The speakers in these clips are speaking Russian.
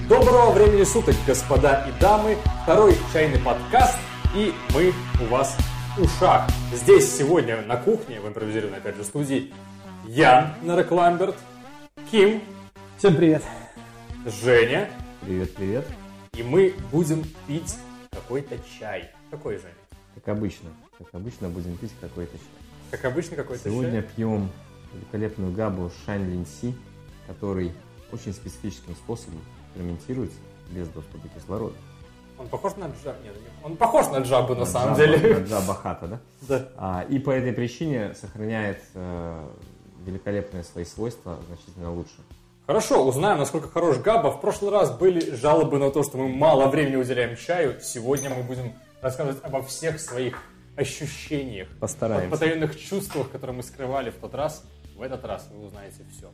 Доброго времени суток, господа и дамы. Второй чайный подкаст, и мы у вас в ушах. Здесь сегодня на кухне, в импровизированной, опять же, студии, Ян Нарекламберт, Ким. Всем привет. Женя. Привет. И мы будем пить какой-то чай. Какой, Женя? Как обычно будем пить какой-то чай. Как обычно, какой-то Сегодня чай? пьем великолепную габу Шаньлинси, который очень специфическим способом ферментируется без доступа кислорода. Он похож на джабу? Нет, он похож на джабу на самом деле. На джаба хата, да? Да. И по этой причине сохраняет великолепные свои свойства значительно лучше. Хорошо, узнаем, насколько хорош габа. В прошлый раз были жалобы на то, что мы мало времени уделяем чаю. Сегодня мы будем рассказывать обо всех своих ощущениях. Постараемся. О потаенных чувствах, которые мы скрывали в тот раз. В этот раз вы узнаете все.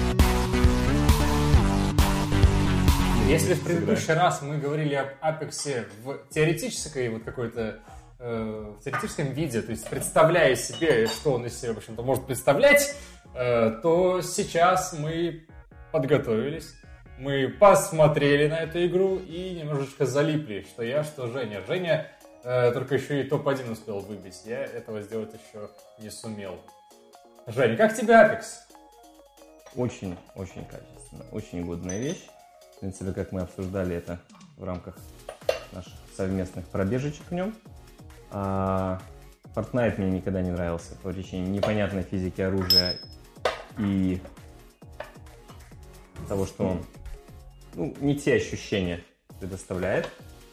Если в предыдущий раз мы говорили об Апексе в теоретической вот какой-то в теоретическом виде, то есть представляя себе, что он из себя, в общем-то, может представлять, то сейчас мы подготовились, мы посмотрели на эту игру и немножечко залипли, что я, что Женя. Женя только еще и топ-1 успел выбить, я этого сделать еще не сумел. Женя, как тебе Апекс? Очень качественно, очень годная вещь. В принципе, как мы обсуждали это в рамках наших совместных пробежечек в нем. Fortnite мне никогда не нравился по причине непонятной физики оружия и того, что он не те ощущения предоставляет.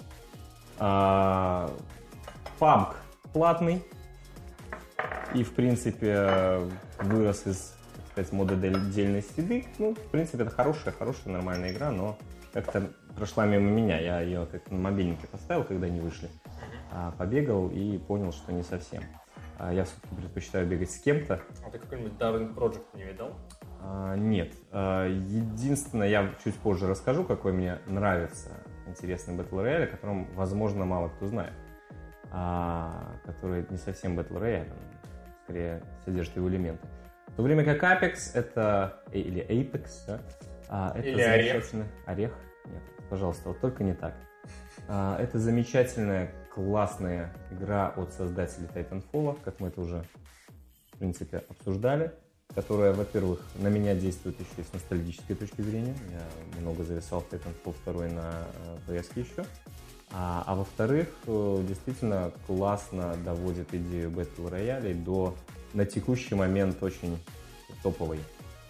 PUBG платный и, в принципе, вырос из, так сказать, моды дельной среды. В принципе, это хорошая, нормальная игра, но как-то прошла мимо меня. Я ее как на мобильнике поставил, когда они вышли. Побегал и понял, что не совсем. Я все-таки предпочитаю бегать с кем-то. А ты какой-нибудь Darwin Project не видал? Нет. Единственное, я чуть позже расскажу, какой мне нравится интересный Battle Royale, о котором, возможно, мало кто знает. Который не совсем Battle Royale, скорее содержит его элементы. В то время как Apex это, или Apex, да, это или замечательный... Орех? Нет, пожалуйста, вот только не так. Это замечательная, классная игра от создателей Titanfall, как мы это уже, в принципе, обсуждали, которая, во-первых, на меня действует еще и с ностальгической точки зрения. Я много зависал в Titanfall 2 на PS еще. А во-вторых, действительно классно доводит идею Battle Royale до, на текущий момент, очень топовой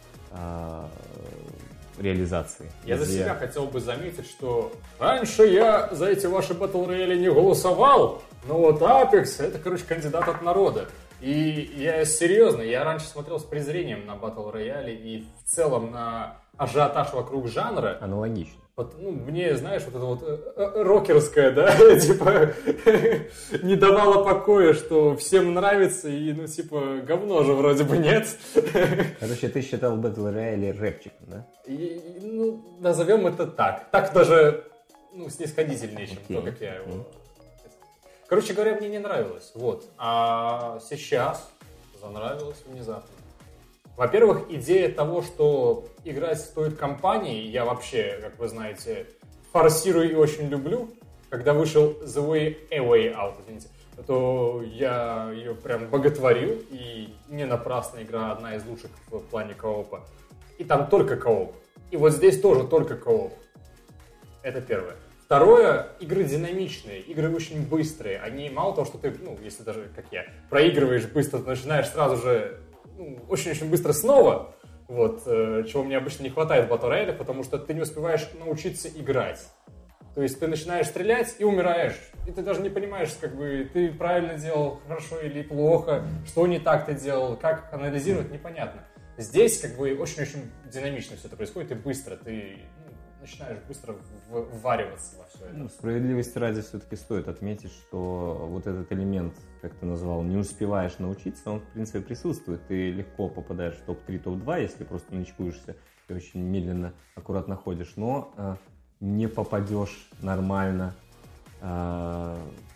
реализации. Я за себя хотел бы заметить, что раньше я за эти ваши Battle Royale не голосовал, но вот Apex это, кандидат от народа. И я серьезно, я раньше смотрел с презрением на Battle Royale и в целом на ажиотаж вокруг жанра. Аналогично. Мне, знаешь, вот это вот рокерское, да, типа, не давало покоя, что всем нравится, и, говно же вроде бы нет. Короче, ты считал Battle Royale рэпчиком, да? Назовем это так. Так даже, снисходительнее, чем то, как я его... Короче говоря, мне не нравилось, вот. А сейчас занравилось внезапно. Во-первых, идея того, что играть стоит компанией, я вообще, как вы знаете, форсирую и очень люблю. Когда вышел The Way Out, то я ее прям боготворил, и не напрасно игра одна из лучших в плане коопа. И там только кооп. И вот здесь тоже только кооп. Это первое. Второе, игры динамичные, игры очень быстрые. Они мало того, что ты, если даже, как я, проигрываешь быстро, ты начинаешь сразу же очень-очень быстро снова, вот, чего мне обычно не хватает в Battle Royale, потому что ты не успеваешь научиться играть. То есть ты начинаешь стрелять и умираешь, и ты даже не понимаешь, ты правильно делал, хорошо или плохо, что не так ты делал, как анализировать, непонятно. Здесь очень-очень динамично все это происходит, и быстро, ты начинаешь быстро ввариваться во все это. Справедливости ради все-таки стоит отметить, что вот этот элемент, как ты назвал, не успеваешь научиться, он в принципе присутствует. Ты легко попадаешь в топ-3, топ-2, если просто начкуешься и очень медленно, аккуратно ходишь, но не попадешь нормально в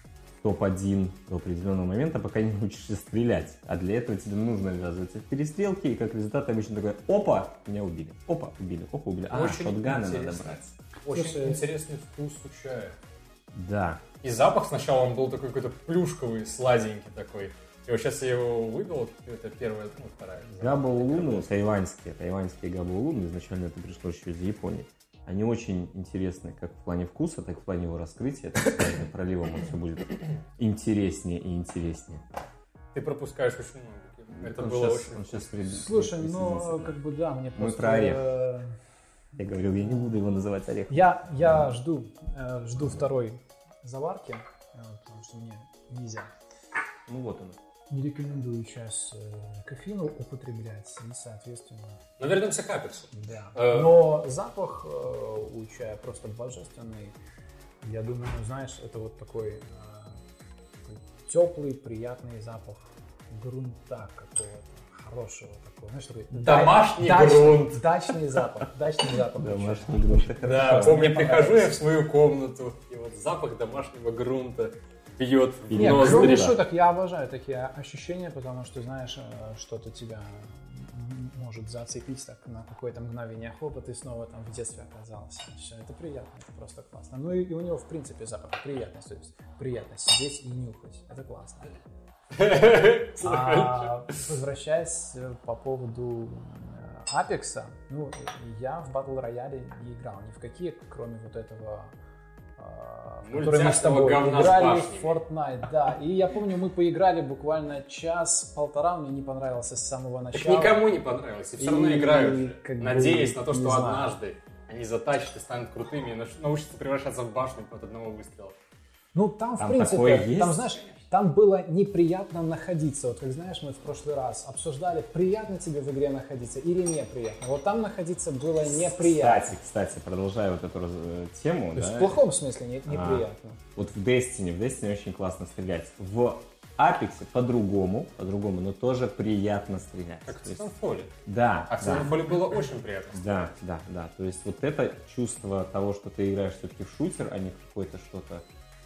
топ-1 до определенного момента, пока не научишься стрелять. А для этого тебе нужно ввязываться в перестрелки, и как результат обычно такой: опа, меня убили, опа, убили, опа, убили. Шотганы надо брать. Очень интересный вкус у чая. Да. И запах сначала он был такой какой-то плюшковый, сладенький такой. И вот сейчас я его выпил, это первая, вторая. Габа-улуны, тайваньские габа-улуны, изначально это пришло еще из Японии. Они очень интересны как в плане вкуса, так и в плане его раскрытия. Так с каждым проливом он все будет интереснее и интереснее. Ты пропускаешь очень много. Это было очень... Слушай, ну, как бы да, мне просто... Мы про орех. Я говорил, я не буду его называть орех. Я жду второй заварки, потому что мне нельзя. Ну вот он. Не рекомендую чай с кофеином употреблять, и, соответственно... Но вернемся к Апексу. Да. Но запах у чая просто божественный. Я думаю, знаешь, это вот такой теплый, приятный запах грунта какого-то, хорошего такого. Знаешь, такой домашний грунт. Дачный запах. Домашний грунт. Да, помню, прихожу я в свою комнату, и вот запах домашнего грунта бьет в ноздри. Кроме шуток, я обожаю такие ощущения, потому что, знаешь, что-то тебя может зацепить так на какое-то мгновение, хоп, и ты снова там в детстве оказался. Все, это приятно, это просто классно. Ну и у него, в принципе, запах приятность, то есть приятно сидеть и нюхать. Это классно. Возвращаясь по поводу Апекса, ну, я в Battle Royale не играл ни в какие, кроме вот этого, который мы с тобой играли в Fortnite, да. И я помню, мы поиграли буквально час-полтора, мне не понравился с самого начала. Так никому не понравилось, и все равно играют, надеясь на то, что однажды они затащат и станут крутыми, и научатся превращаться в башню от одного выстрела. Ну, там в принципе, там, знаешь, там было неприятно находиться. Вот как знаешь, мы в прошлый раз обсуждали, приятно тебе в игре находиться или неприятно. Вот там находиться было неприятно. Кстати, продолжая вот эту тему. То есть в плохом смысле неприятно. Вот в Destiny очень классно стрелять. В Апексе по-другому, но тоже приятно стрелять. Как в Titanfall. Да. А в Titanfall было очень приятно стрелять. Да. То есть вот это чувство того, что ты играешь все-таки в шутер, а не в какое-то что-то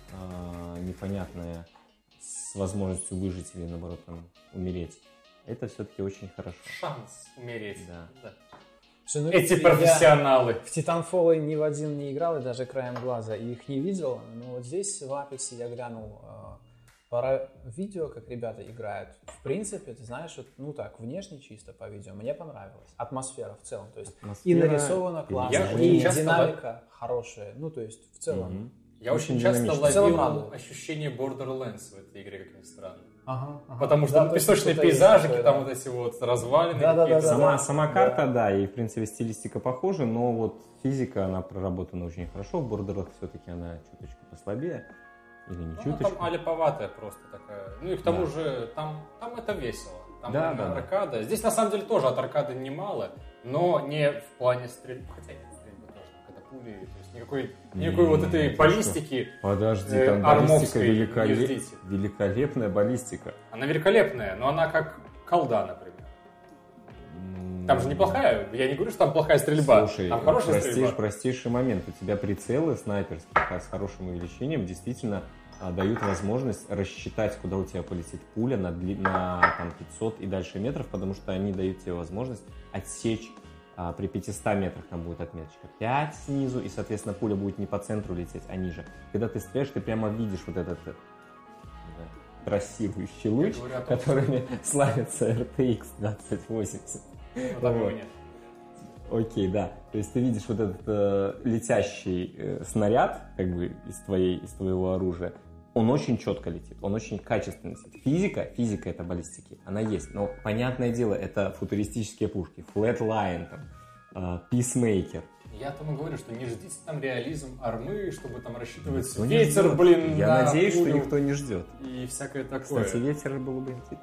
непонятное с возможностью выжить или, наоборот, там, умереть. Это все-таки очень хорошо. Шанс умереть. Да. Эти профессионалы. В Titanfall ни в один не играл, и даже краем глаза их не видел. Но вот здесь, в Апексе, я глянул пара видео, как ребята играют. В принципе, ты знаешь, вот, ну так, внешне чисто по видео, мне понравилось. Атмосфера в целом. То есть и нарисовано классно, и динамика хорошая. Ну, то есть в целом. Я очень часто ловил ощущение Borderlands в этой игре, как ни странно. Потому что песочные пейзажики, там вот эти вот развалины. Сама карта, да, и в принципе стилистика похожа, но вот физика, она проработана очень хорошо. В Borderlands все-таки она чуточку послабее. Или не чуточку. Там аляповатая просто такая. Ну и к тому же, там это весело. Там аркада. Здесь на самом деле тоже от аркады немало, но не в плане стрельбы. Хотя пули, то есть никакой вот этой баллистики. Подожди, там баллистика великолепная баллистика. Она великолепная, но она как колда, например. Там же неплохая, я не говорю, что там плохая стрельба. Слушай, там хорошая стрельба. Простейший момент. У тебя прицелы снайперские с хорошим увеличением действительно дают возможность рассчитать, куда у тебя полетит пуля на там, 500 и дальше метров, потому что они дают тебе возможность отсечь. При 500 метрах там будет отметочка 5 снизу, и, соответственно, пуля будет не по центру лететь, а ниже. Когда ты стреляешь, ты прямо видишь вот этот трассирующий луч, которыми славится RTX 2080. Вот. Окей, да. То есть ты видишь вот этот летящий снаряд, как бы из твоего оружия. Он очень четко летит, он очень качественно летит. Физика это баллистики, она есть. Но, понятное дело, это футуристические пушки. Flatline, Peacemaker. Я тому говорю, что не ждите там реализм армы, чтобы там рассчитывать ветер, блин, я надеюсь, что никто не ждет. И всякое такое. Кстати, ветер было бы интересно.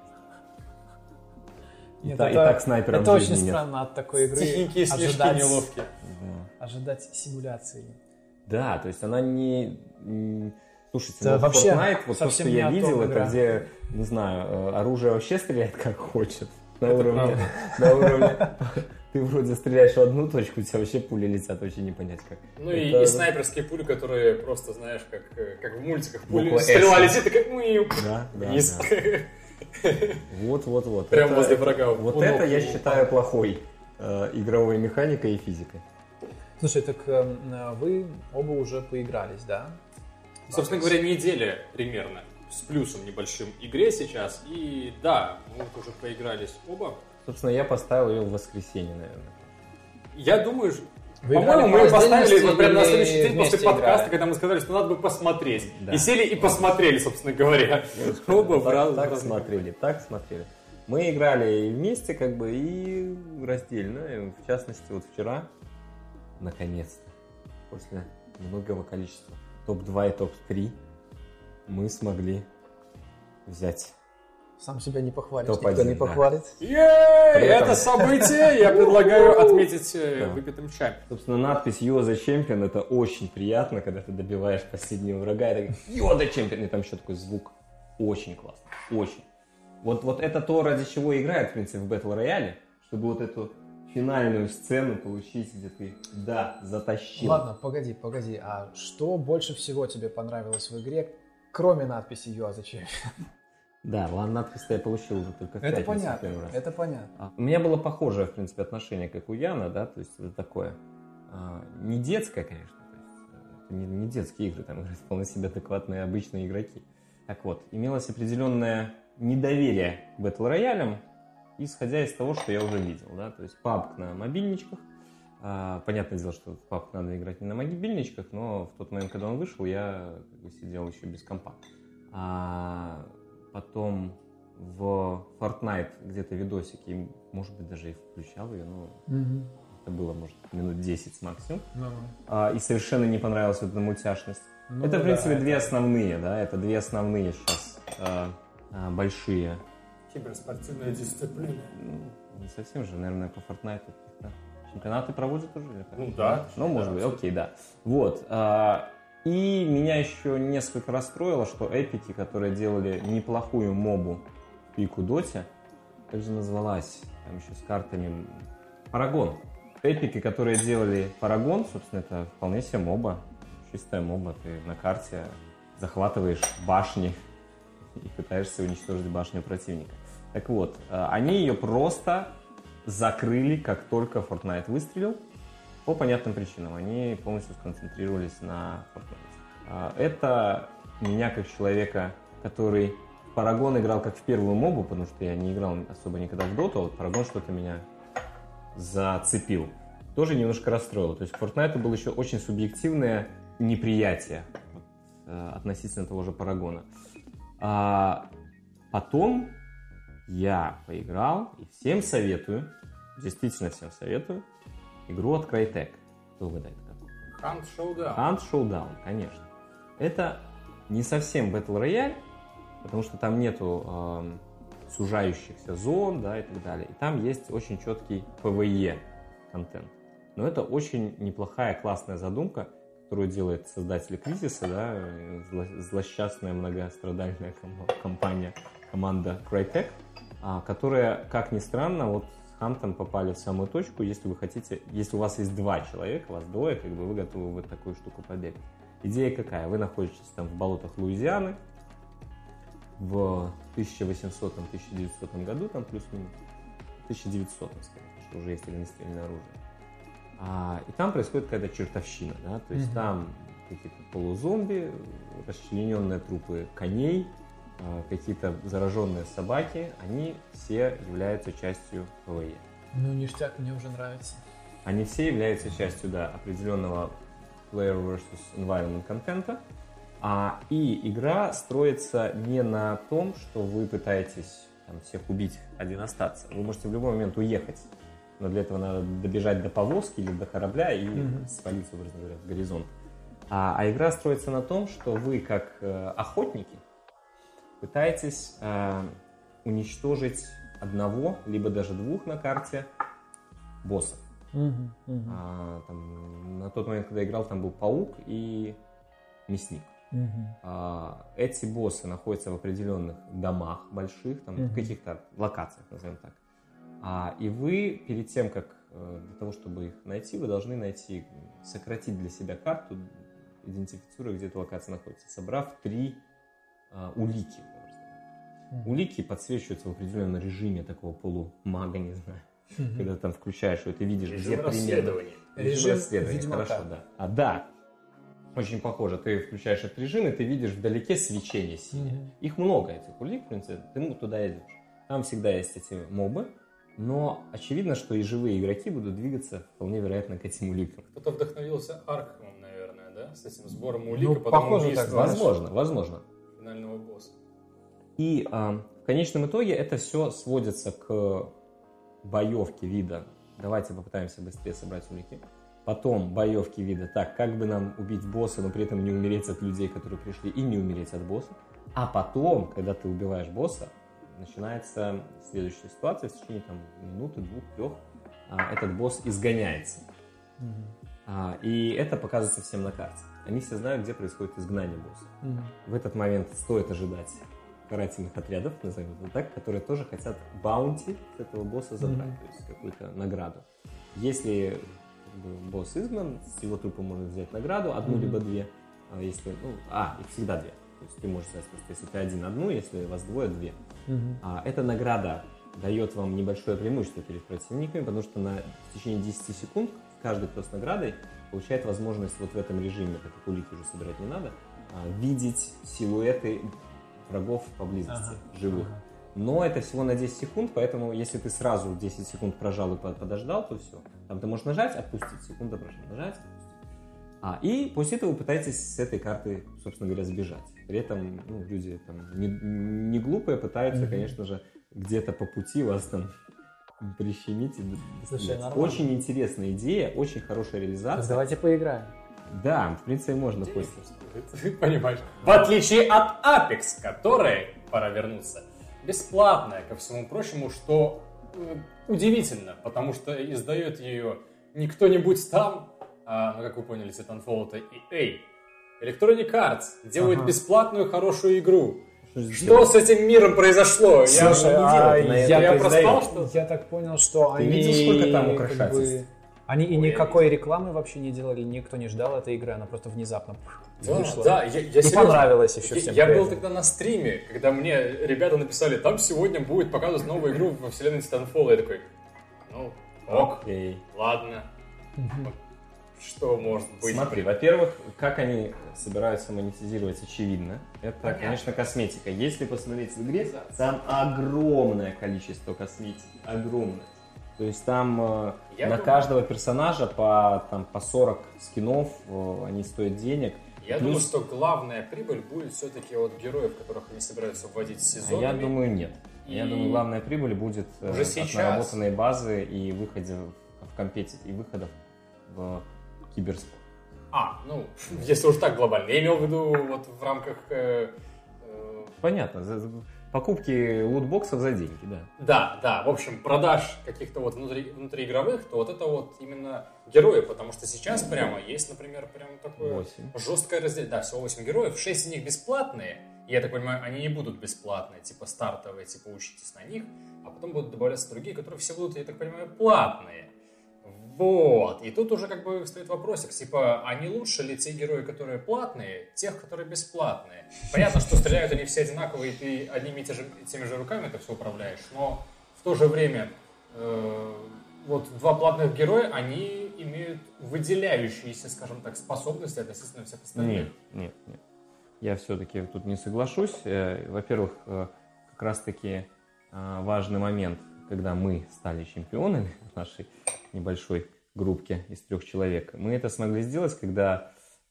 Нет, и так снайпером это очень странно от такой игры. Тихенькие слишком неловкие. Ожидать симуляции. Да, то есть она не... Слушайте, да, вообще, Fortnite, вот то, что я видел, это где, не знаю, оружие вообще стреляет как хочет. На уровне ты вроде стреляешь в одну точку, у тебя вообще пули летят, вообще не понять как. Ну и снайперские пули, которые просто, знаешь, как в мультиках, Буква стрела S. летит, и как вниз. Вот. Прям возле врага. Вот это я считаю плохой игровой механикой и физикой. Слушай, так вы оба уже поигрались, да? Собственно говоря, неделя примерно с плюсом небольшим игре сейчас. И да, мы вот уже поигрались оба. Собственно, я поставил ее в воскресенье, наверное. Я думаю, Вы по-моему, играли мы ее по поставили отдельности вот прямо на или следующий день после вместе подкаста, играли? когда мы сказали, что надо бы посмотреть. Да. И сели и посмотрели, собственно говоря. Оба в Так разные. смотрели. Мы играли и вместе, как бы, и раздельно. И, в частности, вот вчера, наконец-то, после многого количества топ-2 и топ-3, мы смогли взять Сам себя не похвалишь, Топ-1, никто не да. похвалит. Это событие я предлагаю отметить выпитым чаем. Собственно, надпись «You are the champion» — это очень приятно, когда ты добиваешь последнего врага и так «You are the champion», и там еще такой звук. Очень классно, очень. Вот это то, ради чего играют, в принципе, в Battle Royale, чтобы вот эту финальную сцену получить, где ты, да, затащил. Ладно, погоди, а что больше всего тебе понравилось в игре, кроме надписи «You are the champion»? Да, надпись-то я получил уже только в пятницу первый раз. Это понятно. У меня было похожее, в принципе, отношение, как у Яна, да, то есть это такое, не детское, конечно, то есть это не детские игры, там играют вполне себе адекватные обычные игроки. Так вот, имелось определенное недоверие к Battle Royale, исходя из того, что я уже видел, да, то есть PUBG на мобильничках. Понятное дело, что в PUBG надо играть не на мобильничках, но в тот момент, когда он вышел, я сидел еще без компа. Потом в Fortnite где-то видосики, может быть, даже и включал ее, но это было, может, минут 10 максимум. И совершенно не понравилась эта мультяшность. Это, в принципе, две основные сейчас большие. Киберспортивная дисциплина. Не совсем же, наверное, по Fortnite чемпионаты проводят уже? Ну да. Ну, может быть, окей, да. Вот. И меня еще несколько расстроило, что эпики, которые делали неплохую мобу в пику доте, как же называлась, там еще с картами, Парагон. Эпики, которые делали Парагон, собственно, это вполне себе моба, чистая моба, ты на карте захватываешь башни и пытаешься уничтожить башню противника. Так вот, они ее просто закрыли, как только Fortnite выстрелил. По понятным причинам. Они полностью сконцентрировались на Fortnite. Это меня, как человека, который в Paragon играл как в первую мобу, потому что я не играл особо никогда в Dota, вот Paragon что-то меня зацепил. Тоже немножко расстроило. То есть к Fortnite было еще очень субъективное неприятие относительно того же Парагона. Потом я поиграл и всем советую, действительно всем советую, игру от Crytek. Кто угадает? Hunt Showdown. Hunt Showdown, конечно. Это не совсем Battle Royale, потому что там нету сужающихся зон, да, и так далее. И там есть очень четкий PvE контент. Но это очень неплохая, классная задумка, которую делает создатели Кризиса, да, злосчастная многострадальная команда Crytek, которая, как ни странно, вот с Хантом попали в самую точку. Если вы хотите, если у вас есть два человека, вас двое, как бы вы готовы в такую штуку побегать. Идея какая? Вы находитесь там в болотах Луизианы в 1800-1900 году, там плюс-минус, 1900, скорее, что уже есть огнестрельное оружие. И там происходит какая-то чертовщина, да, то есть там какие-то полузомби, расчлененные трупы коней, какие-то зараженные собаки, они все являются частью PvE. Ну, ништяк, мне уже нравится. Они все являются частью, да, определенного player versus environment контента. И игра строится не на том, что вы пытаетесь там всех убить, один остаться. Вы можете в любой момент уехать, но для этого надо добежать до повозки или до корабля и свалиться, образно говоря, в горизонт. А игра строится на том, что вы, как охотники, пытаетесь уничтожить одного, либо даже двух на карте боссов. Там, на тот момент, когда я играл, там был паук и мясник. Эти боссы находятся в определенных домах больших, там, в каких-то локациях, назовем так. И вы перед тем, как для того, чтобы их найти, вы должны сократить для себя карту, идентифицируя, где эта локация находится, собрав 3 улики. Улики подсвечиваются в определенном режиме такого полумага, не знаю. Когда ты там включаешь, и ты видишь, режим где расследования. Режим расследования, хорошо, да. Да, очень похоже. Ты включаешь этот режим, и ты видишь вдалеке свечение синее. Их много, этих улик, в принципе, ты туда идешь. Там всегда есть эти мобы, но очевидно, что и живые игроки будут двигаться вполне вероятно к этим уликам. Кто-то вдохновился Аркхемом, наверное, да? С этим сбором улик, Ну, и потом похоже убийством так, Возможно. финального босса. И в конечном итоге это все сводится к боевке вида. Давайте попытаемся быстрее собрать улики. Потом боевки вида. Так, как бы нам убить босса, но при этом не умереть от людей, которые пришли, и не умереть от босса. А потом, когда ты убиваешь босса, начинается следующая ситуация. В течение минуты, 2-3 этот босс изгоняется. И это показывается всем на карте. Они все знают, где происходит изгнание босса. В этот момент стоит ожидать карательных отрядов, назовем это так, которые тоже хотят баунти с этого босса забрать, то есть какую-то награду. Если босс изгнан, с его трупа можно взять награду, 1 либо 2. Если, их всегда 2. То есть ты можешь взять, если ты один, 1, если вас 2, 2. Эта награда дает вам небольшое преимущество перед противниками, потому что в течение 10 секунд каждый, кто с наградой, получает возможность вот в этом режиме, так как улики уже собирать не надо, видеть силуэты врагов поблизости, живых. Но это всего на 10 секунд, поэтому если ты сразу 10 секунд прожал и подождал, то все. Там ты можешь нажать, отпустить, секунда прошла, нажать, отпустить. И после этого вы пытаетесь с этой карты, собственно говоря, сбежать. При этом люди не глупые, пытаются, конечно же, где-то по пути вас там прищемить и достать. Очень интересная идея, очень хорошая реализация. Так давайте поиграем. Да, в принципе, можно после. Ты понимаешь? В отличие от Apex, которая, пора вернуться, бесплатная, ко всему прочему, что удивительно, потому что издает ее не кто-нибудь там, как вы поняли, Titanfall это EA. Electronic Arts делает бесплатную хорошую игру. Что с этим миром произошло? Слушай, я проспал, что? Я так понял, что Ты они... видел, сколько там украшательств? Они и никакой рекламы вообще не делали, никто не ждал этой игры, она просто внезапно вышла. Да, и понравилось еще всем. Я был тогда на стриме, когда мне ребята написали, там сегодня будет показывать новую игру во вселенной Titanfall. Я такой, ок, ладно. Что может быть? Смотри, во-первых, как они собираются монетизировать, очевидно. Это, конечно, косметика. Если посмотреть в игре, там огромное количество косметики. Огромное. То есть там на каждого персонажа по 40 скинов, они стоят денег. Я думаю, что главная прибыль будет все-таки от героев, которых они собираются вводить сезонами. Я думаю, нет. Я думаю, главная прибыль будет уже от наработанной базы и выхода в компетит, и выходов в киберспорт. Если уж так глобально. Я имел в виду вот в рамках... Понятно. Покупки лутбоксов за деньги, да. Да. В общем, продаж каких-то вот внутриигровых, то вот это вот именно герои, потому что сейчас прямо есть, например, прям такое 8. жесткое разделение. Да, всего 8 героев, 6 из них бесплатные. И я так понимаю, они не будут бесплатные, типа стартовые, типа учитесь на них, а потом будут добавляться другие, которые все будут, я так понимаю, платные. Вот. И тут уже как бы стоит вопросик, типа, а не лучше ли те герои, которые платные, тех, которые бесплатные? Понятно, что стреляют они все одинаковые, и ты одними и теми же руками это все управляешь, но в то же время вот 2 платных героя, они имеют выделяющиеся, скажем так, способности относительно всех остальных. Нет. Я все-таки тут не соглашусь. Во-первых, как раз-таки важный момент, когда мы стали чемпионами в нашей небольшой группке из 3 человек. Мы это смогли сделать, когда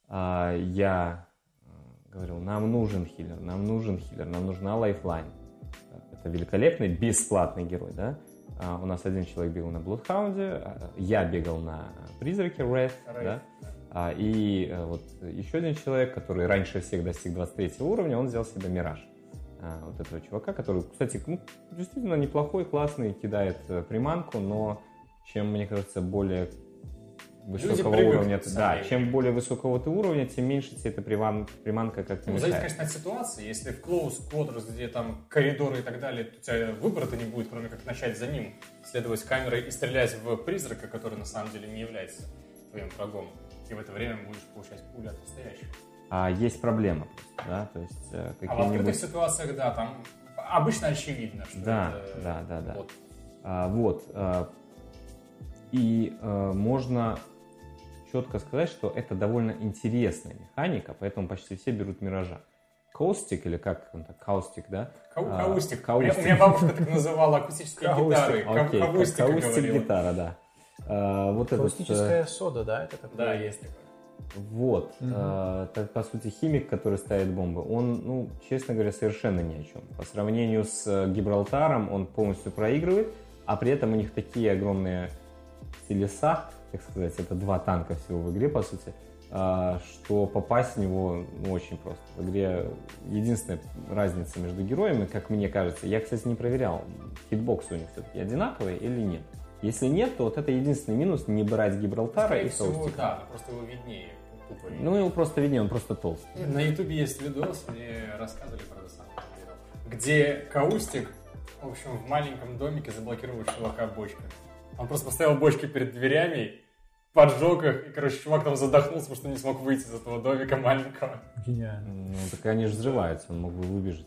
я говорил, нам нужен хиллер, нам нужна лайфлайн. Это великолепный, бесплатный герой, да? У нас один человек бегал на Блудхаунде, я бегал на Призраке, Wraith, да? И вот еще один человек, который раньше всех достиг 23 уровня, он взял себе Мираж. Вот этого чувака, который, кстати, действительно неплохой, классный, кидает приманку, но чем, мне кажется, более высокого уровня. Да, чем более высокого ты уровня, тем меньше тебе эта приманка как-то мешает. Зависит, конечно, от ситуации. Если в close quarters, где там коридоры и так далее, то у тебя выбора-то не будет, кроме как начать за ним, следовать камерой и стрелять в призрака, который на самом деле не является твоим врагом. И в это время будешь получать пули от настоящих. А есть проблема просто, да? То есть, в открытых ситуациях, да, там обычно очевидно, что да. И можно четко сказать, что это довольно интересная механика, поэтому почти все берут Миража. Каустик, или как он так, каустик, да? Каустик. У меня бабушка так называла акустические гитары. Каустик гитара, да. Акустическая сода, да? Это такое? Да, есть такое. Вот, по сути, химик, который ставит бомбы, он, честно говоря, совершенно ни о чем. По сравнению с Гибралтаром он полностью проигрывает, а при этом у них такие огромные телеса, так сказать, это 2 танка всего в игре, по сути, что попасть в него очень просто. В игре единственная разница между героями, как мне кажется, я, кстати, не проверял, хитбоксы у них все-таки одинаковые или нет. Если нет, то вот это единственный минус — не брать Гибралтара и Каустика. Да, просто его виднее. Его просто виднее, он просто толстый. На Ютубе есть видос, мне рассказывали про это сам видео, где Каустик, в общем, в маленьком домике заблокировал чувака бочками. Он просто поставил бочки перед дверями, поджег их, и, чувак там задохнулся, потому что не смог выйти из этого домика маленького. Гениально. Так они же взрываются, он мог бы выбежать.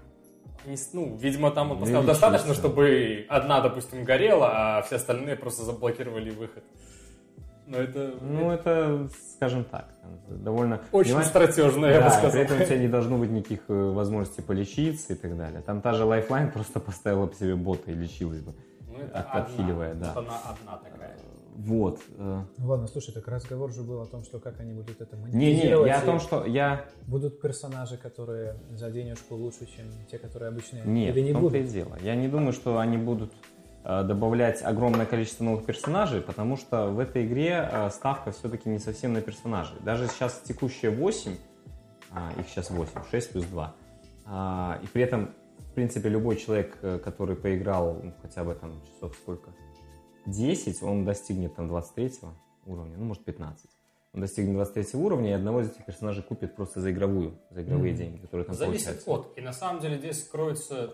Видимо, там он поставил достаточно, чтобы одна, допустим, горела, а все остальные просто заблокировали выход. Но это, скажем так, довольно... Очень стратежно, я бы сказал. При этом у тебя не должно быть никаких возможностей полечиться и так далее. Там та же Lifeline просто поставила по себе бота и лечилась бы, отхиливая. Да. Она одна такая. Вот. Ладно, слушай, так разговор же был о том, что как они будут это монетизировать. Я о том, что Будут персонажи, которые за денежку лучше, чем те, которые обычные? Нет, или не в том-то будут? и дело. Я не думаю, что они будут добавлять огромное количество новых персонажей, потому что в этой игре ставка все-таки не совсем на персонажей. Даже сейчас текущие 8, их сейчас 8, 6 плюс 2, и при этом, в принципе, любой человек, который поиграл хотя бы там часов сколько? 10, он достигнет там 23 уровня, может 15. Он достигнет 23 уровня, и одного из этих персонажей купит просто за игровые деньги, которые там зависит получаются. И на самом деле здесь скроется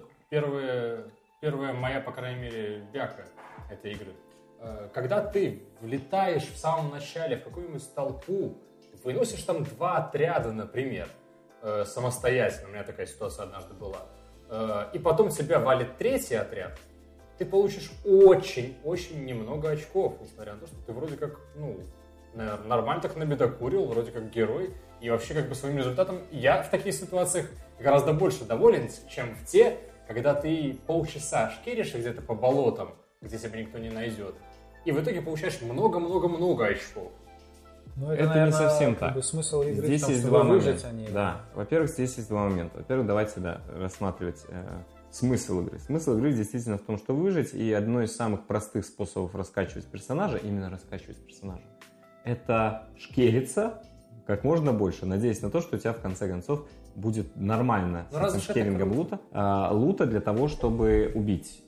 первая моя, по крайней мере, бяка этой игры. Когда ты влетаешь в самом начале в какую-нибудь толпу, выносишь там 2 отряда, например, самостоятельно, у меня такая ситуация однажды была, и потом тебя валит 3-й отряд, ты получишь очень-очень немного очков, несмотря на то, что ты вроде как, наверное, нормально так набедокурил, вроде как герой, и вообще как бы своим результатом я в таких ситуациях гораздо больше доволен, чем в те, когда ты полчаса шкеришься где-то по болотам, где тебя никто не найдет, и в итоге получаешь много-много-много очков. Ну, это наверное, не совсем так. Смысл игры здесь в том, есть чтобы выжить, они... Да, во-первых, здесь есть 2 момента. Во-первых, давайте рассматривать смысл игры. Смысл игры действительно в том, что выжить, и одно из самых простых способов раскачивать персонажа, именно раскачивать персонажа, это шкериться как можно больше, надеясь на то, что у тебя в конце концов будет нормально с этим шкерингом лута для того, чтобы убить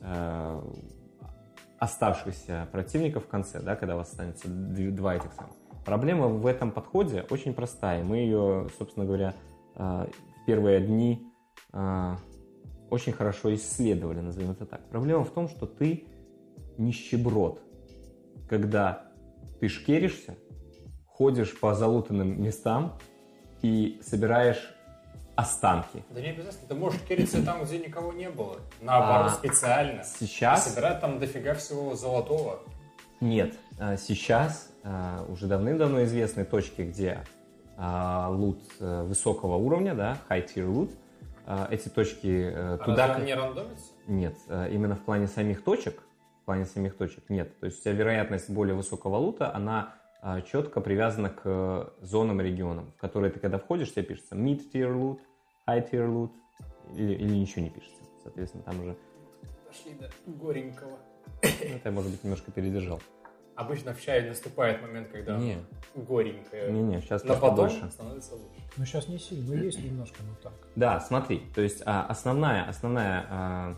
оставшихся противников в конце, да, когда у вас останется 2 этих самых. Проблема в этом подходе очень простая. Мы ее, собственно говоря, в первые дни очень хорошо исследовали, назовем это так. Проблема в том, что ты нищеброд. Когда ты шкеришься, ходишь по залутанным местам и собираешь останки. Да не обязательно. Ты можешь шкериться там, где никого не было. Наоборот, специально. Сейчас... Собирать там дофига всего золотого. Нет. Сейчас уже давным-давно известны точки, где лут высокого уровня, да, high tier loot. Эти точки туда... Разве не рандомится? Нет, именно в плане самих точек нет. То есть у тебя вероятность более высокого лута, она четко привязана к зонам и регионам, в которые ты когда входишь, тебе пишется mid-tier loot, high-tier loot или ничего не пишется. Соответственно, там уже... Дошли до горенького. Это я, может быть, немножко передержал. Обычно в чае наступает момент, когда горенькое. Не, сейчас но потом больше. Становится лучше. Ну, сейчас не сильно, есть немножко, но так. Да, смотри, то есть основная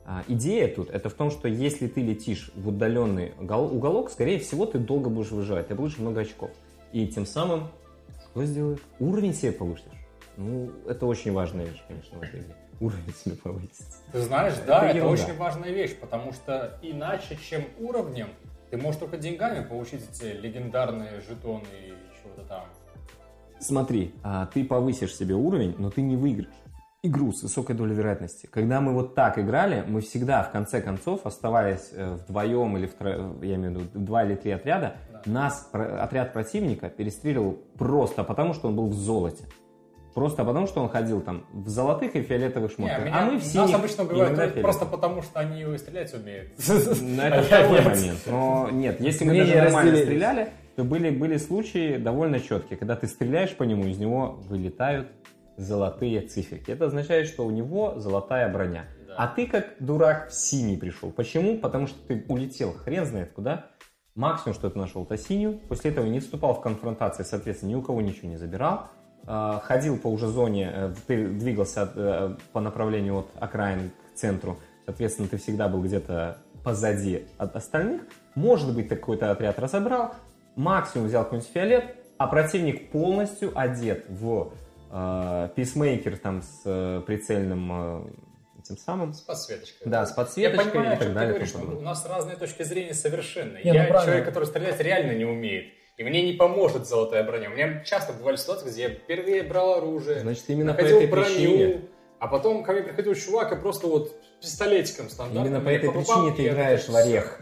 Идея тут это в том, что если ты летишь в удаленный уголок, скорее всего, ты долго будешь выживать, ты получишь много очков. И тем самым что сделаешь? Уровень себе повысишь. Ну, это очень важная вещь, конечно, в этой игре. Уровень себе повысится. Ты знаешь, да, это очень важная вещь, потому что иначе, чем уровнем, ты можешь только деньгами получить эти легендарные жетоны и чего-то там. Смотри, ты повысишь себе уровень, но ты не выиграешь игру с высокой долей вероятности. Когда мы вот так играли, мы всегда, в конце концов, оставаясь вдвоем или я имею в виду 2 или 3 отряда, нас отряд противника перестреливал просто потому, что он был в золоте. Просто потому, что он ходил там в золотых и фиолетовых шмотках. А мы в синих. Нас обычно убивают просто потому, что они его стрелять умеют. Это второй момент. Но нет, если мы даже нормально стреляли, то были случаи довольно четкие. Когда ты стреляешь по нему, из него вылетают золотые циферки. Это означает, что у него золотая броня. Да. А ты как дурак в синий пришел. Почему? Потому что ты улетел хрен знает куда. Максимум, что ты нашел-то синюю. После этого не вступал в конфронтации, соответственно, ни у кого ничего не забирал. Ходил по уже зоне, ты двигался по направлению от окраин к центру. Соответственно, ты всегда был где-то позади от остальных. Может быть, ты какой-то отряд разобрал. Максимум взял какой-нибудь фиолет, а противник полностью одет в писмейкер там с прицельным тем самым. С подсветочкой. Да, с подсветочкой. Я понимаю, и так далее. Ты говоришь, что у нас разные точки зрения совершенно. Не, я человек, который стрелять реально не умеет. И мне не поможет золотая броня. У меня часто бывали ситуации, где я впервые брал оружие, значит, именно находил по этой броню, причине. А потом ко мне приходил чувак и просто вот пистолетиком стандартным. Именно по этой причине ты играешь в Орех.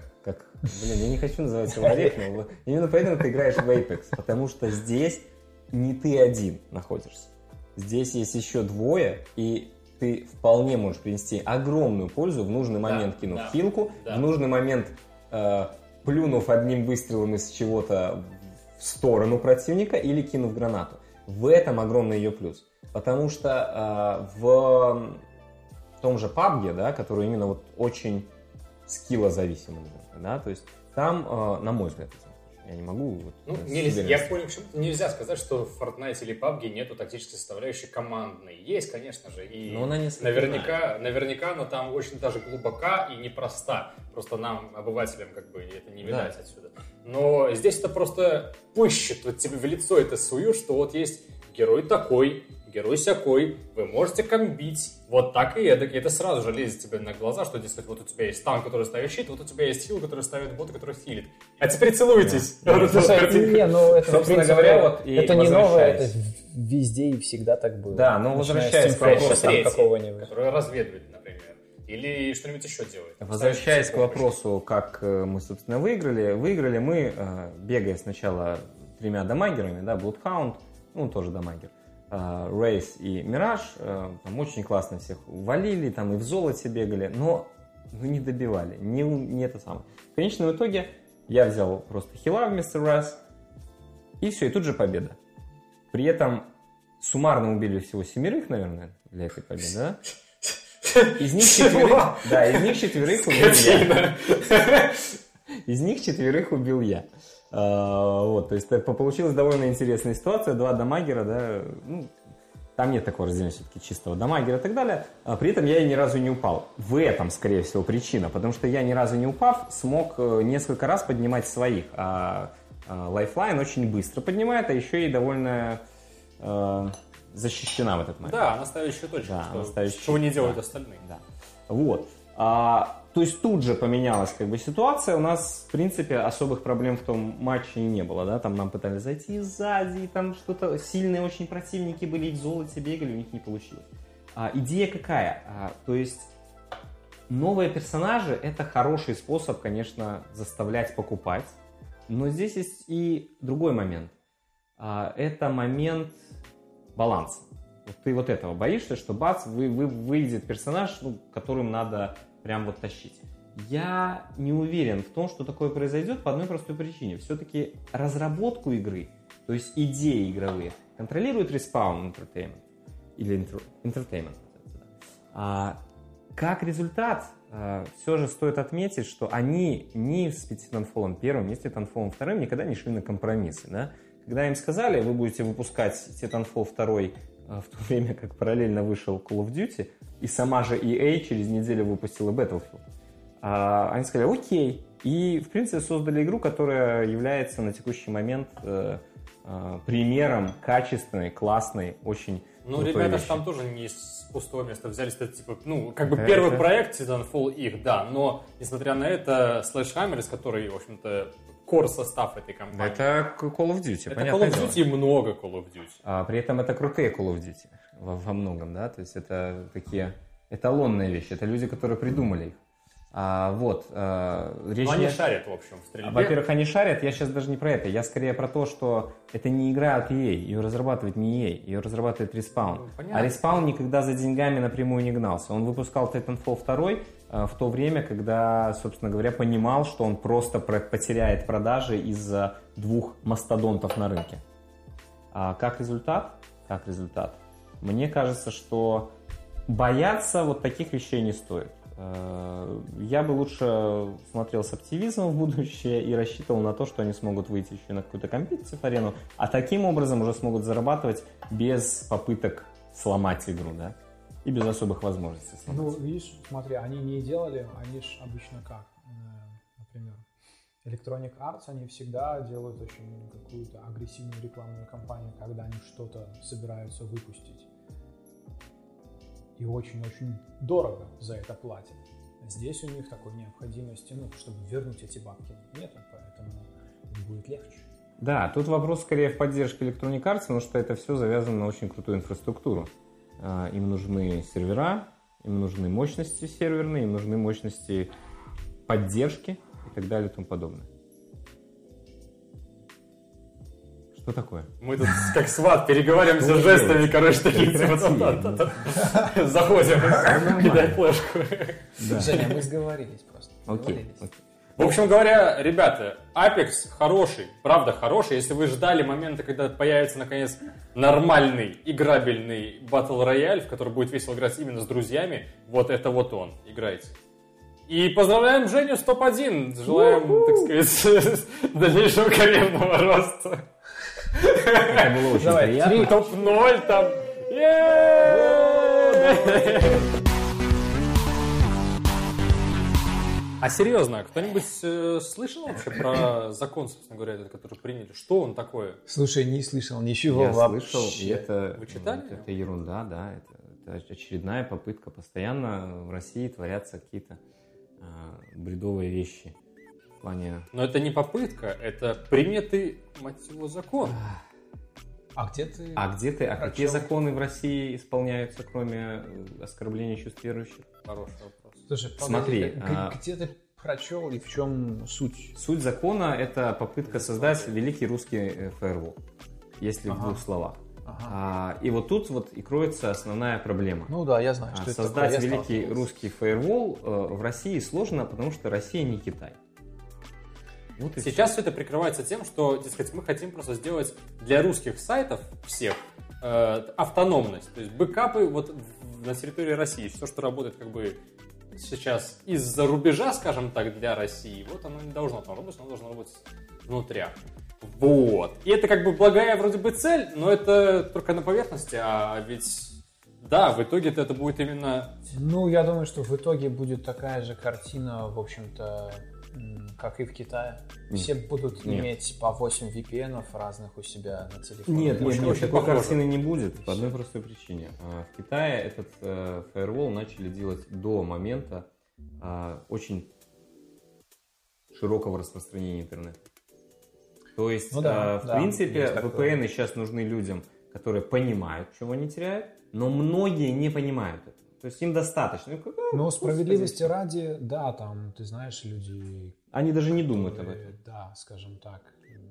Я не хочу называть его Орех, но именно поэтому ты играешь в Apex. Потому что здесь не ты один находишься. Здесь есть еще двое, и ты вполне можешь принести огромную пользу в нужный момент, кинув хилку, в нужный момент плюнув одним выстрелом из чего-то в сторону противника или кинув гранату. В этом огромный ее плюс. Потому что в том же PUBG, да, который именно вот очень скиллозависимый, да, то есть там, на мой взгляд, я не могу... Я понял, почему-то нельзя сказать, что в Fortnite или PUBG нету тактической составляющей командной. Есть, конечно же, и но она не наверняка она там очень даже глубока и непроста. Просто нам, обывателям, как бы это не видать отсюда. Но здесь это просто пыщет, вот тебе в лицо это суют, что вот есть герой такой, герой сякой, вы можете комбить, вот так и эдак. И это сразу же лезет тебе на глаза, что, дескать, вот у тебя есть танк, который ставит щит, вот у тебя есть хил, который ставит бота, который хилит. А теперь целуйтесь. Собственно говоря, вот это не новое, это везде и всегда так было. Да, но возвращаясь к вопросу какого-нибудь, который разведывает, например, или что-нибудь еще делает. Возвращаясь к вопросу, как мы, собственно, выиграли мы, бегая сначала 3 дамагерами, да, Bloodhound, тоже дамагер, Рейс и Мираж, там очень классно всех валили, там и в золоте бегали, но не добивали, не это самое. В конечном итоге я взял просто хила вместо Рейс, и все, и тут же победа. При этом суммарно убили всего 7, наверное, для этой победы, да? Из них 4 убил я. Из них 4 убил я. Вот, то есть получилась довольно интересная ситуация. 2 дамагера, да, там нет такого разделения все-таки чистого дамагера и так далее. При этом я ни разу не упал. В этом, скорее всего, причина, потому что я ни разу не упав, смог несколько раз поднимать своих. А Lifeline очень быстро поднимает, а еще и довольно защищена в этот момент. Да, она ставящая точка, что не делают остальные. Да. Вот. То есть тут же поменялась ситуация, у нас, в принципе, особых проблем в том матче не было, да, там нам пытались зайти сзади, там что-то, сильные очень противники были, и в золоте бегали, у них не получилось. Идея какая? То есть новые персонажи — это хороший способ, конечно, заставлять покупать, но здесь есть и другой момент. Это момент баланса. Вот ты вот этого боишься, что бац, выйдет персонаж, которым надо прям вот тащить. Я не уверен в том, что такое произойдет по одной простой причине. Все-таки разработку игры, то есть идеи игровые, контролирует Respawn Entertainment. Или Entertainment. Как результат, все же стоит отметить, что они ни с Titanfall 1, ни с Titanfall 2 никогда не шли на компромиссы. Да? Когда им сказали, вы будете выпускать Titanfall 2 в то время, как параллельно вышел Call of Duty, и сама же EA через неделю выпустила Battlefield, они сказали, окей. И, в принципе, создали игру, которая является на текущий момент примером качественной, классной, очень Ну, ребята же там тоже не с пустого места взялись, это типа, ну, как бы первый проект Titanfall их, да, но, несмотря на это, Sledgehammer, который, в общем-то, core-состав этой компании. Это Call of Duty, это понятное Call of дело. Duty и много Call of Duty. При этом это крутые Call of Duty во многом, да, то есть это такие эталонные вещи, это люди, которые придумали их. Речь Но они шарят, в общем, в стрельбе. Во-первых, они шарят, я сейчас даже не про это, я скорее про то, что это не игра от EA, ее разрабатывает не EA, ее разрабатывает Respawn. Ну, а Respawn никогда за деньгами напрямую не гнался. Он выпускал Titanfall 2 в то время, когда, собственно говоря, понимал, что он просто потеряет продажи из-за двух мастодонтов на рынке. Как результат, мне кажется, что бояться вот таких вещей не стоит. Я бы лучше смотрел с оптимизмом в будущее и рассчитывал на то, что они смогут выйти еще на какую-то компетитив арену, а таким образом уже смогут зарабатывать без попыток сломать игру, да, и без особых возможностей сломать. Ну, видишь, смотри, они не делали, они же обычно как, например, Electronic Arts, они всегда делают очень какую-то агрессивную рекламную кампанию, когда они что-то собираются выпустить. И очень-очень дорого за это платят. Здесь у них такой необходимости, чтобы вернуть эти бабки, нет, поэтому им будет легче. Да, тут вопрос скорее в поддержке Electronic Arts, потому что это все завязано на очень крутую инфраструктуру. Им нужны сервера, им нужны мощности серверные, им нужны мощности поддержки и так далее и тому подобное. Что такое? Мы тут как сват переговариваемся жестами, короче, такие типа заходим, кидай флешку. Женя, мы сговорились просто. Окей. В общем говоря, ребята, Apex хороший, правда хороший. Если вы ждали момента, когда появится наконец нормальный, играбельный Battle Royale, в который будет весело играть именно с друзьями, вот это вот он, играйте. И поздравляем Женю с топ-1, желаем, так сказать, дальнейшего карьерного роста. Это было очень приятно. Топ-0 там. А серьезно, кто-нибудь слышал вообще про закон, собственно говоря, этот, который приняли? Что он такое? Слушай, не слышал ничего Я вообще. слышал, и это, Вы читали? Это ерунда, да, это очередная попытка. Постоянно в России творятся какие-то бредовые вещи. В плане... Но это не попытка, это принятый, мать его, закон. А где ты? Какие законы в России исполняются, кроме оскорбления чувств верующих? Хороший вопрос. Слушай, смотри, где ты прочел и в чем суть? Суть закона — это попытка создать великий русский фаервол, если в двух словах. И вот тут вот и кроется основная проблема. Ну да, я знаю, что это создать такое. великий русский фаервол в России сложно, потому что Россия не Китай. Вот сейчас все это прикрывается тем, что, дескать, мы хотим просто сделать для русских сайтов всех автономность. То есть бэкапы вот на территории России, все, что работает как бы сейчас из-за рубежа, скажем так, для России, вот оно не должно там работать, оно должно работать внутря. Вот. И это как бы благая вроде бы цель, но это только на поверхности, а ведь... Да, в итоге это будет именно... Ну, я думаю, что в итоге будет такая же картина, в общем-то, как и в Китае. Все будут иметь по 8 VPN разных у себя на телефоне. Нет, такой картины не будет по одной простой причине. В Китае этот фаервол начали делать до момента очень широкого распространения интернета. То есть, в принципе, VPN сейчас нужны людям, которые понимают, чего они теряют, но многие не понимают это. То есть им достаточно. Но справедливости ради, да, там, ты знаешь, люди... Они даже не думают об этом. Да, скажем так.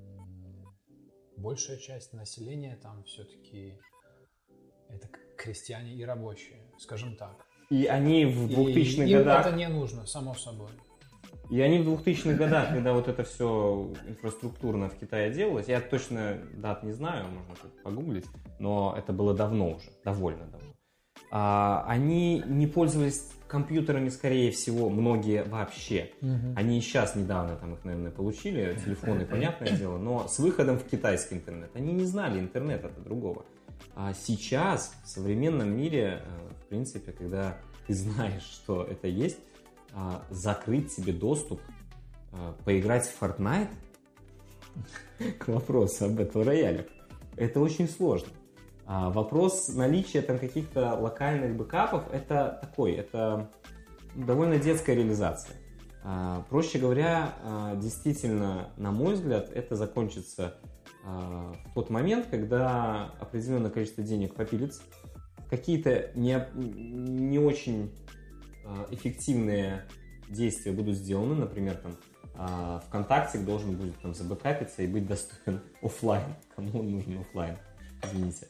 Большая часть населения там все-таки это крестьяне и рабочие, скажем так. И они в 2000-х им годах... это не нужно, само собой. И они в 2000-х годах, когда вот это все инфраструктурно в Китае делалось, я точно дат не знаю, можно погуглить, но это было давно уже, довольно давно. они не пользовались компьютерами, скорее всего, многие вообще. Они и сейчас недавно там их, наверное, получили, телефоны, понятное дело, но с выходом в китайский интернет они не знали интернета-то другого. А сейчас, в современном мире, в принципе, когда ты знаешь, что это есть, закрыть себе доступ, поиграть в Fortnite, к вопросу об Battle Royale, это очень сложно. Вопрос наличия там каких-то локальных бэкапов, это довольно детская реализация. Проще говоря, действительно, на мой взгляд, это закончится в тот момент, когда определенное количество денег попилится, какие-то не очень эффективные действия будут сделаны, например, там ВКонтакте должен будет там забэкапиться и быть доступен офлайн, кому он нужен офлайн, извините.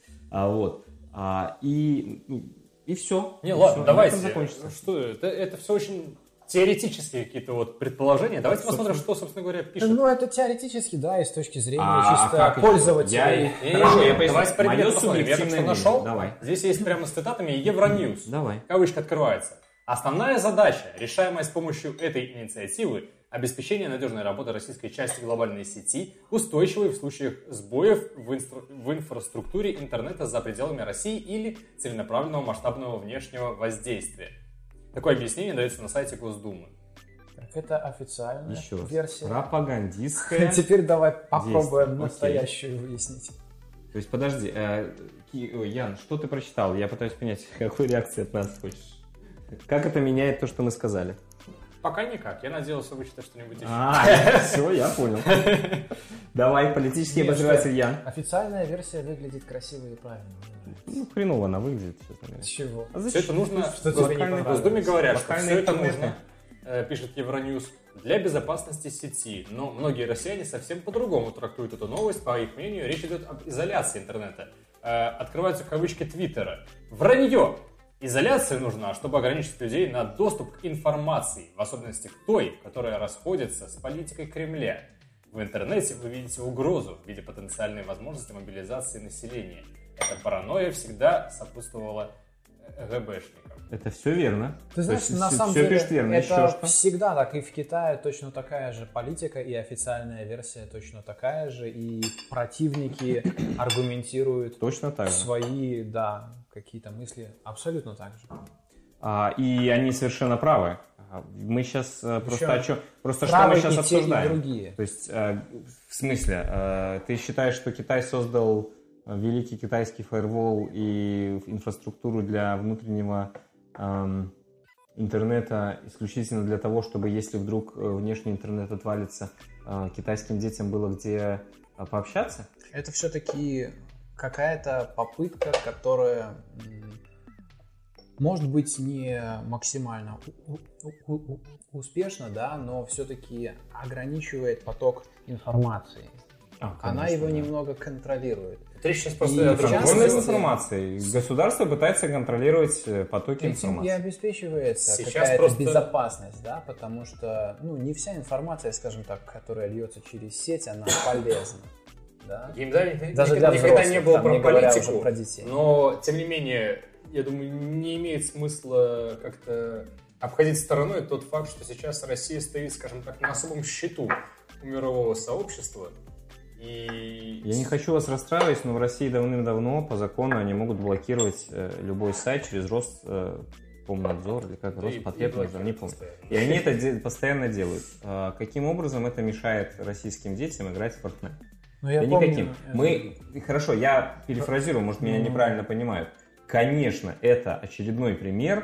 И все. Не, ладно, давайте. Что это все очень теоретические какие-то вот предположения. Давайте посмотрим, что, собственно говоря, пишет. Ну, это теоретически, да, и с точки зрения чисто пользователей. Хорошо, я давайте предмет посмотрим. Я субъективное только что нашел. Давай. Здесь есть прямо с цитатами Евроньюз. Давай. Кавычка открывается. Основная задача, решаемая с помощью этой инициативы, обеспечение надежной работы российской части глобальной сети, устойчивой в случаях сбоев в инфраструктуре интернета за пределами России или целенаправленного масштабного внешнего воздействия. Такое объяснение дается на сайте Госдумы. Так, это официальная версия. Пропагандистская. Теперь давай попробуем настоящую выяснить. То есть, подожди, Ян, что ты прочитал? Я пытаюсь понять, какой реакции от нас хочешь. Как это меняет то, что мы сказали? Пока никак. Я надеялся вычитать что-нибудь еще. Все, я понял. Давай, политический обозреватель Ян. Официальная версия выглядит красиво и правильно. Ну, хреново она выглядит, честно говоря. С чего? Все это нужно... Что тебе не понравилось? В Госдуме говорят, что Локальный все это интернет. нужно, пишет Евроньюз, для безопасности сети. Но многие россияне совсем по-другому трактуют эту новость. По их мнению, речь идет об изоляции интернета. Открываются кавычки Твиттера. Вранье! Изоляция нужна, чтобы ограничить людей на доступ к информации, в особенности к той, которая расходится с политикой Кремля. В интернете вы видите угрозу в виде потенциальной возможности мобилизации населения. Эта паранойя всегда сопутствовала ГБшникам. Это все верно. Ты знаешь, есть, на самом все деле пишет верно. это всегда так. И в Китае точно такая же политика, и официальная версия точно такая же, и противники аргументируют точно так же. Свои, какие-то мысли абсолютно так же. И они совершенно правы. Мы сейчас просто что мы сейчас обсуждаем. Другие. То есть, в смысле, ты считаешь, что Китай создал великий китайский фаервол и инфраструктуру для внутреннего интернета исключительно для того, чтобы, если вдруг внешний интернет отвалится, китайским детям было где пообщаться? Это все-таки какая-то попытка, которая может быть не максимально успешна, но все-таки ограничивает поток информации. Она его немного контролирует. Речь сейчас просто о контроле информации. Государство пытается контролировать потоки информации. И обеспечивается какая-то безопасность, потому что не вся информация, скажем так, которая льется через сеть, она полезна. Да? Даже для взрослых, никогда не было про политику, про детей. Но, тем не менее, я думаю, не имеет смысла как-то обходить стороной тот факт, что сейчас Россия стоит, скажем так, на особом счету у мирового сообщества. Я не хочу вас расстраивать, но в России давным-давно по закону они могут блокировать любой сайт через Роскомнадзор или как Роспотребнадзор, не помню. И они это постоянно делают. Каким образом это мешает российским детям играть в Fortnite? Никаким. Хорошо, я перефразирую, может, меня неправильно понимают. Конечно, это очередной пример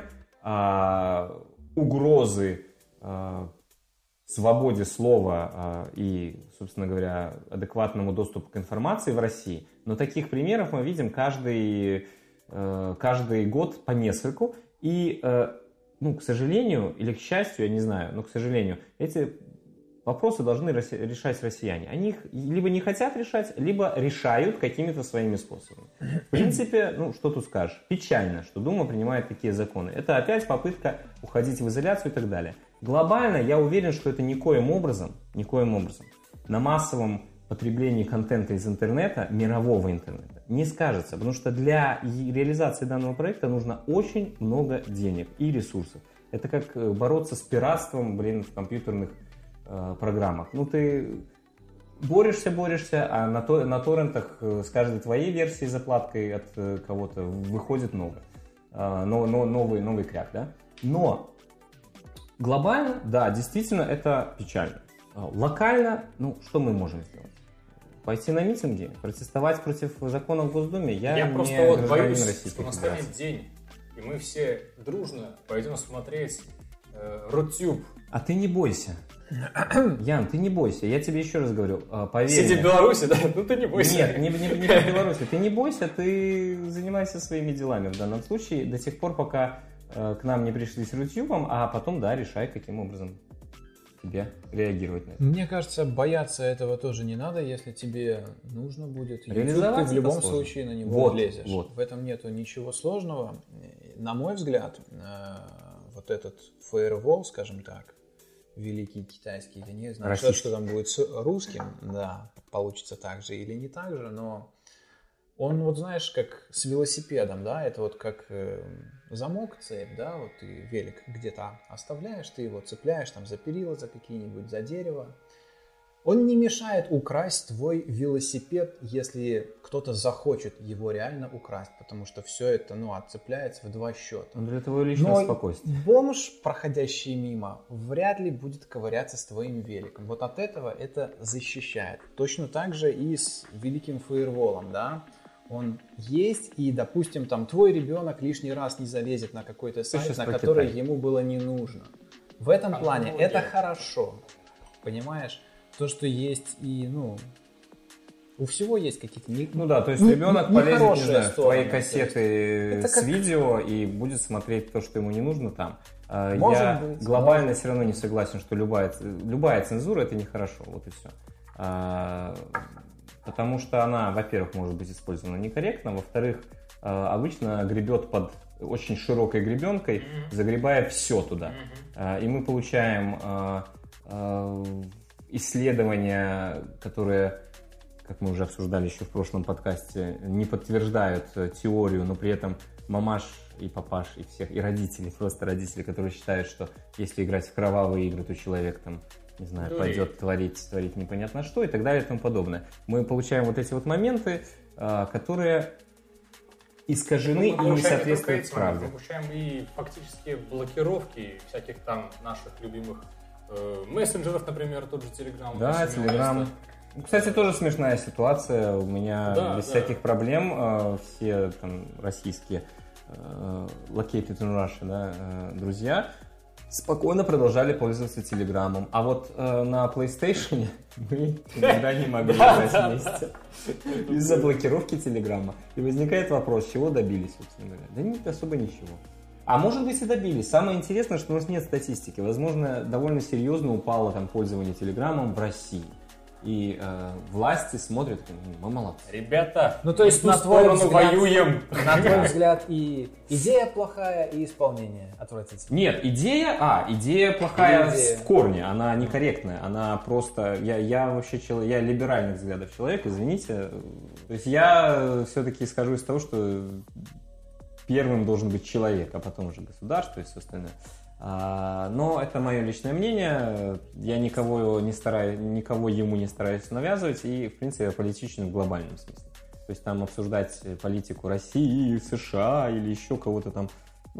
угрозы свободе слова и, собственно говоря, адекватному доступу к информации в России. Но таких примеров мы видим каждый год по нескольку. И, к сожалению, или к счастью, я не знаю, но, к сожалению, эти вопросы должны решать россияне. Они их либо не хотят решать, либо решают какими-то своими способами. В принципе, что тут скажешь? Печально, что Дума принимает такие законы. Это опять попытка уходить в изоляцию и так далее. Глобально я уверен, что это никоим образом на массовом потреблении контента из интернета, мирового интернета, не скажется, потому что для реализации данного проекта нужно очень много денег и ресурсов. Это как бороться с пиратством, в компьютерных программах. Ну, ты борешься, а на торрентах с каждой твоей версией заплаткой от кого-то выходит новый кряк, да? Но глобально, да, действительно, это печально. Локально, что мы можем сделать? Пойти на митинги, протестовать против законов в Госдуме? Я просто боюсь, что настанет день, и мы все дружно пойдем смотреть Рутюб. А ты не бойся. Ян, ты не бойся. Я тебе еще раз говорю, поверь. Сидя в Беларуси, да? Ну ты не бойся. Нет, не в Беларуси. Ты не бойся, ты занимайся своими делами в данном случае до тех пор, пока к нам не пришли с Рутюбом, а потом, да, решай, каким образом тебе реагировать на это. Мне кажется, бояться этого тоже не надо, если тебе нужно будет. Реализовать ты в любом случае на него влезешь. В этом нету ничего сложного. На мой взгляд, вот этот фаервол, скажем так, великий китайский, я не знаю, что там будет с русским, да, получится так же или не так же, но он, вот знаешь, как с велосипедом, да, это вот как замок, цепь, да, вот ты велик где-то оставляешь, ты его цепляешь там за перила, за какие-нибудь, за дерево. Он не мешает украсть твой велосипед, если кто-то захочет его реально украсть, потому что все это, отцепляется в два счета. Для твоего личного спокойствия. Бомж, проходящий мимо, вряд ли будет ковыряться с твоим великом. Вот от этого это защищает. Точно так же и с великим фаерволом, да. Он есть, и, допустим, там твой ребенок лишний раз не залезет на какой-то сайт, на который ему было не нужно. В этом плане это хорошо, понимаешь? То, что есть и, у всего есть какие-то... то есть ребенок полезет, не знаю, в твои кассеты с видео и будет смотреть то, что ему не нужно там. Я глобально все равно не согласен, что любая цензура это нехорошо, вот и все. Потому что она, во-первых, может быть использована некорректно, во-вторых, обычно гребет под очень широкой гребенкой, загребая все туда. И мы получаем исследования, которые, как мы уже обсуждали еще в прошлом подкасте, не подтверждают теорию, но при этом мамаш и папаш и всех, и родители, просто родители, которые считают, что если играть в кровавые игры, то человек там, не знаю, пойдет творить непонятно что и так далее и тому подобное. Мы получаем вот эти вот моменты, которые искажены и не соответствуют правде. Мы получаем и фактически блокировки всяких там наших любимых мессенджеров, например, тот же Telegram. Да, Telegram. Кстати, тоже смешная ситуация. У меня без всяких проблем все там российские located in Russia, да, друзья спокойно продолжали пользоваться Телеграмом. А вот на PlayStation мы никогда не могли играть вместе из-за блокировки Телеграма. И возникает вопрос, чего добились, собственно говоря? Да нет, особо ничего. А может быть и добились. Самое интересное, что у нас нет статистики. Возможно, довольно серьезно упало там пользование Телеграмом в России. И власти смотрят, мы молодцы. Ребята, то есть на твой взгляд, воюем. На твой взгляд и идея плохая, и исполнение отвратительное. Нет, идея плохая в корне, она некорректная, она просто, я вообще человек, я либеральных взглядов человек, извините. То есть я все-таки исхожу из того, что первым должен быть человек, а потом уже государство и все остальное. Но это мое личное мнение, я никого ему не стараюсь навязывать, и, в принципе, я политичен в глобальном смысле. То есть там обсуждать политику России, США или еще кого-то там,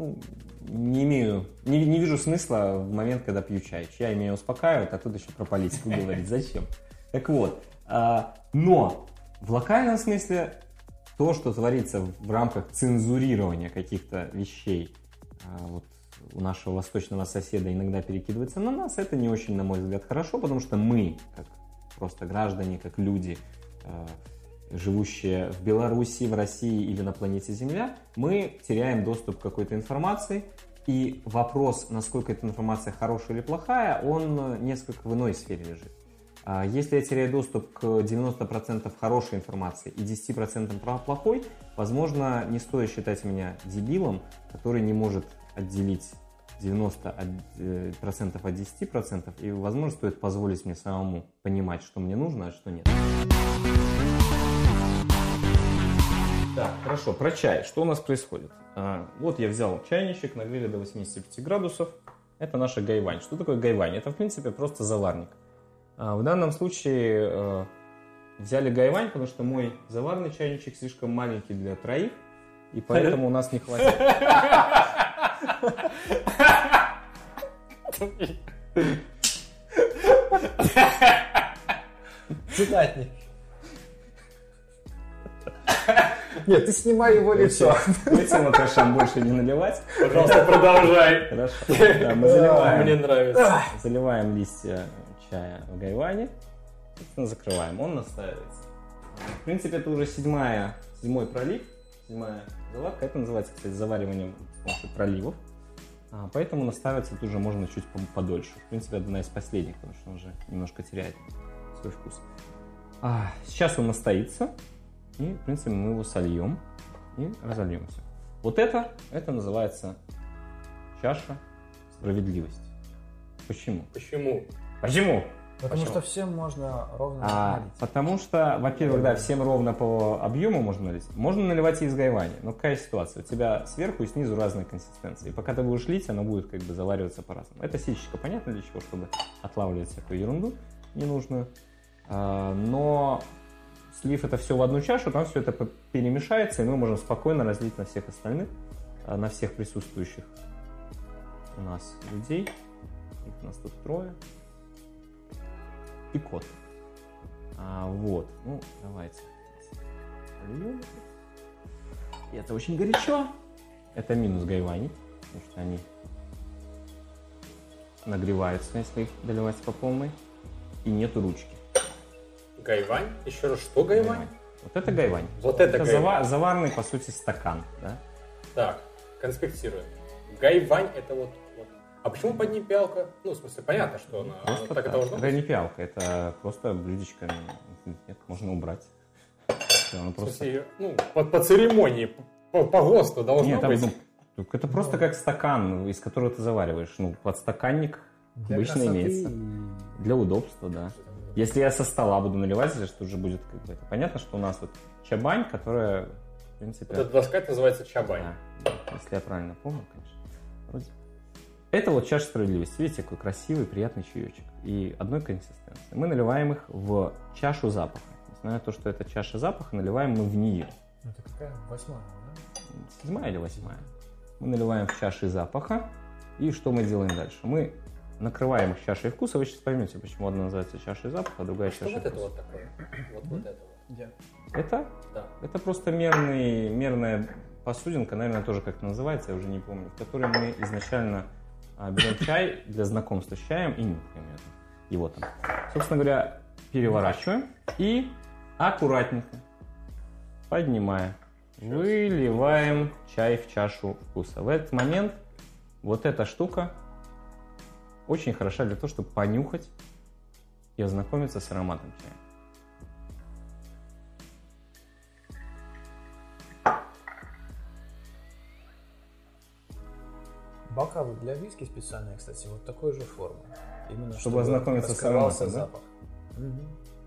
не вижу смысла в момент, когда пью чай. Чай меня успокаивает, а тут еще про политику говорить. Зачем? Так вот, но в локальном смысле то, что творится в рамках цензурирования каких-то вещей, вот, у нашего восточного соседа иногда перекидывается на нас, это не очень, на мой взгляд, хорошо, потому что мы, как просто граждане, как люди, живущие в Беларуси, в России или на планете Земля, мы теряем доступ к какой-то информации, и вопрос, насколько эта информация хорошая или плохая, он несколько в иной сфере лежит. Если я теряю доступ к 90% хорошей информации и 10% плохой, возможно, не стоит считать меня дебилом, который не может отделить 90% от 10%, и, возможно, стоит позволить мне самому понимать, что мне нужно, а что нет. Да, хорошо, про чай. Что у нас происходит? Вот я взял чайничек, нагрели до 85 градусов. Это наша гайвань. Что такое гайвань? Это, в принципе, просто заварник. В данном случае взяли гайвань, потому что мой заварный чайничек слишком маленький для троих, и поэтому у нас не хватит. Цитатник. Нет, ты снимай его лицо. Этим алкашам больше не наливать. Пожалуйста, продолжай. Хорошо. Да, мы заливаем. Мне нравится. Заливаем листья чая в гайване. Собственно, закрываем. Он настаивается. В принципе, это уже седьмой пролив. Седьмая заварка. Это называется, кстати, завариванием с помощью проливов. Поэтому настаиваться тут уже можно чуть подольше. В принципе, одна из последних, потому что он уже немножко теряет свой вкус. Сейчас он настоится. И, в принципе, мы его сольем и разольемся. Вот это называется чаша справедливости. Почему? Потому что всем можно ровно налить. Потому что, во-первых, да, всем ровно по объему можно налить. Можно наливать и из гайвани. Но какая ситуация? У тебя сверху и снизу разные консистенции. И пока ты будешь лить, оно будет как бы завариваться по-разному. Это ситечко понятно для чего, чтобы отлавливать всякую ерунду ненужную. Но слив это все в одну чашу, там все это перемешается, и мы можем спокойно разлить на всех остальных, на всех присутствующих у нас людей. Их у нас тут 3. И кот. Вот. Ну, давайте. И это очень горячо. Это минус гайвани, потому что они нагреваются, если их доливать по полной. И нету ручки. Гайвань? Еще раз, что гайвань? Вот это гайвань. Вот это гайвань. Заварный, по сути, стакан, да? Так, конспектируем. Гайвань это вот. А почему под ней пиалка? Ну, в смысле, понятно, что она просто так и должна быть. Это не пиалка, это просто блюдечко. Нет, можно убрать. Все, просто... В смысле, ну, по церемонии, по ГОСТу должно быть. Это просто как стакан, из которого ты завариваешь. Ну, подстаканник обычно имеется. Для удобства, да. Если я со стола буду наливать, что уже будет как бы... Понятно, что у нас вот чабань, которая, в принципе... Вот эта доска называется чабань. Да, если я правильно помню, конечно. Вроде. Это вот чаша справедливости. Видите, какой красивый, приятный чаечек. И одной консистенции. Мы наливаем их в чашу запаха. Несмотря на то, что это чаша запаха, наливаем мы в нее. Это какая? 8-я, да? 7-я или 8-я. Мы наливаем в чаши запаха. И что мы делаем дальше? Мы накрываем их чашей вкуса. Вы сейчас поймете, почему одна называется чашей запаха, а другая чашей вкуса. Что вот это вот такое? Вот это вот. Где? Это? Да. Это просто мерная посудинка, наверное, тоже как-то называется, я уже не помню, в которой мы изначально берем чай для знакомства с чаем и нюхаем его там. Собственно говоря, переворачиваем и аккуратненько, поднимая, выливаем чай в чашу вкуса. В этот момент вот эта штука очень хороша для того, чтобы понюхать и ознакомиться с ароматом чая. Бокалы для виски специальные, кстати, вот такой же формы. Именно чтобы ознакомиться с ароматом, запах. Да? Угу.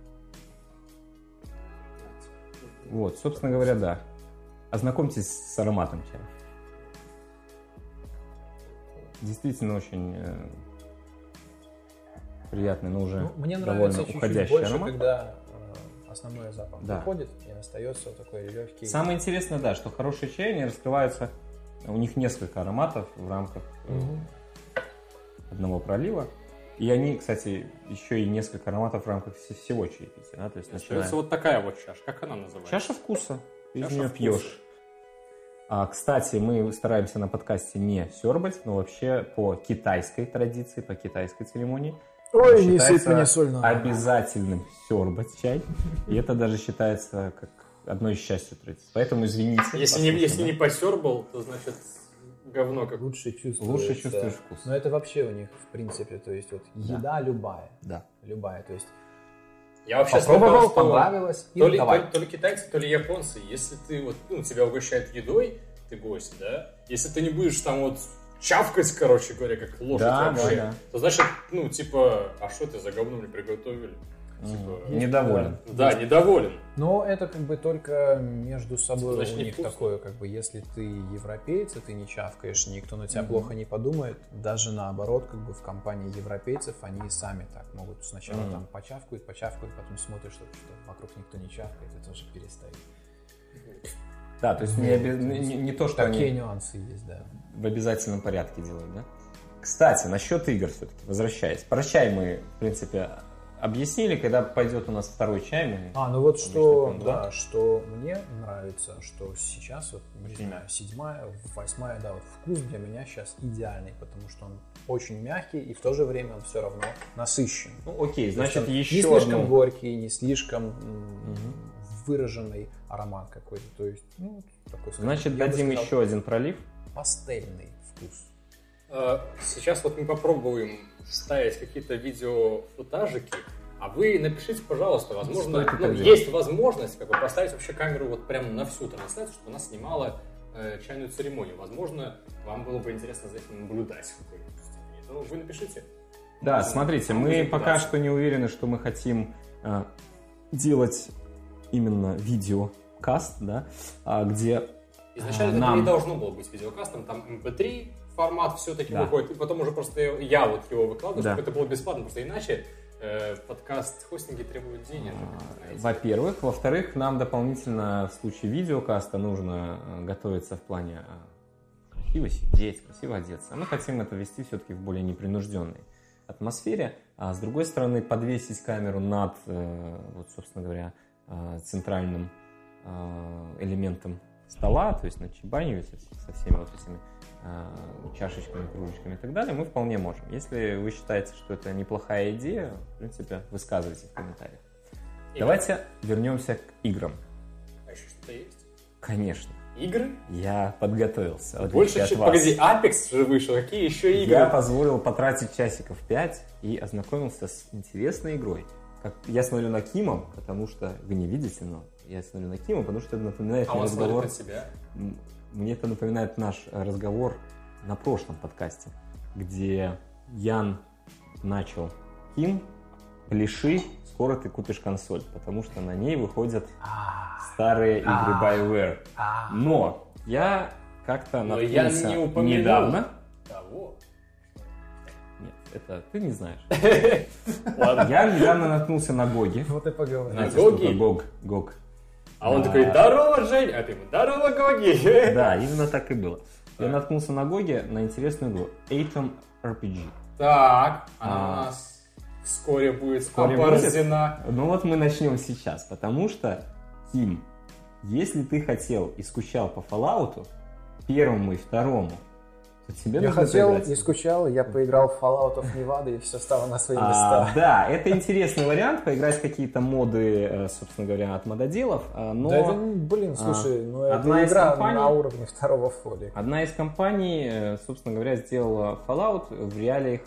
Вот, собственно говоря, да. Ознакомьтесь с ароматом чая. Действительно очень приятный, но уже мне довольно нравится уходящий больше, аромат. Когда основной запах выходит и остается вот такой легкий. Самое интересное, да, что хорошие чаи, они раскрываются, у них несколько ароматов в рамках одного пролива. И они, кстати, еще и несколько ароматов в рамках всего чаепития. Да? То есть остается вот такая вот чаша. Как она называется? Чаша вкуса. Ты из нее пьешь. Кстати, мы стараемся на подкасте не сёрбать, но вообще по китайской традиции, по китайской церемонии ой, не сыпь мне соль на обязательным сёрбать чай. И это даже считается как одной из частью традиции. Поэтому извините. Если не посёрбал, то значит говно как. Лучше чувствуешь вкус. Но это вообще у них в принципе, то есть вот еда любая. Да. Любая, то есть. Я вообще попробовал, понравилось. То ли китайцы, то ли японцы. Если ты вот, тебя угощают едой, ты гость, да? Если ты не будешь там вот чавкать, короче говоря, как лошадь вообще, то значит, а что ты за говно мне приготовили? Недоволен. Да, недоволен. Но это как бы только между собой Значит, у них невкусно. такое, как бы, если ты европеец, и ты не чавкаешь, никто на тебя плохо не подумает. Даже наоборот, как бы в компании европейцев они сами так могут сначала там почавкают, потом смотришь, что вокруг никто не чавкает, и тоже перестают. Да, то есть не то, что Такие они нюансы есть, да. в обязательном порядке делают, да? Кстати, насчет игр все-таки, возвращаясь. Про чай мы, в принципе, объяснили, когда пойдет у нас второй чай. Мы Ну вот что, пьем два. да, что мне нравится, что сейчас, вот, не знаю, 7-я, 8-я, да, вот вкус для меня сейчас идеальный, потому что он очень мягкий, и в то же время он все равно насыщен. Ну, окей, То есть значит, он еще не слишком одну... горький, не слишком выраженный аромат какой-то, то есть, ну, такой, скажем, Значит, я бы дадим сказал, еще один пролив. пастельный вкус. Сейчас вот мы попробуем вставить какие-то видеофутажики, а вы напишите, пожалуйста, возможно, Стоит это делать. есть возможность как бы поставить вообще камеру вот прямо на всю трансляцию, чтобы она снимала чайную церемонию. Возможно, вам было бы интересно за этим наблюдать в какой-нибудь степени. Ну, вы напишите. Да, смотрите, мы Можем пока пытаться. что не уверены, что мы хотим делать именно видеокаст, да, где Изначально это нам- не должно было быть видеокастом, там MP3 формат все-таки Да. выходит, и потом уже просто я вот его выкладываю, Да. чтобы это было бесплатно, просто иначе подкаст-хостинги требуют денег. знаете. Во-первых. Во-вторых, нам дополнительно в случае видеокаста нужно готовиться в плане красиво сидеть, красиво одеться. Мы хотим это вести все-таки в более непринужденной атмосфере. А с другой стороны, подвесить камеру над, вот, собственно говоря, центральным элементом стола, то есть над чебанью со всеми вот этими чашечками, кружечками и так далее, мы вполне можем. Если вы считаете, что это неплохая идея, в принципе, высказывайте в комментариях. Давайте вернемся к играм. А еще что-то есть? Конечно, Игры? я подготовился. в отличие Больше, от чем... вас. Погоди, Apex же вышел, какие еще игры? Я позволил потратить часиков 5 и ознакомился с интересной игрой. Я смотрю на Кима, потому что вы не видите, но я смотрю на Кима, потому что это напоминает А мне он смотрит разговор. на себя. Мне это напоминает наш разговор на прошлом подкасте, где Ян начал: Ким, пляши, скоро ты купишь консоль, потому что на ней выходят старые игры BioWare. Но я как-то Но я наткнулся не упомянул недавно. Того. Нет, это ты не знаешь. Ладно. Я недавно наткнулся на Гоги. Вот и поговорим. Знаете, Гоги? что такое Гог? А он такой: здорово, Жень! А ты ему: здорово, Гоги! Да, именно так и было. Я наткнулся на Гоге на интересную игру Atom RPG. Так, она у нас вскоре будет Вскоре оборзена. Ну вот мы начнем сейчас, потому что, Ким, если ты хотел и скучал по Fallout, первому и второму, то тебе Я нужно хотел поиграть. и скучал, я поиграл в Fallout of Nevada, и все стало на свои места. Да, это интересный вариант, поиграть в какие-то моды, собственно говоря, от мододелов, но... Да это, блин, слушай, ну одна это из игра компаний- на уровне второго фоли. Одна из компаний, собственно говоря, сделала Fallout в реалиях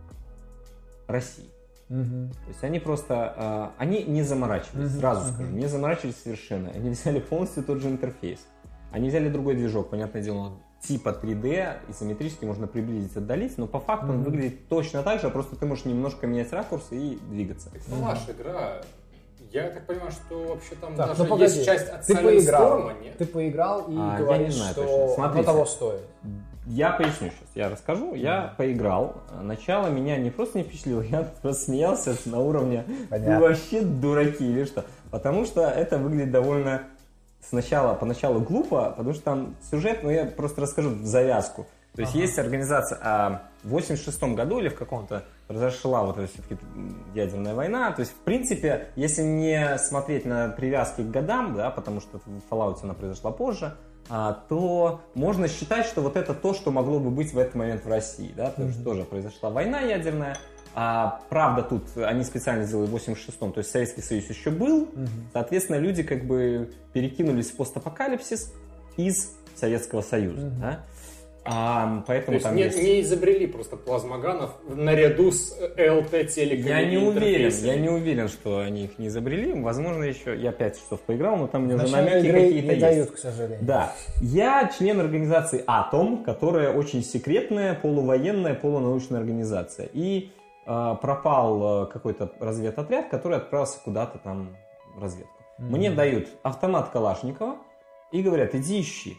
России. То есть они просто, они не заморачивались, сразу скажу, не заморачивались совершенно. Они взяли полностью тот же интерфейс. Они взяли другой движок, понятное дело, типа 3D, изометрически можно приблизить, отдалить, но по факту он выглядит точно так же, просто ты можешь немножко менять ракурс и двигаться. Это ваша игра. Я так понимаю, что вообще там Так, даже ну погоди, есть часть от ты Silent поиграл, Storm, нет? ты поиграл и Я говоришь, не знаю что точно. оно Смотрите. того стоит. Я поясню сейчас, я расскажу. Я поиграл. Начало меня не просто не впечатлило, я просто смеялся на уровне Понятно. «Вы вообще дураки» или что. Потому что это выглядит довольно поначалу глупо, потому что там сюжет, но я просто расскажу завязку. То есть есть организация, в 86 году или в каком-то произошла вот эта все-таки ядерная война. То есть, в принципе, если не смотреть на привязки к годам, да, потому что в Fallout она произошла позже, то можно считать, что вот это то, что могло бы быть в этот момент в России, да, потому что тоже произошла война ядерная. Правда, тут они специально сделали в 86-м, то есть Советский Союз еще был, соответственно, люди как бы перекинулись в постапокалипсис из Советского Союза, да. То Поэтому есть там не, есть... не изобрели просто плазмоганов наряду с ЛТ-телеками. Я не и уверен, интерфейсами. я не уверен, что они их не изобрели. Возможно, еще я 5 часов поиграл, но там мне уже Начало намеки игры какие-то не есть. дают, к сожалению. Да. Я член организации Atom, которая очень секретная, полувоенная, полунаучная организация. И пропал какой-то разведотряд, который отправился куда-то там в разведку. Мне дают автомат Калашникова и говорят, иди ищи.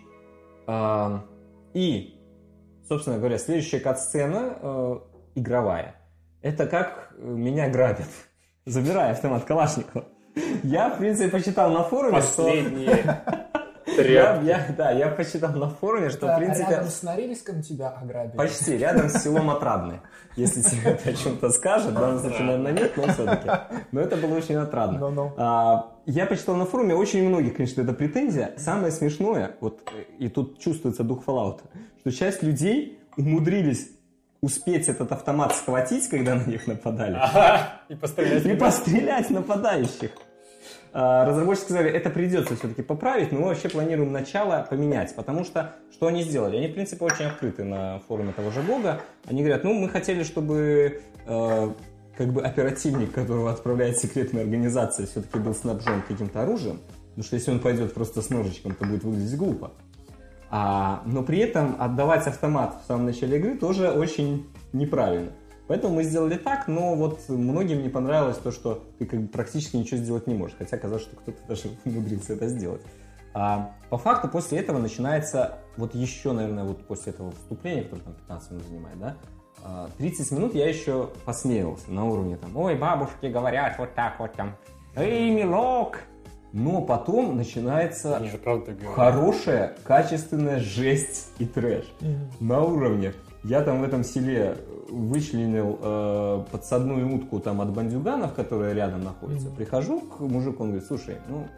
И, собственно говоря, следующая кат-сцена игровая. Это как меня грабят, забирая автомат Калашникова. Я, в принципе, почитал на форуме, Последние тряпки. Я почитал на форуме, что, в принципе... Рядом с Норильском тебя ограбили. Почти, рядом с селом Отрадное. Если тебе это о чем-то скажет, в данном случае, наверное, нет, но все-таки. Но это было очень отрадно. Я почитал на форуме, очень у многих, конечно, это претензия. Самое смешное, вот, и тут чувствуется дух Fallout, что часть людей умудрились успеть этот автомат схватить, когда на них нападали. И пострелять. И пострелять нападающих. Разработчики сказали, это придется все-таки поправить, но мы вообще планируем начало поменять, потому что, что они сделали? Они, в принципе, очень открыты на форуме того же Гога. Они говорят, мы хотели, чтобы как бы оперативник, которого отправляет секретная организация, все-таки был снабжен каким-то оружием, потому что если он пойдет просто с ножичком, то будет выглядеть глупо. Но при этом отдавать автомат в самом начале игры тоже очень неправильно. Поэтому мы сделали так, но вот многим не понравилось то, что ты как бы практически ничего сделать не можешь. Хотя казалось, что кто-то даже умудрился это сделать. По факту после этого начинается, вот еще, наверное, вот после этого вступления, которое там 15 минут занимает, да, 30 минут я еще посмеивался на уровне там, ой, бабушки говорят вот так вот там, эй, милок. Но потом начинается хорошая, качественная жесть и трэш. На уровне. Я там в этом селе вычленил подсадную утку там от бандюганов, которая рядом находится. Прихожу к мужику, он говорит, слушай,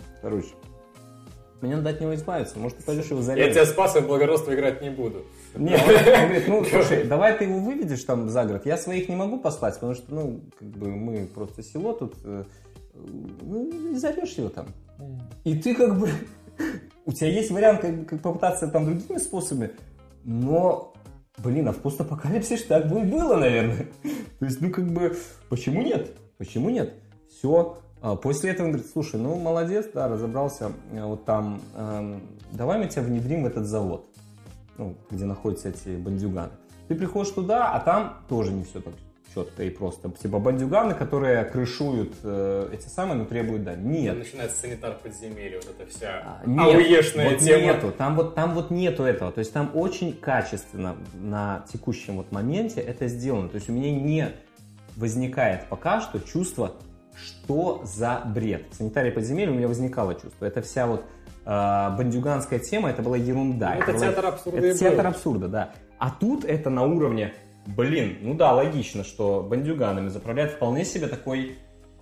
мне надо от него избавиться, может, ты пойдешь его зарезать. Я тебя спас, и в благородство играть не буду. Нет, он говорит, слушай, давай ты его выведешь там за город. Я своих не могу послать, потому что, как бы мы просто село тут, зарежь его там. И ты как бы, у тебя есть вариант как попытаться там другими способами, но, а в постапокалипсисе так бы и было, наверное. То есть, как бы, почему нет? Почему нет? Все. После этого он говорит, слушай, молодец, да, разобрался, вот там, давай мы тебя внедрим в этот завод, где находятся эти бандюганы. Ты приходишь туда, а там тоже не все так четко и просто. Типа бандюганы, которые крышуют эти самые, но требуют дань. Нет. Там начинается санитар подземелья, вот эта вся ауешная вот тема. Нету, там вот нету этого. То есть там очень качественно на текущем вот моменте это сделано. То есть у меня не возникает пока что чувство, что за бред. В санитарии подземелья у меня возникало чувство. Это вся вот бандюганская тема, это была ерунда. Это театр абсурда. Это театр абсурда, да. А тут это на уровне, логично, что бандюганами заправляет вполне себе такой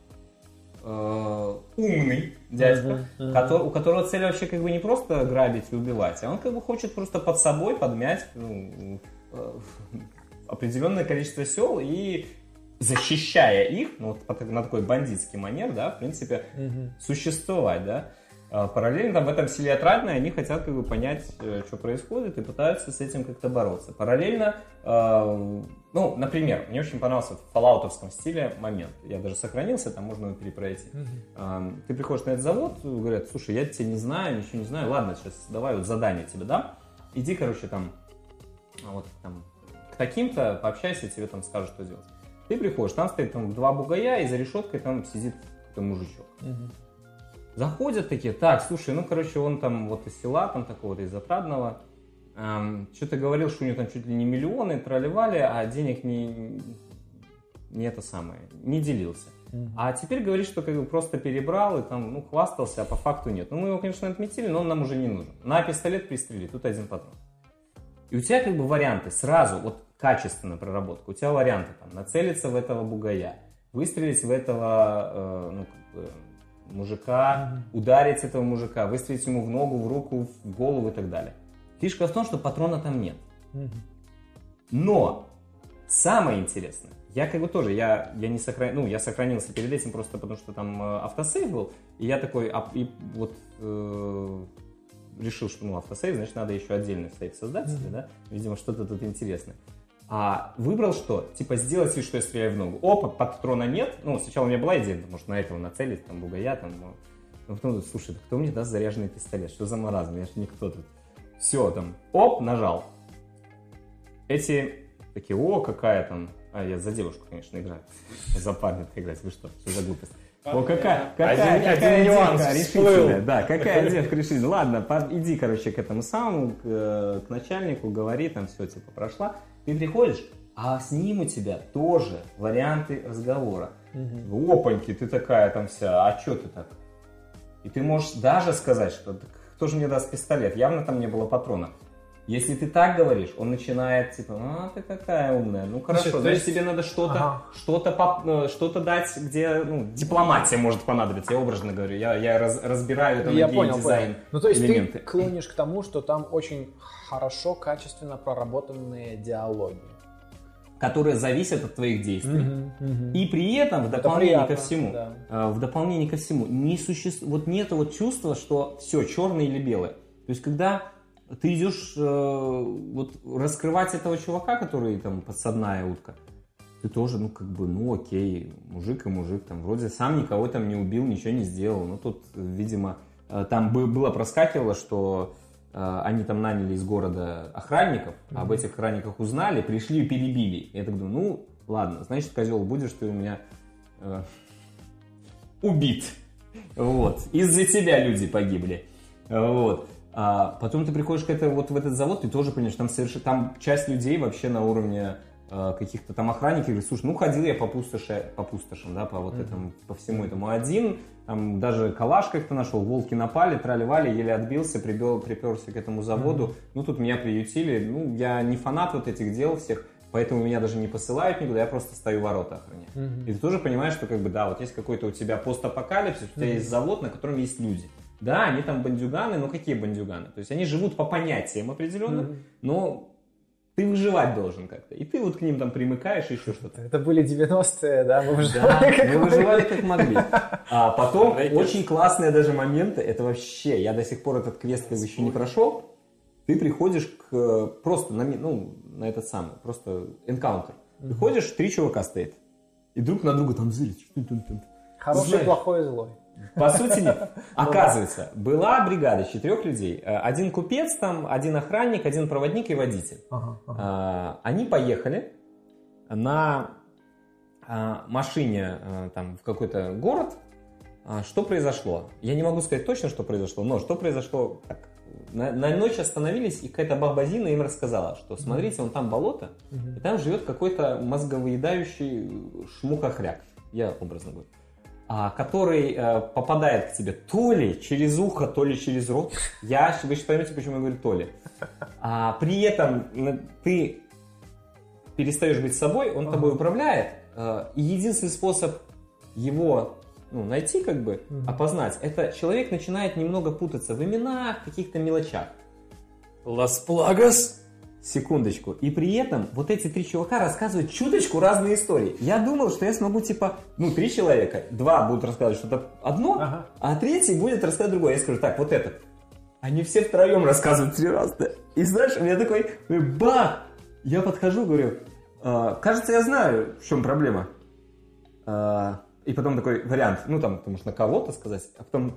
умный дядька, у которого цель вообще как бы не просто грабить и убивать, а он как бы хочет просто под собой подмять определенное количество сел и, защищая их, на такой бандитский манер, да, в принципе, существовать, да. Параллельно там в этом селе Отрадное они хотят как бы понять, что происходит, и пытаются с этим как-то бороться. Параллельно, например, мне очень понравился в фоллаутовском стиле момент. Я даже сохранился, там можно его перепройти. Ты приходишь на этот завод, говорят, слушай, я тебя не знаю, ничего не знаю, ладно, сейчас давай вот задание тебе дам. Иди, там к таким-то пообщайся, тебе там скажут, что делать. Ты приходишь, там стоит два бугая, и за решеткой там сидит какой-то мужичок. Заходят такие, так, слушай, он там вот из села, там такого-то из Отрадного, что-то говорил, что у него там чуть ли не миллионы, тролливали, а денег не делился. А теперь говорит, что как бы просто перебрал и там, хвастался, а по факту нет. Мы его, конечно, отметили, но он нам уже не нужен. На пистолет пристрели, тут один патрон. И у тебя как бы варианты сразу, вот качественно проработка, у тебя варианты там нацелиться в этого бугая, выстрелить в этого, мужика, ударить этого мужика, выстрелить ему в ногу, в руку, в голову и так далее. Фишка в том, что патрона там нет. Но самое интересное, я как бы тоже, я не сохранил, я сохранился перед этим просто потому, что там автосейв был, и я такой, решил, что автосейв, значит, надо еще отдельный сейв создать себе, да, видимо, что-то тут интересное. Выбрал что? Типа сделать вид, что я стреляю в ногу. Опа, патрона нет. Сначала у меня была идея, может, на этого нацелить, там, бугая, там. Но потом, слушай, кто мне даст заряженный пистолет? Что за маразм? Я же никто тут. Все, там, нажал. Эти такие, какая там я за девушку, конечно, играю. За парня играть. Вы что за глупость? О, какая девка решительная. Да, какая девка решительная. Ладно, иди, короче, к этому самому, к начальнику, говори, там все, типа, прошла. Ты приходишь, а с ним у тебя тоже варианты разговора. Опаньки, ты такая там вся, а что ты так? И ты можешь даже сказать, что кто же мне даст пистолет? Явно там не было патрона. Если ты так говоришь, он начинает типа, ты какая умная, ну хорошо, значит тебе надо что-то дать, где дипломатия может понадобиться, я образно говорю, я разбираю это на геймдизайн. Ну то есть элементы. Ты клонишь к тому, что там очень хорошо, качественно проработанные диалоги, которые зависят от твоих действий. И при этом в дополнение ко всему, не существует, вот нету вот чувства, что все черное или белое. То есть когда ты идешь вот раскрывать этого чувака, который там подсадная утка, ты тоже, окей, мужик и мужик, там вроде сам никого там не убил, ничего не сделал. Но тут, видимо, там было проскакивало, что они там наняли из города охранников, об этих охранниках узнали, пришли и перебили. Я так думаю, ладно, значит, козел, будешь ты у меня убит. Вот. Из-за тебя люди погибли. Вот. А потом ты приходишь в этот завод, ты тоже понимаешь, там часть людей вообще на уровне каких-то там охранников, говорит, слушай, ходил я по пустошам, да, по всему этому один, там даже калаш как-то нашел, волки напали, трали-вали, еле отбился, приперся к этому заводу, тут меня приютили, я не фанат вот этих дел всех, поэтому меня даже не посылают никуда, я просто стою ворота охраняю. И ты тоже понимаешь, что вот есть какой-то у тебя постапокалипсис, у тебя есть завод, на котором есть люди. Да, они там бандюганы, но какие бандюганы? То есть они живут по понятиям определенным, но ты выживать должен как-то. И ты вот к ним там примыкаешь и еще что-то. Это были 90-е, да? Мы выживали как могли. А потом очень классные даже моменты, это вообще, я до сих пор этот квест еще не прошел, ты приходишь просто на этот самый, просто энкаунтер. Приходишь, 3 чувака стоят, и друг на друга там зырят. Хороший, плохой, злой. По сути, нет. Оказывается, была бригада из 4 людей. Один купец, там, один охранник, один проводник и водитель. Они поехали на машине там, в какой-то город. Что произошло? Я не могу сказать точно, что произошло, но что произошло? Так, на ночь остановились, и какая-то баба Зина им рассказала, что смотрите, вон там болото, и там живет какой-то мозговыедающий шмук-охряк. Я образно говорю. Который попадает к тебе то ли через ухо, то ли через рот. Вы сейчас поймете, почему я говорю то ли. При этом ты перестаешь быть собой, он тобой управляет. И единственный способ его найти, опознать, это человек начинает немного путаться в именах, каких-то мелочах. Лас Плагас. Секундочку. И при этом вот эти 3 чувака рассказывают чуточку разные истории. Я думал, что я смогу 3 человека. 2 будут рассказывать что-то одно, а 3 будет рассказывать другое. Я скажу, так, вот этот. Они все втроем рассказывают 3 раза. И знаешь, у меня такой, бах! Я подхожу, говорю, кажется, я знаю, в чем проблема. И потом такой вариант, потому что на кого-то сказать, а потом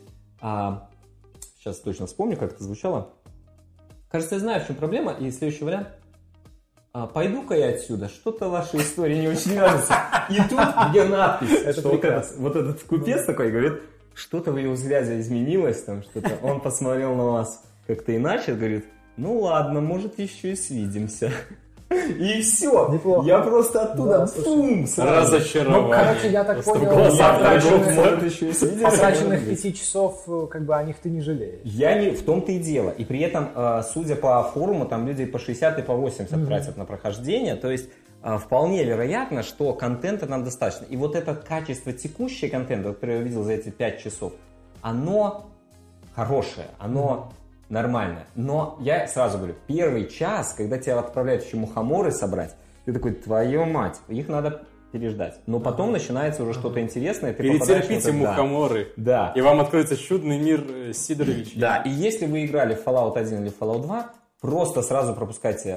сейчас точно вспомню, как это звучало. Кажется, я знаю, в чем проблема. И следующий вариант. Пойду-ка я отсюда. Что-то вашей истории не очень нравится. И тут где надпись, что вот этот купец такой говорит, что-то в его взгляде изменилось, там что-то. Он посмотрел на вас как-то иначе, говорит, ладно, может, еще и свидимся. И все. Неплохо. Я просто оттуда разочарование. Я так понял, потраченных 5 часов, о них ты не жалеешь. В том-то и дело. И при этом, судя по форуму, там люди по 60 и по 80 тратят на прохождение. То есть, вполне вероятно, что контента нам достаточно. И вот это качество текущего контента, который я видел за эти 5 часов, оно хорошее, оно нормально. Но я сразу говорю, первый час, когда тебя отправляют еще мухоморы собрать, ты такой, твою мать, их надо переждать. Но потом начинается уже что-то интересное. Перетерпите мухоморы. Да. И вам откроется чудный мир Сидоровича. Да, и если вы играли в Fallout 1 или Fallout 2, просто сразу пропускайте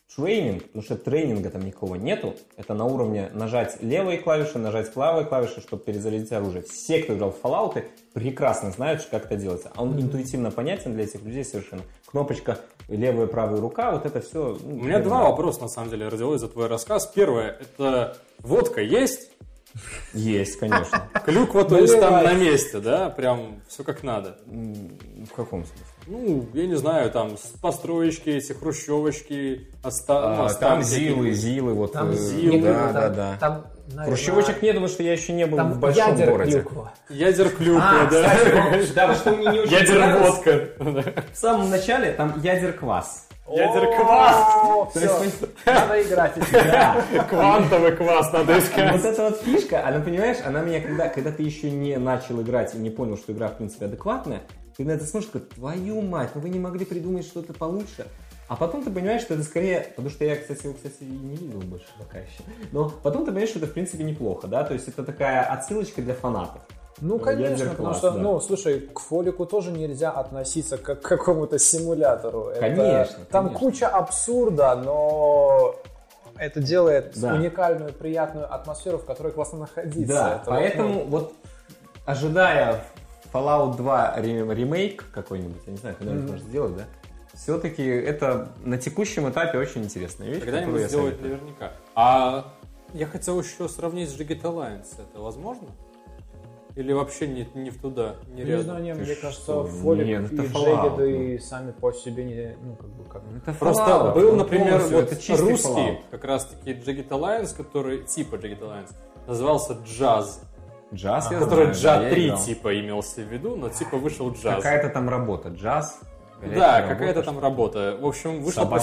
тренинг, потому что тренинга там никакого нету. Это на уровне нажать левые клавиши, нажать правые клавиши, чтобы перезарядить оружие. Все, кто играл в Fallout, прекрасно знают, как это делается. А он интуитивно понятен для этих людей совершенно. Кнопочка левая, правая рука, вот это все. У меня два вопроса, на самом деле, родилось за твой рассказ. Первое, это водка есть? Есть, конечно. Клюква, то есть там на месте, да? Прям все как надо. В каком смысле? Ну, я не знаю, там построечки, эти хрущевочки, там зилы, вот. Там зилы, да. Там, наверное, хрущевочек нет, потому что я еще не был там в большом городе. Ядер-клюква, да. Да, что мне не очень Ядер-водка. В самом начале там ядер-квас. Ядер-квас! Надо играть. Квантовый квас надо искать. Вот эта вот фишка, она, понимаешь, она меня, когда ты еще не начал играть и не понял, что игра, в принципе, адекватная, ты на это смотришь, как, твою мать, ну вы не могли придумать что-то получше. А потом ты понимаешь, что это скорее, потому что я, кстати, его, не видел больше пока еще, но потом ты понимаешь, что это, в принципе, неплохо, да, то есть это такая отсылочка для фанатов. Ну, конечно, потому что, ну, слушай, к Фолику тоже нельзя относиться как к какому-то симулятору. Конечно. Там куча абсурда, но это делает уникальную, приятную атмосферу, в которой классно находиться. Да, это поэтому вот ожидая Fallout 2 ремейк какой-нибудь, я не знаю, когда-нибудь можно сделать, да? Все-таки это на текущем этапе очень интересная вещь. Когда-нибудь сделают наверняка. А я хотел еще сравнить с Jagged Alliance. Это возможно? Или вообще не в туда, не рядом? Не знаю, мне кажется, Фолик и Jagged сами по себе не, ну, как бы... Это просто был, например, вот русский, как раз-таки Jagged Alliance, который, типа Jagged Alliance, назывался Jazz. Джаз, который Джаз 3 типа имелся в виду, но типа вышел Джаз. Какая-то там работа, Джаз. Да, какая-то там работа. В общем,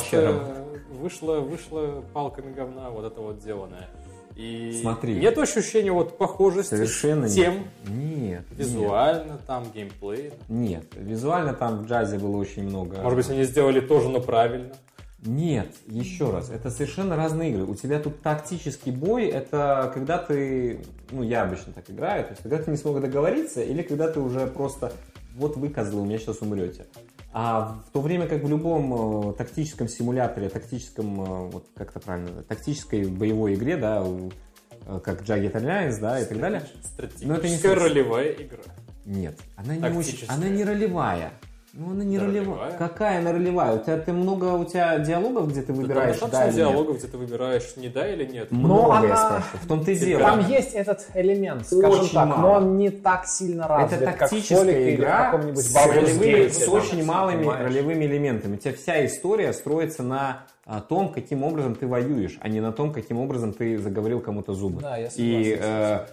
вышла палками говна вот это вот сделанное. И смотри, нет ощущения вот похожести совершенно с тем. Нет. Визуально там, геймплей. Нет, визуально там в Джазе было очень много. Может быть, они сделали тоже, но правильно. Нет, еще раз, это совершенно разные игры. У тебя тут тактический бой, это когда ты, ну я обычно так играю, то есть когда ты не смог договориться, или когда ты уже просто, вот вы, козлы, у меня сейчас умрете. А в то время как в любом тактическом симуляторе, тактическом, вот как это правильно называется, тактической боевой игре, да, как Jagged Alliance, да, и так далее. Стратегическая ролевая игра. Нет, она не очень, она не ролевая. Ну, она не ролевая. Какая она ролевая? У тебя диалогов, где ты выбираешь да или нет? Диалогов, где ты выбираешь не да или нет? Много, я спрашиваю. В том-то и дело. Там есть этот элемент, скажем так, но он не так сильно развит, это тактическая игра с очень малыми ролевыми элементами. У тебя вся история строится на том, каким образом ты воюешь, а не на том, каким образом ты заговорил кому-то зубы. Да, я согласен.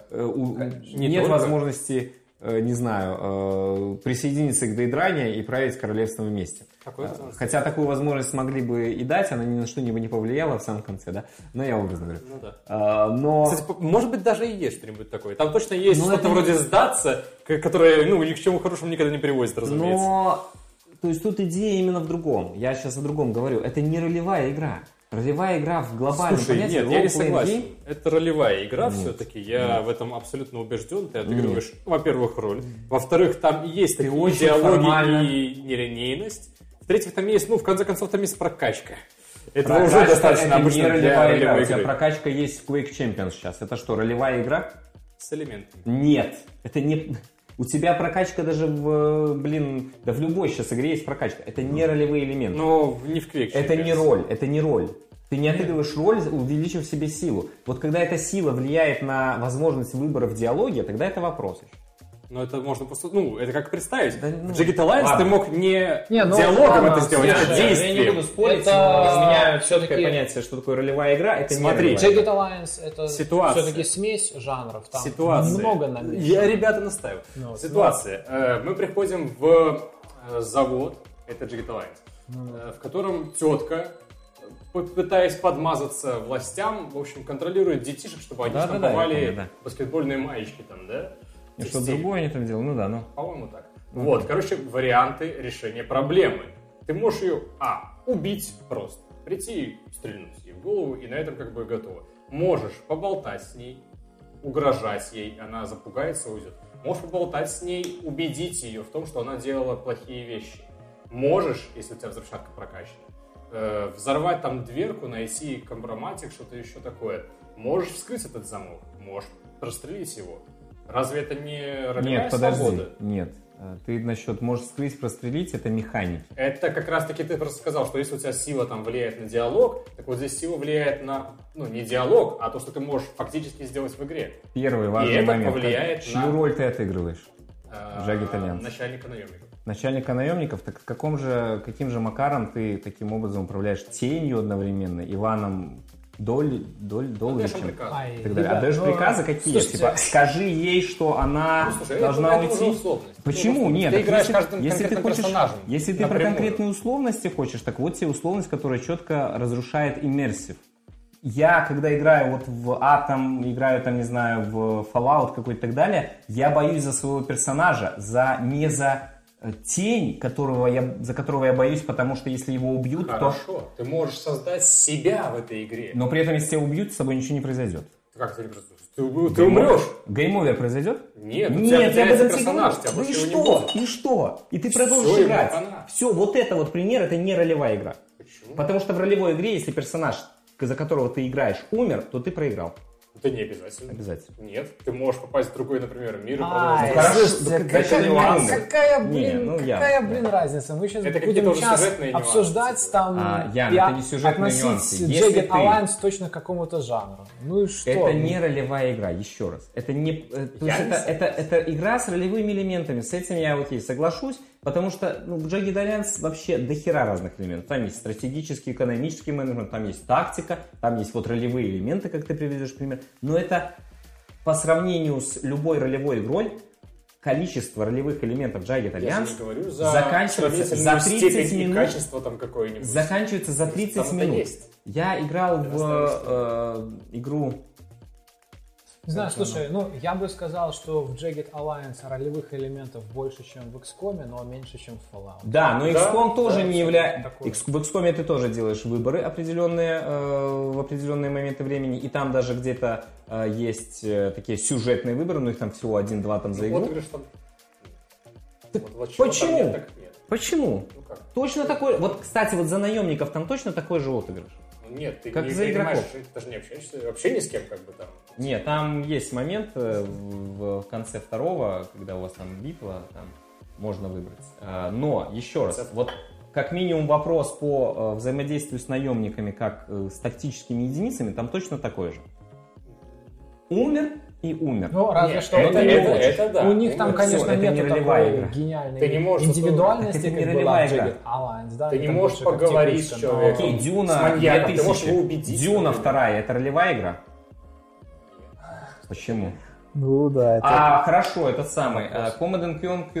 И нет возможности, не знаю, присоединиться к Дейдране и править королевством вместе. Хотя такую возможность смогли бы и дать, она ни на что не повлияла в самом конце, да? Но я образно говорю. Ну да. Но... Кстати, может быть, даже и есть что-нибудь такое. Там точно есть что-то вроде сдаться, которое, ну, ни к чему хорошему никогда не приводит, разумеется. Но, то есть тут идея именно в другом. Я сейчас о другом говорю. Это не ролевая игра. Ролевая игра в глобальном понятии. Нет, я не согласен. Это ролевая игра все-таки. Я в этом абсолютно убежден. Ты отыгрываешь, во-первых, роль. Во-вторых, там есть такие диалоги и нелинейность. В-третьих, там есть, ну, в конце концов, там есть прокачка. Это уже достаточно обычно для ролевой игры. У тебя прокачка есть в Quake Champions сейчас. Это что, ролевая игра? С элементами. Нет, это не... У тебя прокачка даже в любой сейчас игре есть прокачка. Это не ролевые элементы. Но не в Quake Champions. Это не роль. Ты не отыгрываешь роль, увеличив себе силу. Вот когда эта сила влияет на возможность выбора в диалоге, тогда это вопрос еще. Но это можно просто, ну, это как представить. В Jagged Alliance ты мог не диалогом это сделать, это действием. Я не буду спорить, меня все-таки понятие, что такое ролевая игра, это не ролевая. Jagged Alliance это все-таки смесь жанров, там много намечено. Я, ребята, настаиваю. Ситуация. Мы приходим в завод, это Jagged Alliance, в котором тетка, пытаясь подмазаться властям, в общем, контролирует детишек, чтобы они штамповали баскетбольные маечки там, да? И что другое они там делают? Ну да, ну. По-моему, так. Вот, короче, варианты решения проблемы. Ты можешь ее, убить просто. Прийти, стрельнуть ей в голову, и на этом как бы готово. Можешь поболтать с ней, угрожать ей, она запугается, уйдет. Можешь поболтать с ней, убедить ее в том, что она делала плохие вещи. Можешь, если у тебя взрывчатка прокачана, взорвать там дверку, найти компроматик, что-то еще такое. Можешь вскрыть этот замок, можешь прострелить его. Разве это не ролевая свобода? Нет. Ты насчет можешь вскрыть, прострелить, это механики. Это как раз-таки ты просто сказал, что если у тебя сила там влияет на диалог, так вот здесь сила влияет на, не диалог, а то, что ты можешь фактически сделать в игре. Первый важный момент. И это повлияет чью роль ты отыгрываешь? Jagged Alliance. Начальника наемников. Начальника наемников? Так каким же макаром ты таким образом управляешь тенью одновременно, Иваном Доловичем? А даешь приказы какие? Слушайте, типа, скажи ей, что она должна уйти. Почему? Нет. Ты играешь каждым конкретным персонажем. Если ты про конкретные условности хочешь, так вот тебе условность, которая четко разрушает иммерсив. Я, когда играю вот в Atom, играю там, не знаю, в Fallout какой-то и так далее, я боюсь за своего персонажа, не за тень, за которого я боюсь, потому что если его убьют, Хорошо, ты можешь создать себя в этой игре. Но при этом, если тебя убьют, с тобой ничего не произойдет. Как это не произойдет? Ты умрешь. Гейм-овер произойдет? Нет, у тебя потеряется персонаж, тебя больше его не будет. И что? И ты продолжишь играть. Все, вот это вот пример, это не ролевая игра. Почему? Потому что в ролевой игре, если персонаж, за которого ты играешь, умер, то ты проиграл. Это не обязательно. Обязательно. Нет, ты можешь попасть в другой, например, мир и Какая, блин, разница? Мы сейчас это будем сейчас обсуждать там Ян, это не сюжетные нюансы. Jagged Alliance точно к какому-то жанру. Ну и что? Это не ролевая игра, еще раз. Это не, то есть это игра с ролевыми элементами. С этим я окей, соглашусь. Потому что в Jagged Alliance вообще дохера разных элементов. Там есть стратегический, экономический менеджмент, там есть тактика, там есть вот ролевые элементы, как ты приведешь пример. Но это по сравнению с любой ролевой игрой, количество ролевых элементов Jagged Alliance заканчивается за 30 минут. Качество там какое-нибудь. Заканчивается за 30 минут. Я играл в игру... Не знаю, слушай, я бы сказал, что в Jagged Alliance ролевых элементов больше, чем в XCOM, но меньше, чем в Fallout. Да, но XCOM тоже не является... В XCOM ты тоже делаешь выборы определенные в определенные моменты времени, и там даже где-то есть такие сюжетные выборы, но их там всего 1-2 там за игру. Почему? Почему? Точно такой... Вот, кстати, вот за наемников там точно такой же отыгрыш. Нет, ты как не за игроков. Ты даже не общаешься вообще ни с кем, как бы там. Нет, там есть момент в конце второго, когда у вас там битва, там можно выбрать. Но, еще раз, вот как минимум вопрос по взаимодействию с наемниками, как с тактическими единицами, там точно такой же. Умер и умер. Ну, разве что это да. У них там, конечно, нет такой гениальной индивидуальности, это не как ролевая была игра. Jagged Alliance, да? Ты не можешь поговорить с человеком. Окей, Дюна 2000. Ты можешь его убедить. Дюна 2, это ролевая игра? Почему? Ну да, это... хорошо, этот самый. Command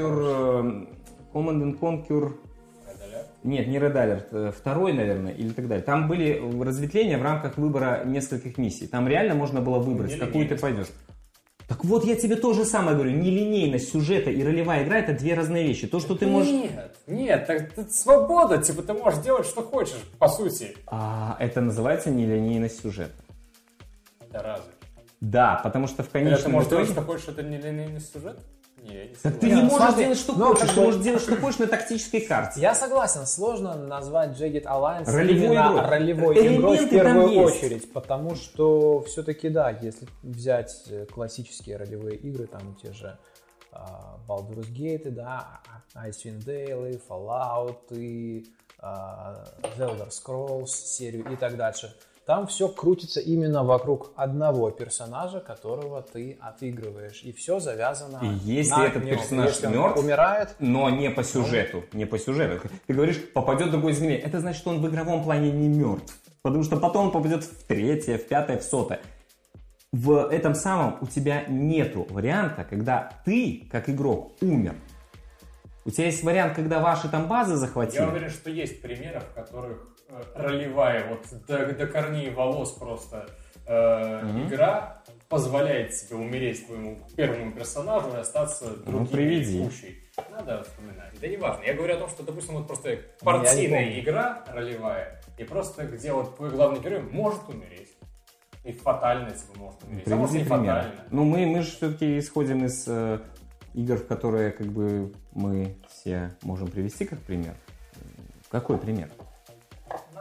and Conquer... Нет, не Red Alert, второй, наверное, или так далее. Там были разветвления в рамках выбора нескольких миссий. Там реально можно было выбрать, в какую ты пойдешь. Так вот, я тебе то же самое говорю. Нелинейность сюжета и ролевая игра — это две разные вещи. То, что ты можешь... Нет, это свобода. Типа ты можешь делать, что хочешь, по сути. Это называется нелинейность сюжета. Да разве? Да, потому что в конечном итоге... Ты можешь делать, что хочешь, это нелинейность сюжета? Так ты не можешь делать, что хочешь. Ты можешь делать, что хочешь на тактической карте. Я согласен, сложно назвать Jagged Alliance ролевой игрой в первую очередь, потому что все-таки, да, если взять классические ролевые игры, там те же Baldur's Gate, да, Icewind Dale, Fallout, The Elder Scrolls серию и так дальше, там все крутится именно вокруг одного персонажа, которого ты отыгрываешь. И все завязано и если этот нем. персонаж если мертв, умирает, но не по сюжету. Не по сюжету. Ты говоришь, попадет в другое измерение. Это значит, что он в игровом плане не мертв. Потому что потом он попадет в третье, в пятое, в сотое. В этом самом у тебя нету варианта, когда ты, как игрок, умер. У тебя есть вариант, когда ваши там базы захватили. Я уверен, что есть примеры, в которых ролевая, вот до корней волос просто игра позволяет тебе умереть твоему первому персонажу и остаться другим кучей. Надо вспоминать. Да не важно. Я говорю о том, что, допустим, вот просто партийная игра ролевая, и просто где вот твой главный герой может умереть. И фатально типа может умереть. А может не фатально. Ну мы же все-таки исходим из игр, в которые как бы мы все можем привести как пример. Какой пример?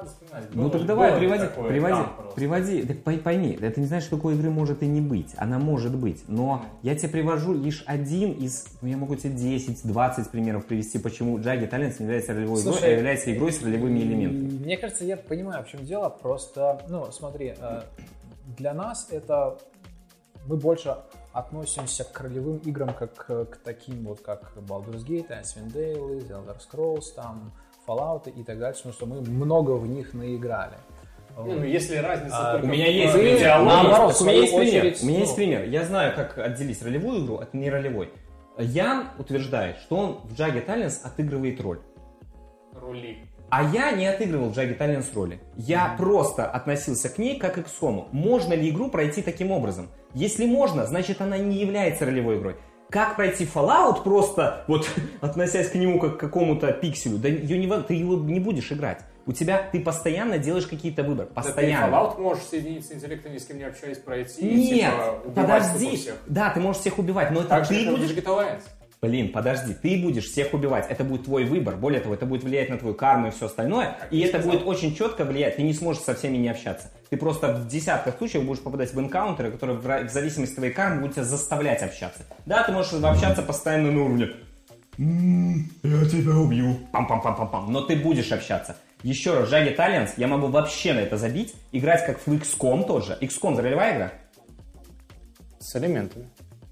надо вспоминать. Ну так давай, приводи. Так пойми, это не значит, что такой игры может и не быть. Она может быть. Но я тебе привожу лишь один из... Ну, я могу тебе 10-20 примеров привести, почему Jagged Alliance не является ролевой игрой, а является игрой с ролевыми элементами. Мне кажется, я понимаю, в чем дело. Просто, ну, смотри, для нас это... Мы больше относимся к ролевым играм как к таким вот, как Baldur's Gate, Icewind Dale, The Elder Scrolls, там, Fallout и так далее, потому что мы много в них наиграли. Ну, если разница у меня есть пример. Я знаю, как отделить ролевую игру от неролевой. Ян утверждает, что он в Jagged Alliance отыгрывает роль. Роли. А я не отыгрывал в Jagged Alliance роли. Я просто относился к ней как к XCOM. Можно ли игру пройти таким образом? Если можно, значит она не является ролевой игрой. Как пройти Fallout просто, вот, относясь к нему как к какому-то пикселю? Да ты его не будешь играть. Ты постоянно делаешь какие-то выборы. Постоянно. Да, ты Fallout можешь с единицей интеллекта ни с кем не общаясь пройти. Нет, подожди. Всех. Да, ты можешь всех убивать, но это так ты же, будешь... Jagged Alliance. Блин, подожди, ты будешь всех убивать, это будет твой выбор, более того, это будет влиять на твою карму и все остальное, и это будет очень четко влиять, ты не сможешь со всеми не общаться. Ты просто в десятках случаев будешь попадать в энкаунтеры, которые в зависимости от твоей кармы будут тебя заставлять общаться. Да, ты можешь общаться постоянно на уровне «Я тебя убью», пам-пам-пам-пам-пам, но ты будешь общаться. Еще раз, Jagged Alliance, я могу вообще на это забить, играть как в XCOM тот же. XCOM ролевая игра? С элементами.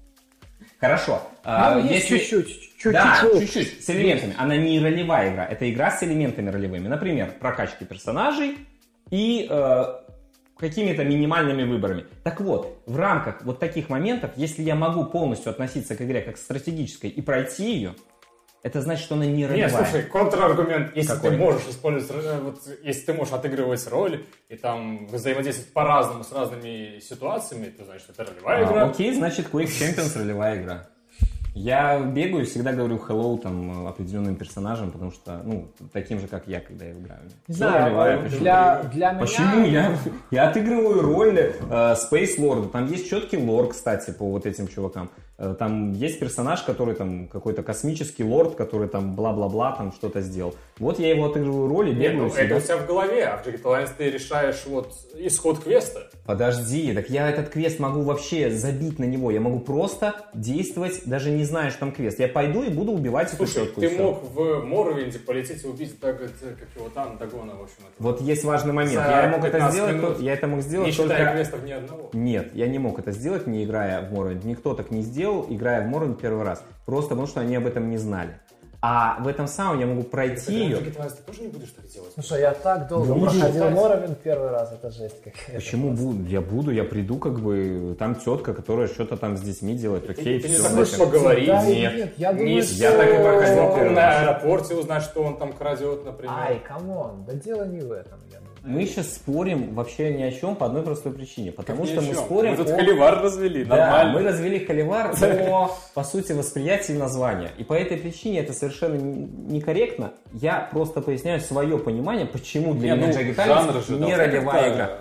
Хорошо. Есть чуть-чуть. Чуть-чуть, с элементами. Она не ролевая игра, это игра с элементами ролевыми. Например, прокачки персонажей и какими-то минимальными выборами. Так вот, в рамках вот таких моментов, если я могу полностью относиться к игре как к стратегической и пройти ее, это значит, что она не ролевая. Нет, слушай, контраргумент, если ты можешь использовать, если ты можешь отыгрывать роль и там взаимодействовать по-разному с разными ситуациями, то значит, это ролевая игра. Окей, значит, Quake Champions ролевая игра. Я бегаю и всегда говорю hello там определенным персонажам, потому что, ну, таким же, как я, когда я играю. Не знаю, для меня... Почему? Я отыгрываю роль Space Lord. Там есть четкий лор, кстати, по вот этим чувакам. Там есть персонаж, который там какой-то космический лорд, который там бла-бла-бла там что-то сделал. Вот я его отыгрываю роль и бегаю. Нет, это у тебя в голове, а в Jagged Alliance ты решаешь вот исход квеста. Подожди, так я этот квест могу вообще забить на него. Я могу просто действовать, даже не зная, что там квест. Я пойду и буду убивать эту тетку. Ты мог в Моррowinде полететь и убить как его там, Дагона, в общем. Вот есть важный момент. Я мог это сделать, я это мог сделать не только... считая квестов ни одного. Нет, я не мог это сделать, не играя в Morrowind. Никто так не сделал, играя в Morrowind первый раз. Просто потому, что они об этом не знали. А в этом самом я могу пройти ее... Ты тоже не будешь так делать? Слушай, я так долго проходил Morrowind первый раз, это жесть какая-то. Почему буду? Я приду, как бы, там тетка, которая что-то там с детьми делает, окей, ты все. не захочешь поговорить? Нет, я думаю, что... Я так и проходил первый на раз. аэропорте узнать, что он там крадет, например. Ай, камон, да дело не в этом, я думаю. Мы сейчас спорим вообще ни о чем по одной простой причине. Потому что мы спорим... Мы тут холивар развели, да, нормально. мы развели холивар по сути, восприятия названия. И по этой причине это совершенно некорректно. Я просто поясняю свое понимание, почему для меня Jagged Alliance не ролевая игра.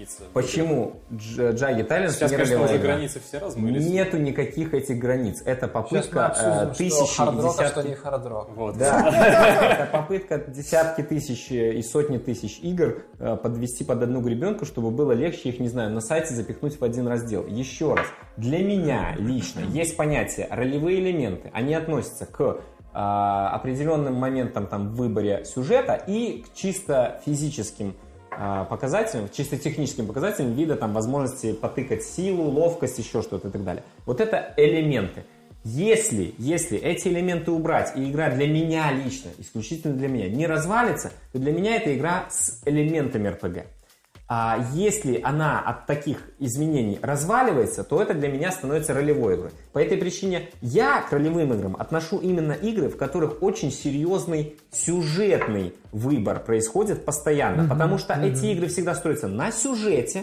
Почему Jagged Alliance сейчас, не конечно, ролевая уже игра. Границы все размылись. Нету никаких этих границ. Это попытка тысячи что не хард-рок. Вот. Да. Это попытка десятки тысяч и сотни тысяч игр подвести под одну гребенку, чтобы было легче их, не знаю, на сайте запихнуть в один раздел. Еще раз, для меня лично есть понятие ролевые элементы. Они относятся к определенным моментам там, в выборе сюжета и к чисто физическим показателям, чисто техническим показателям вида там, возможности потыкать силу, ловкость, еще что-то и так далее. Вот это элементы. Если эти элементы убрать, и игра для меня лично, исключительно для меня, не развалится, то для меня это игра с элементами РПГ. А если она от таких изменений разваливается, то это для меня становится ролевой игрой. По этой причине я к ролевым играм отношу именно игры, в которых очень серьезный сюжетный выбор происходит постоянно. Потому что эти игры всегда строятся на сюжете,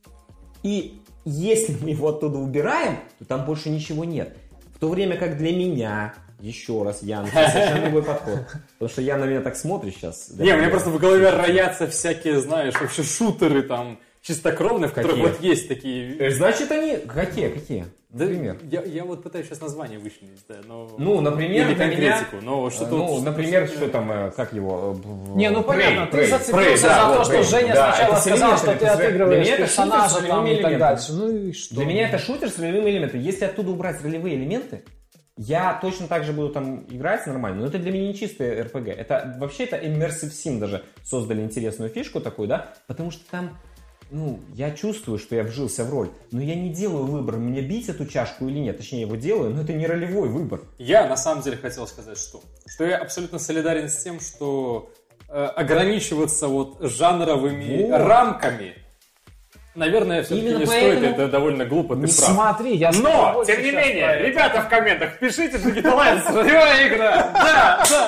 и если мы его оттуда убираем, то там больше ничего нет. В то время как для меня, еще раз, Ян, это совершенно другой подход. Потому что Ян на меня так смотрит сейчас. Не, у меня просто в голове роятся всякие, знаешь, вообще шутеры там, чистокровные, в которых Какие? вот есть такие... Значит, они... Какие? Да, Например? я вот пытаюсь сейчас название вычленить, да, но... Ну, например, или для меня... конкретику, но что-то... Ну, например, что там, как его... Не, ну понятно, ты Prey, зацепился да, за то, вот, что Prey. Женя Да, сначала это с сказал, что ты элементами, для отыгрываешь меня это персонажа шутер с там и ролевыми так элементами. дальше. Ну и что? Для меня это шутер с ролевыми элементами. Если оттуда убрать ролевые элементы, я точно так же буду там играть нормально, но это для меня не чистое RPG. Это вообще это Immersive Sim даже создали интересную фишку такую, да, потому что там, ну, я чувствую, что я вжился в роль, но я не делаю выбор, мне бить эту чашку или нет, точнее, я его делаю, но это не ролевой выбор. Я на самом деле хотел сказать, что я абсолютно солидарен с тем, что ограничиваться вот жанровыми рамками, наверное, все-таки Именно не поэтому- стоит, это довольно глупо, ты Не прав. смотри, я Но, тем не менее, ребята в комментах, пишите, что Digital Alliance ролевая игра. Да.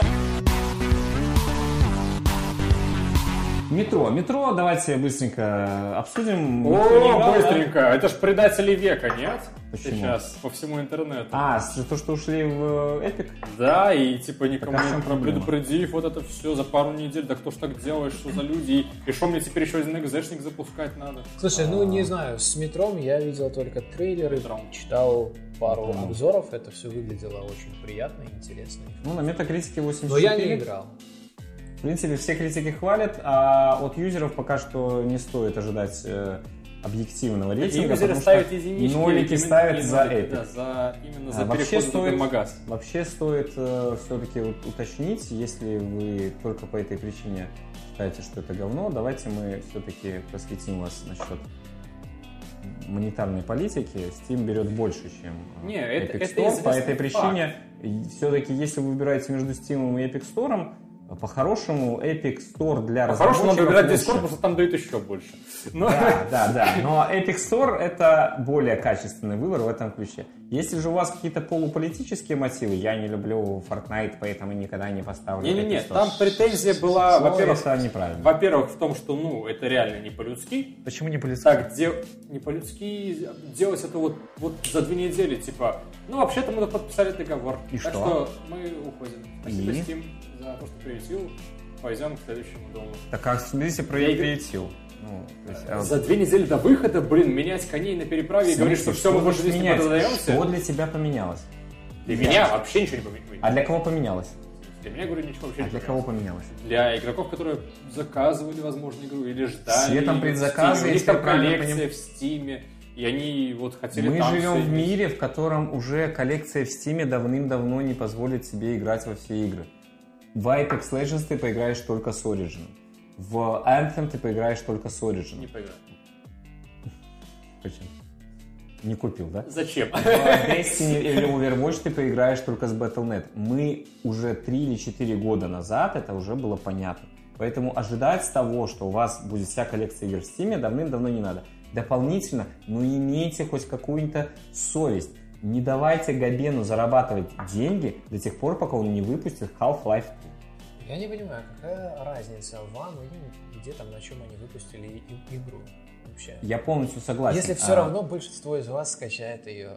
Метро, давайте быстренько обсудим. Никто не играл, О, да? быстренько. Это ж предатели века, нет? Почему? Сейчас по всему интернету. А, то, что ушли в Epic? Да, и типа никому Так, а в чем не проблема? предупредив вот это все за пару недель, да кто ж так делает, что за люди, и что мне теперь еще один экзешник запускать надо? Слушай, ну не знаю, с метром я видел только трейлеры, Метром. читал пару обзоров, это все выглядело очень приятно и интересно. Ну, на метакритике 84. Но я не играл. В принципе, все критики хвалят, а от юзеров пока что не стоит ожидать объективного рейтинга, Юзеры потому ставят что единички, нолики и ставят и за нолики, Epic. да, именно за Вообще переход в стоит, магаз. вообще стоит все-таки уточнить, если вы только по этой причине считаете, что это говно, давайте мы все-таки просветим вас насчет монетарной политики. Steam берет больше, чем Не, Epic это Store. По известный этой причине, все-таки, если вы выбираете между Steam и Epic Store, по-хорошему Epic Store для По-хорошему надо разработчиков выбирать лучше. Discord, потому что там дают еще больше. Но... Да. Но Epic Store это более качественный выбор в этом ключе. Если же у вас какие-то полуполитические мотивы, я не люблю Fortnite, поэтому никогда не поставлю Не-не-не, Epic Store. там претензия была, Слово во-первых, это неправильно. во-первых, в том, что, ну, это реально не по-людски. Почему не по-людски? Так, не по-людски делать это вот за 2 недели, типа, ну, вообще-то мы подписали договор. И так что? мы уходим. Спасибо, И? Steam, за то, что приютил. Пойдем к следующему дому. Так как смотрите, приютил. Ну, то есть, За 2 недели до выхода, менять коней на переправе и говорить, что все, мы больше здесь не менять? продаемся. Что для тебя поменялось? Для меня вообще ничего не поменялось. А для кого поменялось? Для меня, говорю, ничего вообще А не для поменялось. кого поменялось? Для игроков, которые заказывали, возможно, игру или ждали. Все там её в предзаказы, Steam. У них если там я правильно коллекция в Стиме, и они вот хотели Мы там живем в соединить. мире, в котором уже коллекция в Steam давным-давно не позволит себе играть во все игры. В Apex Legends ты поиграешь только с Origin. В Anthem ты поиграешь только с Origin. Не поиграю. Почему? Не купил, да? Зачем? В Destiny или Overwatch ты поиграешь только с Battle.net. Мы уже 3 или 4 года назад, это уже было понятно. Поэтому ожидать того, что у вас будет вся коллекция игр в Steam, давным-давно не надо. Дополнительно, имейте хоть какую-то совесть. Не давайте Габену зарабатывать деньги до тех пор, пока он не выпустит Half-Life 3. Я не понимаю, какая разница вам или где там, на чем они выпустили игру вообще. Я полностью согласен. Если все равно большинство из вас скачает ее.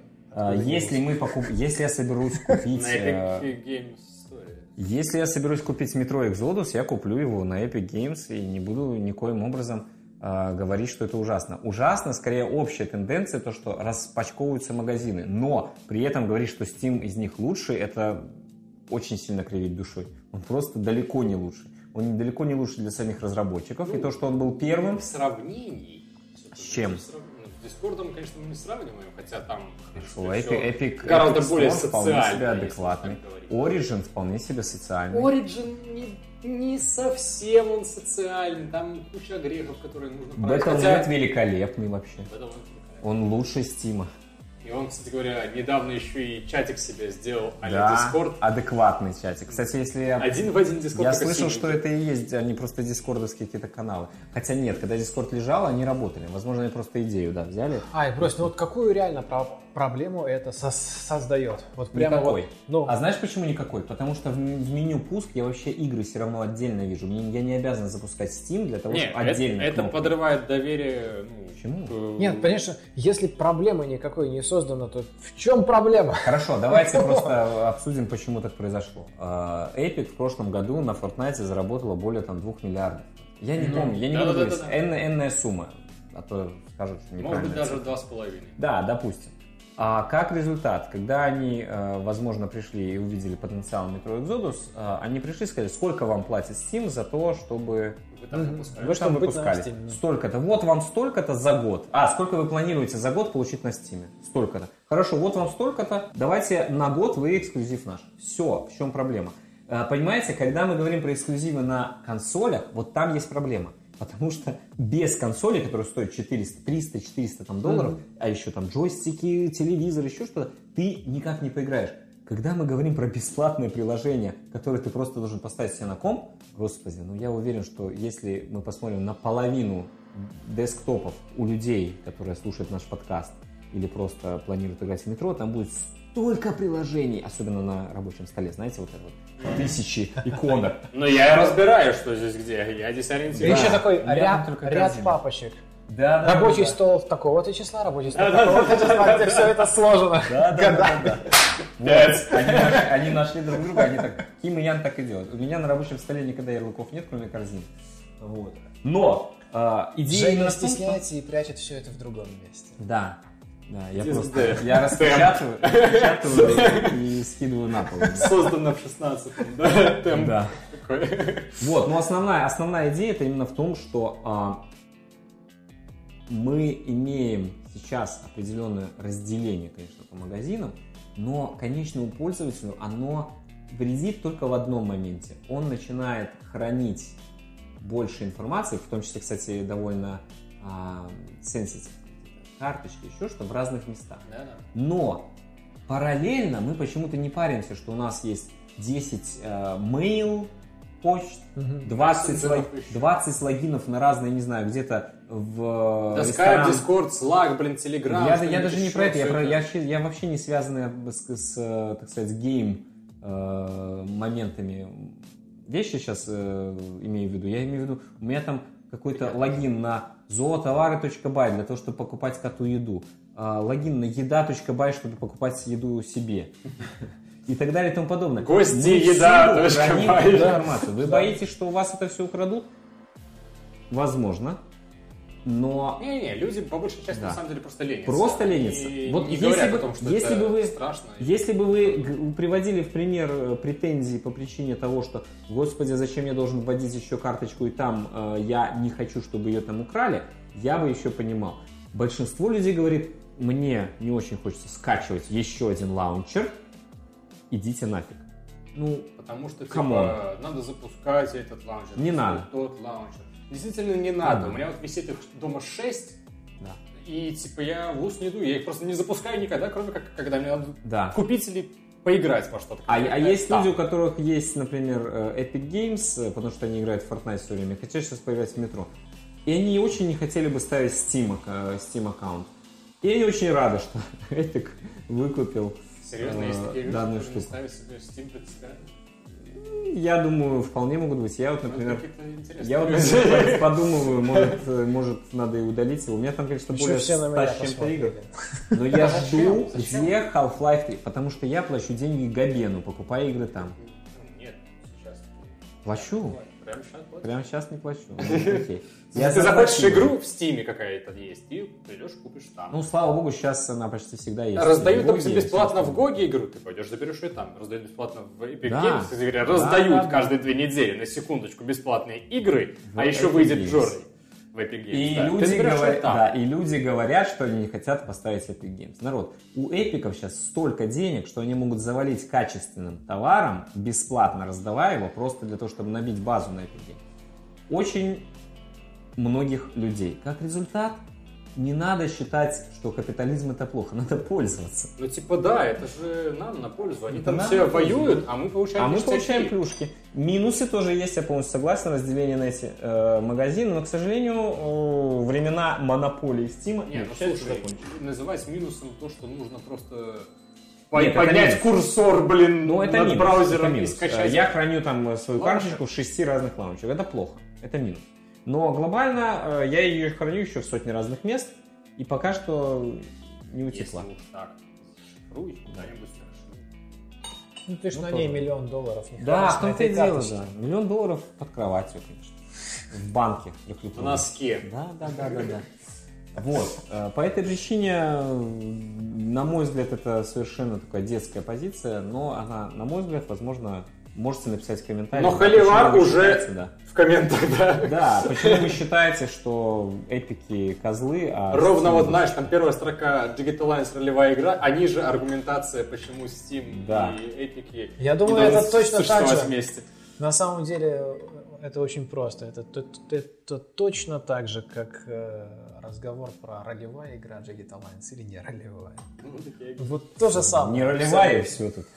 Если я соберусь купить... На Epic Games Store. Если я соберусь купить Metro Exodus, я куплю его на Epic Games и не буду никоим образом говорить, что это ужасно. Ужасно, скорее, общая тенденция, то, что распачковываются магазины. Но при этом говорить, что Steam из них лучший, это очень сильно кривить душой. Он просто далеко не лучший. Он далеко не лучший для самих разработчиков. И то, что он был первым... В сравнении... С чем? С Discord'ом, конечно, мы не сравниваем, хотя там... Epic гораздо Epic более Store вполне социальный, себе если адекватный. так говорить. Origin вполне себе социальный. Origin не совсем он социальный, там куча грехов, которые нужно брать. Battle.net великолепный вообще. Battle.net Он лучше Стима. И он, кстати говоря, недавно еще и чатик себе сделал а-ля Да, Discord. адекватный чатик. Кстати, если я... Один в один Discord. Я только слышал, синий. что это и есть, а не просто дискордовские какие-то каналы. Хотя нет, когда Дискорд лежал, они работали. Возможно, они просто идею, взяли. Ай, просто вот какую реально проблему это создает? Вот прямо Никакой. вот. Ну, А знаешь, почему никакой? Потому что в меню пуск я вообще игры все равно отдельно вижу. Я не обязан запускать Steam для того, Нет, чтобы отдельно. это кнопку. подрывает доверие. Почему? нет, конечно, если проблемы никакой не создано, то в чем проблема? Хорошо, давайте просто обсудим, почему так произошло. Epic в прошлом году на Fortnite заработала более 2 миллиардов. Я не помню, я не буду говорить, энная сумма. а то скажут, что неправильно. Может быть, даже 2,5. Да, допустим. А как результат, когда они, возможно, пришли и увидели потенциал Metro Exodus, они пришли и сказали, сколько вам платит Steam за то, чтобы вы там выпускали. Вы там выпускали. Столько-то. Вот вам столько-то за год. Сколько вы планируете за год получить на Steam? Столько-то. Хорошо, вот вам столько-то. Давайте на год вы эксклюзив наш. Все, в чем проблема? Понимаете, когда мы говорим про эксклюзивы на консолях, вот там есть проблема. Потому что без консоли, которая стоит 400, 300, 400 там, долларов, а еще там джойстики, телевизор, еще что-то, ты никак не поиграешь. Когда мы говорим про бесплатное приложение, которое ты просто должен поставить себе на комп, господи, ну я уверен, что если мы посмотрим на половину десктопов у людей, которые слушают наш подкаст или просто планируют играть в метро, там будет столько приложений, особенно на рабочем столе, знаете, вот это вот, тысячи иконок. Но я разбираю, что здесь где, я здесь ориентируюсь. И еще такой ряд папочек. Да, рабочий стол такого-то числа, рабочий стол такого-то числа, где все это сложено. Да. Они нашли друг друга, они так, Ким и Ян так и делают. У меня на рабочем столе никогда ярлыков нет, кроме корзин. Вот. Но идея Женя стесняется и прячет все это в другом месте. Да, я распечатываю и скидываю на пол. Создано в 16-м, да? Темп. Да. Вот, но основная идея это именно в том, что мы имеем сейчас определенное разделение, конечно, по магазинам, но конечному пользователю оно вредит только в одном моменте. Он начинает хранить больше информации, в том числе, кстати, довольно sensitive, карточки, еще что, в разных местах. Да. Но параллельно мы почему-то не паримся, что у нас есть 10 mail, почт, 20 логинов на разные, не знаю, где-то в Skype, Discord, Slack, Telegram. Я даже не про это, я вообще не связанный с так сказать, гейм моментами вещи сейчас имею в виду. Я имею в виду, у меня там какой-то логин на зоотовары.бай для того, чтобы покупать коту еду. Логин на еда.бай, чтобы покупать еду себе. И так далее и тому подобное. Гости, еда.бай. Информацию. Вы боитесь, что у вас это все украдут? Возможно. Но... Не, люди по большей части на самом деле просто ленятся. Просто ленятся. Вот говорят о том, что это страшно. Если бы вы приводили в пример претензии по причине того, что, господи, зачем я должен вводить еще карточку, и там я не хочу, чтобы ее там украли, я бы еще понимал. Большинство людей говорит, мне не очень хочется скачивать еще один лаунчер, идите нафиг. Ну, потому что типа, надо запускать этот лаунчер. Не надо. Тот лаунчер. Действительно не надо. У меня вот висит их дома 6, да. И типа я в ус не иду, я их просто не запускаю никогда, кроме как когда мне надо купить или поиграть во что-то. А есть люди, у которых есть, например, Epic Games, потому что они играют в Fortnite все время, хотят сейчас поиграть в метро. И они очень не хотели бы ставить Steam аккаунт. И они очень рады, что Epic выкупил данную штуку. Ставить себе Steam под себя? Я думаю, вполне могут быть. Я вот, например, подумываю, может, надо и удалить его. У меня там, конечно, более 100 с чем-то игр. Но я жду, где Half-Life 3, потому что я плачу деньги Габену, покупая игры там. Нет, сейчас. Плачу? Прямо сейчас не плачу. Ты захочешь игру в Steam какая-то есть, и придешь, купишь там. Ну, слава богу, сейчас она почти всегда есть. Раздают, допустим, бесплатно в Гоге игру, ты пойдешь, заберешь ее там. Раздают бесплатно в Epic Games, раздают каждые 2 недели, на секундочку, бесплатные игры, а еще выйдет Journey в Epic Games. И люди говорят, что они не хотят поставить Epic Games. Народ, у Эпиков сейчас столько денег, что они могут завалить качественным товаром, бесплатно раздавая его, просто для того, чтобы набить базу на Epic Games. Очень многих людей. Как результат, не надо считать, что капитализм это плохо, надо пользоваться. Ну типа да, это же нам на пользу. Они там все воюют, а мы получаем плюшки. Минусы тоже есть, я полностью согласен, разделение на эти магазины, но, к сожалению, времена монополии Стима закончились. Называть минусом то, что нужно просто поднять курсор, над браузером и скачать. Я храню там свою карточку в 6 разных лаунчерах. Это плохо, это минус. Но глобально я ее храню еще в сотни разных мест, и пока что не утекла. Если так, шифруй куда-нибудь Ну ты же на ней $1 миллион не да, в том-то и дело, да. $1 миллион под кроватью, конечно. В банке. На носке. Да. Вот. По этой причине, на мой взгляд, это совершенно такая детская позиция, но она, на мой взгляд, возможно, можете написать в комментариях. Но Холивар уже в комментах, да. Да, почему вы считаете, что эпики козлы, а ровно Steam... вот, знаешь, там первая строка Digital Alliance ролевая игра, они же аргументация, почему Steam и эпики. Я думаю, это точно так же. Вместе. На самом деле, это очень просто. Это точно так же, как разговор про ролевая игра Digital Alliance или не ролевая. Вот то же самое. Не ролевая, и все тут.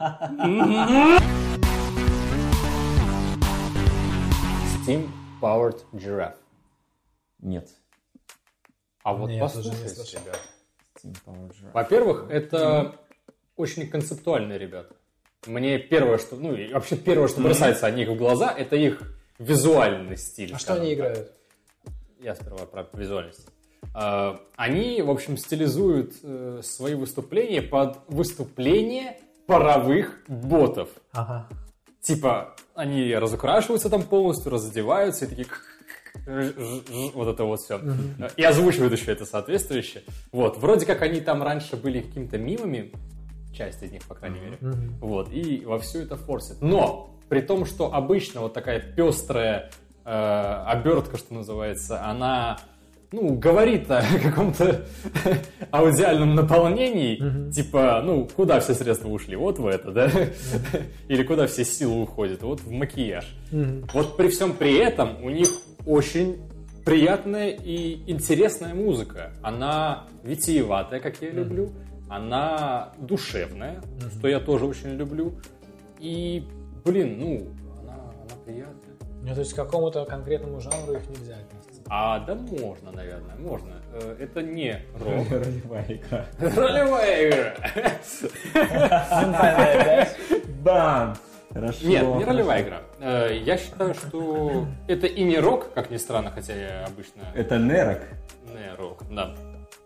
Steam Powered Giraffe. Нет. А вот Нет, послушайте, уже ребят. Steam Powered Giraffe. Во-первых, это очень концептуальные ребята. Мне первое, что, ну, и вообще первое, что бросается о них в глаза, это их визуальный стиль. А что они играют? Я сперва про визуальность. Они, в общем, стилизуют свои выступления под выступления паровых ботов. Ага. Типа, они разукрашиваются там полностью, раздеваются и такие... Вот это вот все. И озвучивают еще это соответствующе. Вот. Вроде как они там раньше были какими-то мимами, часть из них, по крайней мере. Вот. И во все это форсит. Но, при том, что обычно вот такая пестрая обертка, что называется, она... Ну, говорит о каком-то аудиальном наполнении, типа, ну, куда все средства ушли? Вот в это, да? Или куда все силы уходят? Вот в макияж. Вот при всем при этом у них очень приятная и интересная музыка. Она витиеватая, как я люблю. Она душевная, что я тоже очень люблю. И, блин, ну, она приятная. Ну, то есть к какому-то конкретному жанру их нельзя отнести. Да можно, наверное, можно. Это не рок. Ролевая игра. Ролевая игра. Бам! Хорошо. Нет, не ролевая игра. Я считаю, что это и не рок, как ни странно, хотя я обычно... Это не рок. Не рок, да.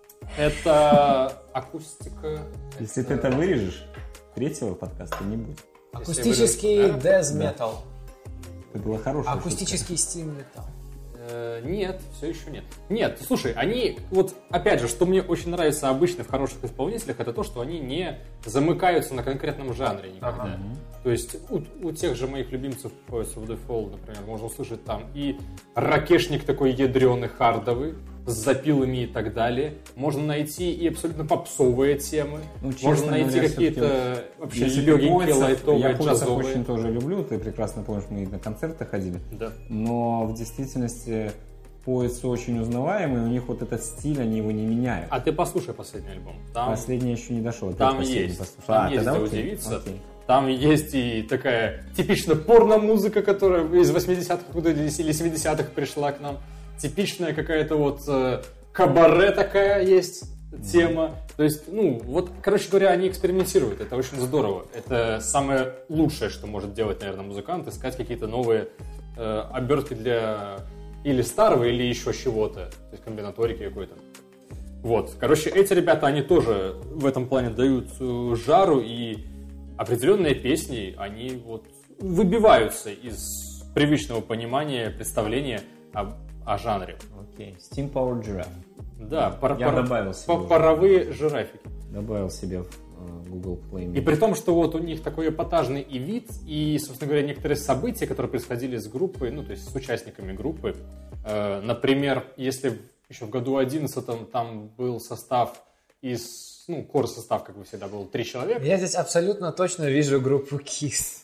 Это акустика. Если ты это вырежешь, третьего подкаста не будет. Акустический death metal. Это было хорошее. Акустический steam metal. Нет, все еще нет. Нет, слушай, они, вот опять же, что мне очень нравится обычно в хороших исполнителях, это то, что они не замыкаются на конкретном жанре никогда. То есть у тех же моих любимцев Poets of the Fall, например, можно услышать там и ракешник такой ядреный, хардовый, с запилами и так далее. Можно найти и абсолютно попсовые темы. Ну, честно, можно найти какие-то вообще легенькие, лайтовые, я джазовые. Я очень тоже люблю, ты прекрасно помнишь, мы на концерты ходили. Да. Но в действительности Poets очень узнаваемые, у них вот этот стиль, они его не меняют. А ты послушай последний альбом. Там... Последний еще не дошел. Там есть. Там есть где удивиться. Окей. Там есть и такая типично порно-музыка, которая из 80-х или 70-х пришла к нам. Типичная какая-то вот кабаре такая есть тема. То есть, ну, вот, короче говоря, они экспериментируют. Это очень здорово. Это самое лучшее, что может делать, наверное, музыкант. Искать какие-то новые обертки для или старого, или еще чего-то. То есть комбинаторики какой-то. Вот. Короче, эти ребята, они тоже в этом плане дают жару, и определенные песни, они вот выбиваются из привычного понимания, представления о жанре. Окей. Steam Powered Giraffe. Да, я добавил себе паровые жирафики. Добавил себе в Google Play. И при том, что вот у них такой эпатажный и вид, и, собственно говоря, некоторые события, которые происходили с группой, ну, то есть с участниками группы. Например, если еще в году 11 там был состав из, ну, кор-состав, как бы всегда, был 3 человека. Я здесь абсолютно точно вижу группу Kiss.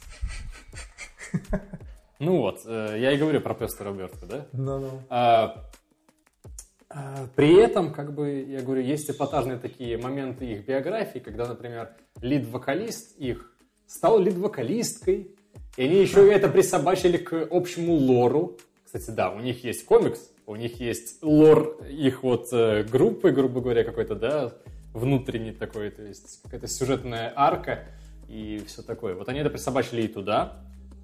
Ну вот, я и говорю про пеструю обертку, да? Ну-ну. При этом, как бы, я говорю, есть эпатажные такие моменты их биографии, когда, например, лид-вокалист их стал лид-вокалисткой, и они еще это присобачили к общему лору. Кстати, да, у них есть комикс, у них есть лор их вот группы, грубо говоря, какой-то, да, внутренний такой, то есть какая-то сюжетная арка и все такое. Вот они это присобачили и туда.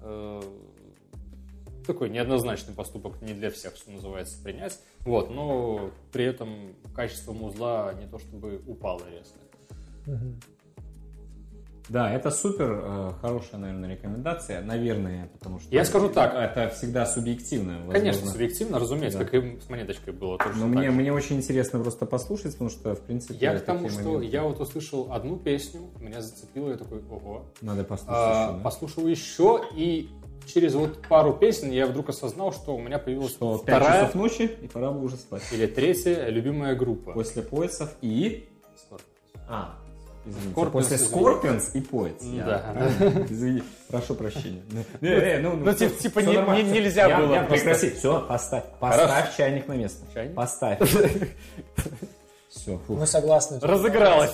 Такой неоднозначный поступок не для всех, что называется, принять. Вот, но при этом качество музла не то чтобы упало резко. Да, это супер хорошая, наверное, рекомендация. Наверное, потому что... Я скажу так. Это всегда субъективно. Возможно. Конечно, субъективно, разумеется, да. Как и с «Монеточкой» было. Но мне очень интересно просто послушать, потому что, в принципе... Я к тому, что я вот услышал одну песню, меня зацепило, я такой, ого. Надо послушать еще, да? Послушал еще, и через вот пару песен я вдруг осознал, что у меня появилась что вторая... 5 часов ночи, и пора бы уже спать. Или третья любимая группа. После Поэтсов и... Извините, после Scorpions и Poets. Да. Извини, прошу прощения. Типа нельзя было. Я попросил. Все, поставь чайник на место. Поставь. Все. Мы согласны. Разыгралась.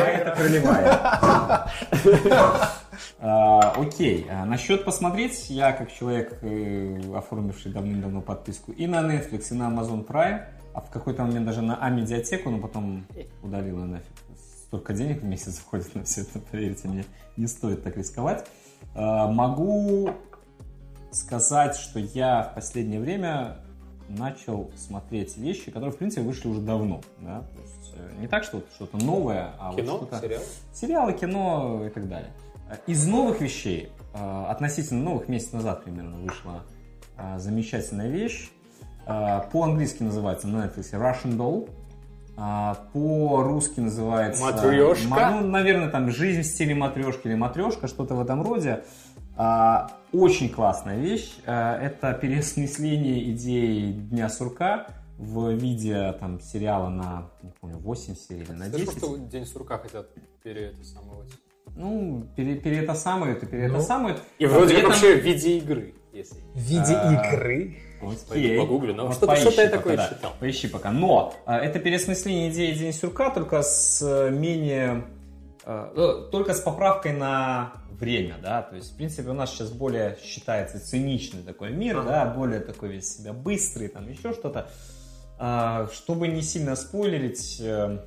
Окей. Насчет посмотреть, я как человек, оформивший давным-давно подписку и на Netflix, и на Amazon Prime, а в какой-то момент даже на А-медиатеку, но потом удалила нафиг. Столько денег в месяц уходит на все это, поверьте мне, не стоит так рисковать. Могу сказать, что я в последнее время начал смотреть вещи, которые, в принципе, вышли уже давно. Да? То есть, не так, что что-то новое, а кино, вот что-то... сериалы? Сериалы, кино и так далее. Из новых вещей, относительно новых, месяц назад примерно вышла замечательная вещь. По-английски называется на Netflix Russian Doll. По-русски называется... Матрешка? Ну, наверное, там «Жизнь в стиле матрешки» или «Матрешка», что-то в этом роде. Очень классная вещь. Это переосмысление идеи Дня сурка в виде там, сериала на, не помню, 8 серий или на 10. Слышал, что День сурка хотят переэтасамовать? Ну, переэтасамуют. И вроде как вообще в виде игры. Если... В виде игры? Окей. Погуглю, но вот что-то я такое читал. Поищи пока. Но это переосмысление идеи День сурка только с менее... только с поправкой на время, да, то есть, в принципе, у нас сейчас более считается циничный такой мир, да, более такой весь себя быстрый, там, еще что-то. Чтобы не сильно спойлерить,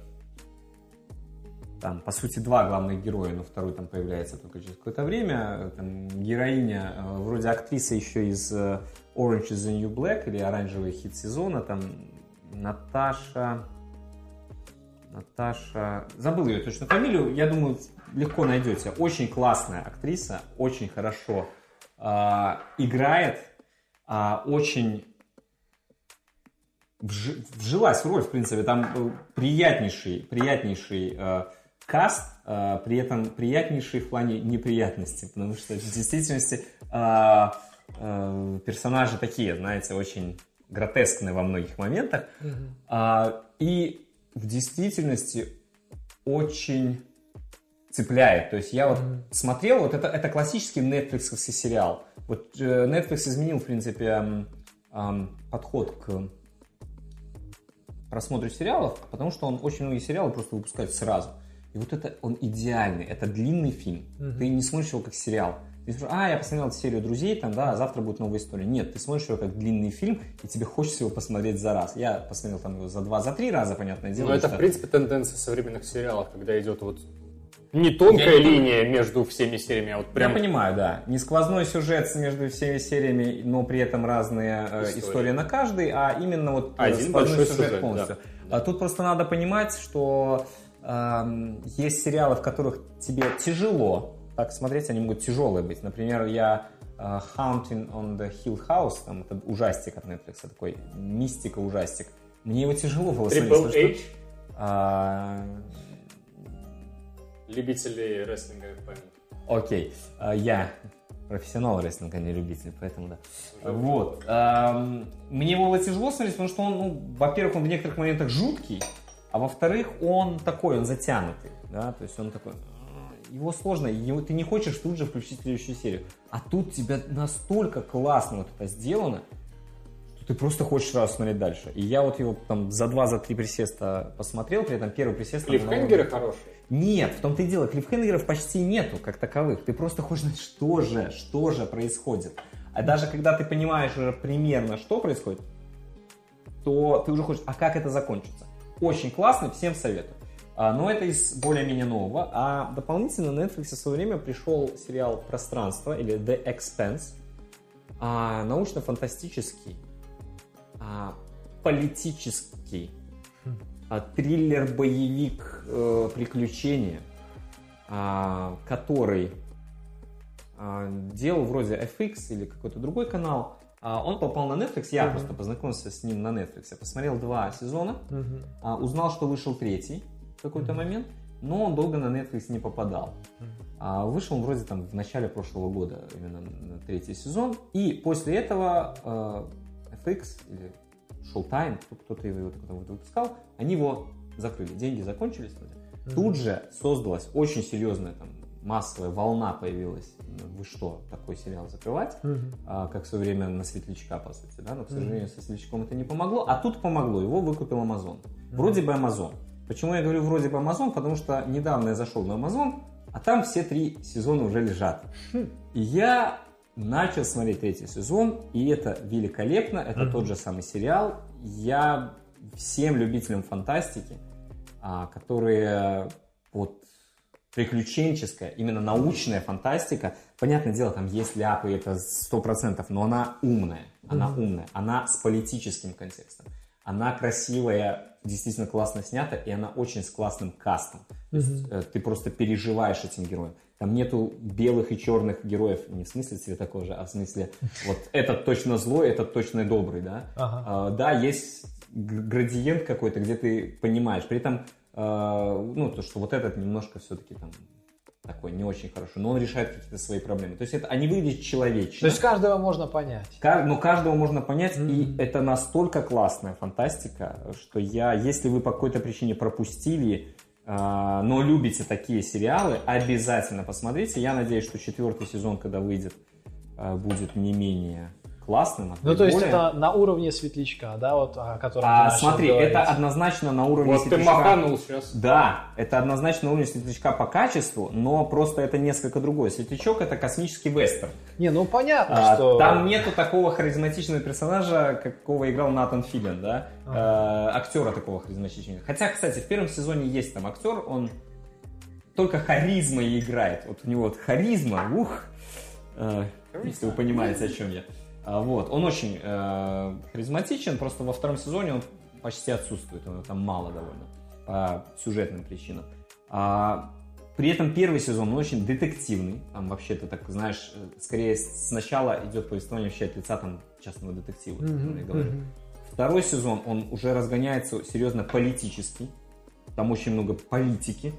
там, по сути, два главных героя, но второй там появляется только через какое-то время. Там, героиня, вроде актриса еще из Orange is the New Black, или оранжевый хит сезона, там, Наташа, забыл ее точно фамилию, я думаю, легко найдете. Очень классная актриса, очень хорошо играет, очень вжилась в роль, в принципе, там приятнейший каст, при этом приятнейший в плане неприятности, потому что в действительности персонажи такие, знаете, очень гротескные во многих моментах, и в действительности очень цепляет. То есть я вот смотрел, вот это классический нетфликсовский сериал. Вот Netflix изменил, в принципе, подход к просмотру сериалов, потому что он очень многие сериалы просто выпускает сразу. И вот это он идеальный, это длинный фильм. Ты не смотришь его как сериал. Ты смотришь, я посмотрел эту серию «Друзей», там, да, а завтра будет новая история. Нет, ты смотришь его как длинный фильм, и тебе хочется его посмотреть за раз. Я посмотрел там его за 2-3 раза, понятное дело. Но это, в принципе, тенденция современных сериалов, когда идет вот не тонкая линия между всеми сериями, а вот прям... Я понимаю, да. Не сквозной сюжет между всеми сериями, но при этом разные истории на каждой, а именно вот один сквозной большой сюжет полностью. Да. Тут просто надо понимать, что есть сериалы, в которых тебе тяжело так смотреть, они могут тяжелые быть. Например, я Haunting on the Hill House, там это ужастик от Netflix, такой мистика-ужастик. Мне его тяжело было смотреть. Любители рестлинга поймут. Окей. Я профессионал рестлинга, не любитель, поэтому да. Вот. Мне его было тяжело смотреть, потому что он, во-первых, он в некоторых моментах жуткий, а во-вторых, он затянутый. Да? То есть он такой... Его сложно, ты не хочешь тут же включить следующую серию. А тут тебя настолько классно вот это сделано, что ты просто хочешь сразу смотреть дальше. И я вот его там за 2-3 присеста посмотрел, при этом первый присест... Клиффхенгеры хорошие? Нет, в том-то и дело, клиффхенгеров почти нету, как таковых. Ты просто хочешь знать, что же происходит. А даже когда ты понимаешь уже примерно, что происходит, то ты уже хочешь, а как это закончится? Очень классно, всем советую. Но это из более-менее нового. А дополнительно на Netflix в свое время пришел сериал «Пространство» или «The Expanse». Научно-фантастический, политический, триллер-боевик, приключения. который делал вроде FX или какой-то другой канал. Он попал на Netflix, я просто познакомился с ним на Netflix. Я посмотрел 2 сезона, узнал, что вышел 3-й в какой-то момент, но он долго на Netflix не попадал. Вышел он вроде там в начале прошлого года, именно на 3-й сезон. И после этого FX или Showtime, кто-то его выпускал, они его закрыли, деньги закончились. Тут же создалась очень серьезная там массовая волна появилась. Вы что, такой сериал закрывать? Как в свое время на Светлячка, по сути, да? Но, к сожалению, со Светлячком это не помогло. А тут помогло, его выкупил Amazon. Вроде бы Amazon. Почему я говорю вроде бы Amazon? Потому что недавно я зашел на Amazon, а там все 3 сезона уже лежат. И я начал смотреть 3-й сезон, и это великолепно. Это тот же самый сериал. Я всем любителям фантастики, которые вот приключенческая, именно научная фантастика. Понятное дело, там есть ляпы, это 100%, но она умная. Она с политическим контекстом. Она красивая, действительно классно снята, и она очень с классным кастом. То есть, ты просто переживаешь этим героем. Там нету белых и черных героев, не в смысле цвета кожи, а в смысле вот этот точно злой, этот точно добрый, да? Да, есть градиент какой-то, где ты понимаешь. При этом то, что вот этот немножко все-таки там такой не очень хорошо, но он решает какие-то свои проблемы. То есть это, они выглядят человечно. То есть каждого можно понять. Каждого можно понять, и это настолько классная фантастика, что если вы по какой-то причине пропустили, но любите такие сериалы, обязательно посмотрите. Я надеюсь, что 4-й сезон, когда выйдет, будет не менее классным. Ну, то есть это на уровне Светлячка, да, вот о котором ты начал смотри, говорить. это однозначно на уровне вот Светлячка. Ты маханул сейчас. Да, это однозначно на уровне Светлячка по качеству, но просто это несколько другое. Светлячок — это космический вестерн. Не, ну понятно, что... Там нету такого харизматичного персонажа, какого играл Натан Филлион, да? Актера такого харизматичного. Хотя, кстати, в 1-м сезоне есть там актер, он только харизмой играет. Вот у него вот харизма, если вы понимаете, о чем я. Вот. Он очень харизматичен, просто во 2-м сезоне он почти отсутствует, он там мало довольно, по сюжетным причинам. При этом 1-й сезон, он очень детективный, там вообще-то, так знаешь, скорее сначала идет повествование вообще от лица там частного детектива, как я говорю. 2-й сезон, он уже разгоняется серьезно политический, там очень много политики,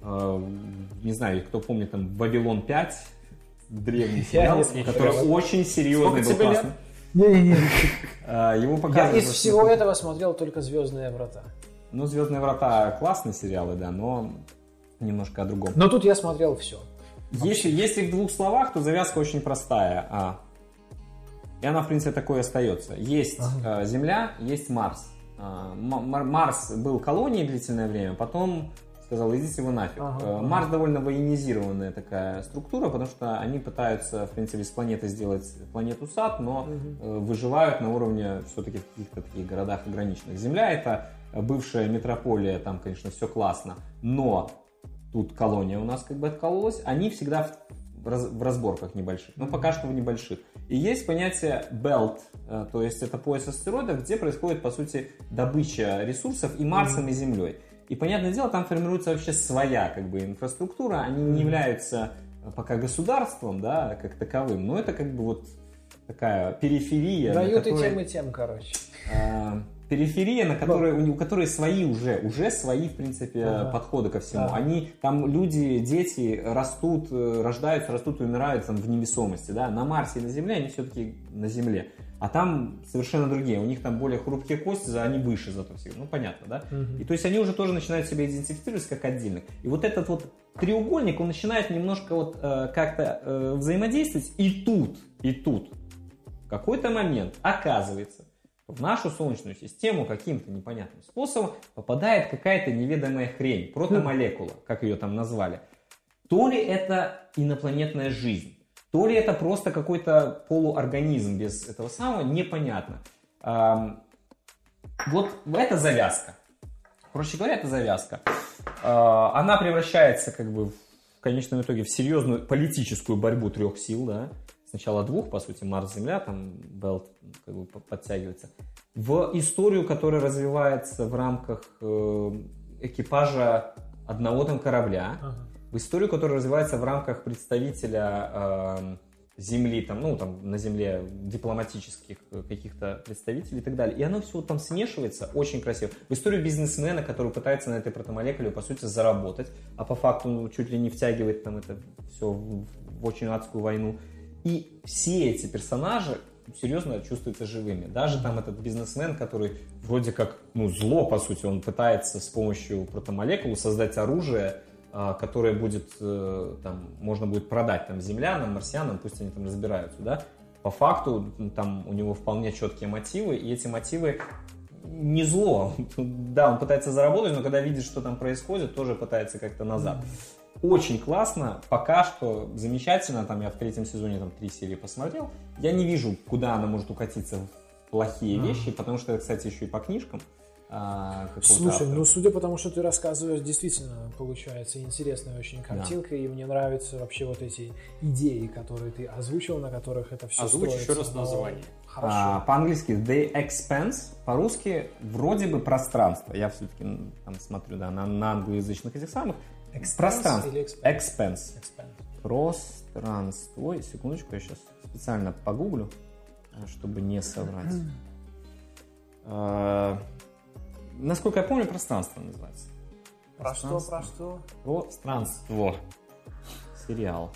не знаю, кто помнит, там «Вавилон 5», древний сериал, который очень серьезный, был классный. Не-не-не. Его показывают. Я из всего этого смотрел только «Звездные врата». Ну, «Звездные врата» классные сериалы, да, но немножко о другом. Но тут я смотрел все. Если в 2 словах, то завязка очень простая. И она, в принципе, такой и остается. Есть Земля, есть Марс. Марс был колонией длительное время, потом сказал, идите вы нафиг. Марс довольно военизированная такая структура, потому что они пытаются, в принципе, с планеты сделать планету-сад, но выживают на уровне все-таки в каких-то таких городах ограниченных. Земля — это бывшая метрополия, там, конечно, все классно, но тут колония у нас как бы откололась, они всегда в разборках небольших, но пока что в небольших. И есть понятие belt, то есть это пояс астероидов, где происходит, по сути, добыча ресурсов и Марсом, и Землей. И, понятное дело, там формируется вообще своя как бы инфраструктура, они не являются пока государством, да, как таковым, но это как бы вот такая периферия. Дают и тем, короче. Периферия, на которой, у которой свои уже свои, в принципе, подходы ко всему. Они, там люди, дети рождаются, растут и умирают там, в невесомости. Да? На Марсе и на Земле они все-таки на Земле. А там совершенно другие. У них там более хрупкие кости, они выше зато всегда. Ну, понятно, да? И то есть они уже тоже начинают себя идентифицировать как отдельных. И вот этот вот треугольник, он начинает немножко вот как-то взаимодействовать. И тут в какой-то момент оказывается, в нашу Солнечную систему каким-то непонятным способом попадает какая-то неведомая хрень, протомолекула, как ее там назвали. То ли это инопланетная жизнь, то ли это просто какой-то полуорганизм без этого самого, непонятно. Вот это завязка. Проще говоря, это завязка. Она превращается как бы в конечном итоге в серьезную политическую борьбу 3 сил, да? Сначала 2, по сути, Марс-Земля, там Белт как бы подтягивается, в историю, которая развивается в рамках экипажа одного там корабля, в историю, которая развивается в рамках представителя земли, там, ну, там, на земле дипломатических каких-то представителей и так далее. И оно все там смешивается очень красиво. В историю бизнесмена, который пытается на этой протомолекуле, по сути, заработать, а по факту чуть ли не втягивает там это все в очень адскую войну. И все эти персонажи серьезно чувствуются живыми. Даже там этот бизнесмен, который вроде как, ну, зло, по сути, он пытается с помощью протомолекулы создать оружие, которое будет, там, можно будет продать там, землянам, марсианам, пусть они там разбираются, да. По факту там у него вполне четкие мотивы, и эти мотивы не зло. Да, он пытается заработать, но когда видит, что там происходит, тоже пытается как-то назад. Очень классно, пока что замечательно, там я в 3-м сезоне там 3 серии посмотрел, я не вижу, куда она может укатиться в плохие вещи, потому что это, кстати, еще и по книжкам. Слушай, ну судя по тому, что ты рассказываешь, действительно получается интересная очень картинка, и мне нравятся вообще вот эти идеи, которые ты озвучил, на которых это все Озвучь строится. еще раз название. Хорошо. По-английски The Expanse, по-русски вроде бы пространство. Я все-таки там смотрю, да, на англоязычных этих самых. Пространство. Или Expanse. Пространство. Ой, секундочку, я сейчас специально погуглю, чтобы не соврать. Насколько я помню, пространство называется. Про что? Пространство. Сериал.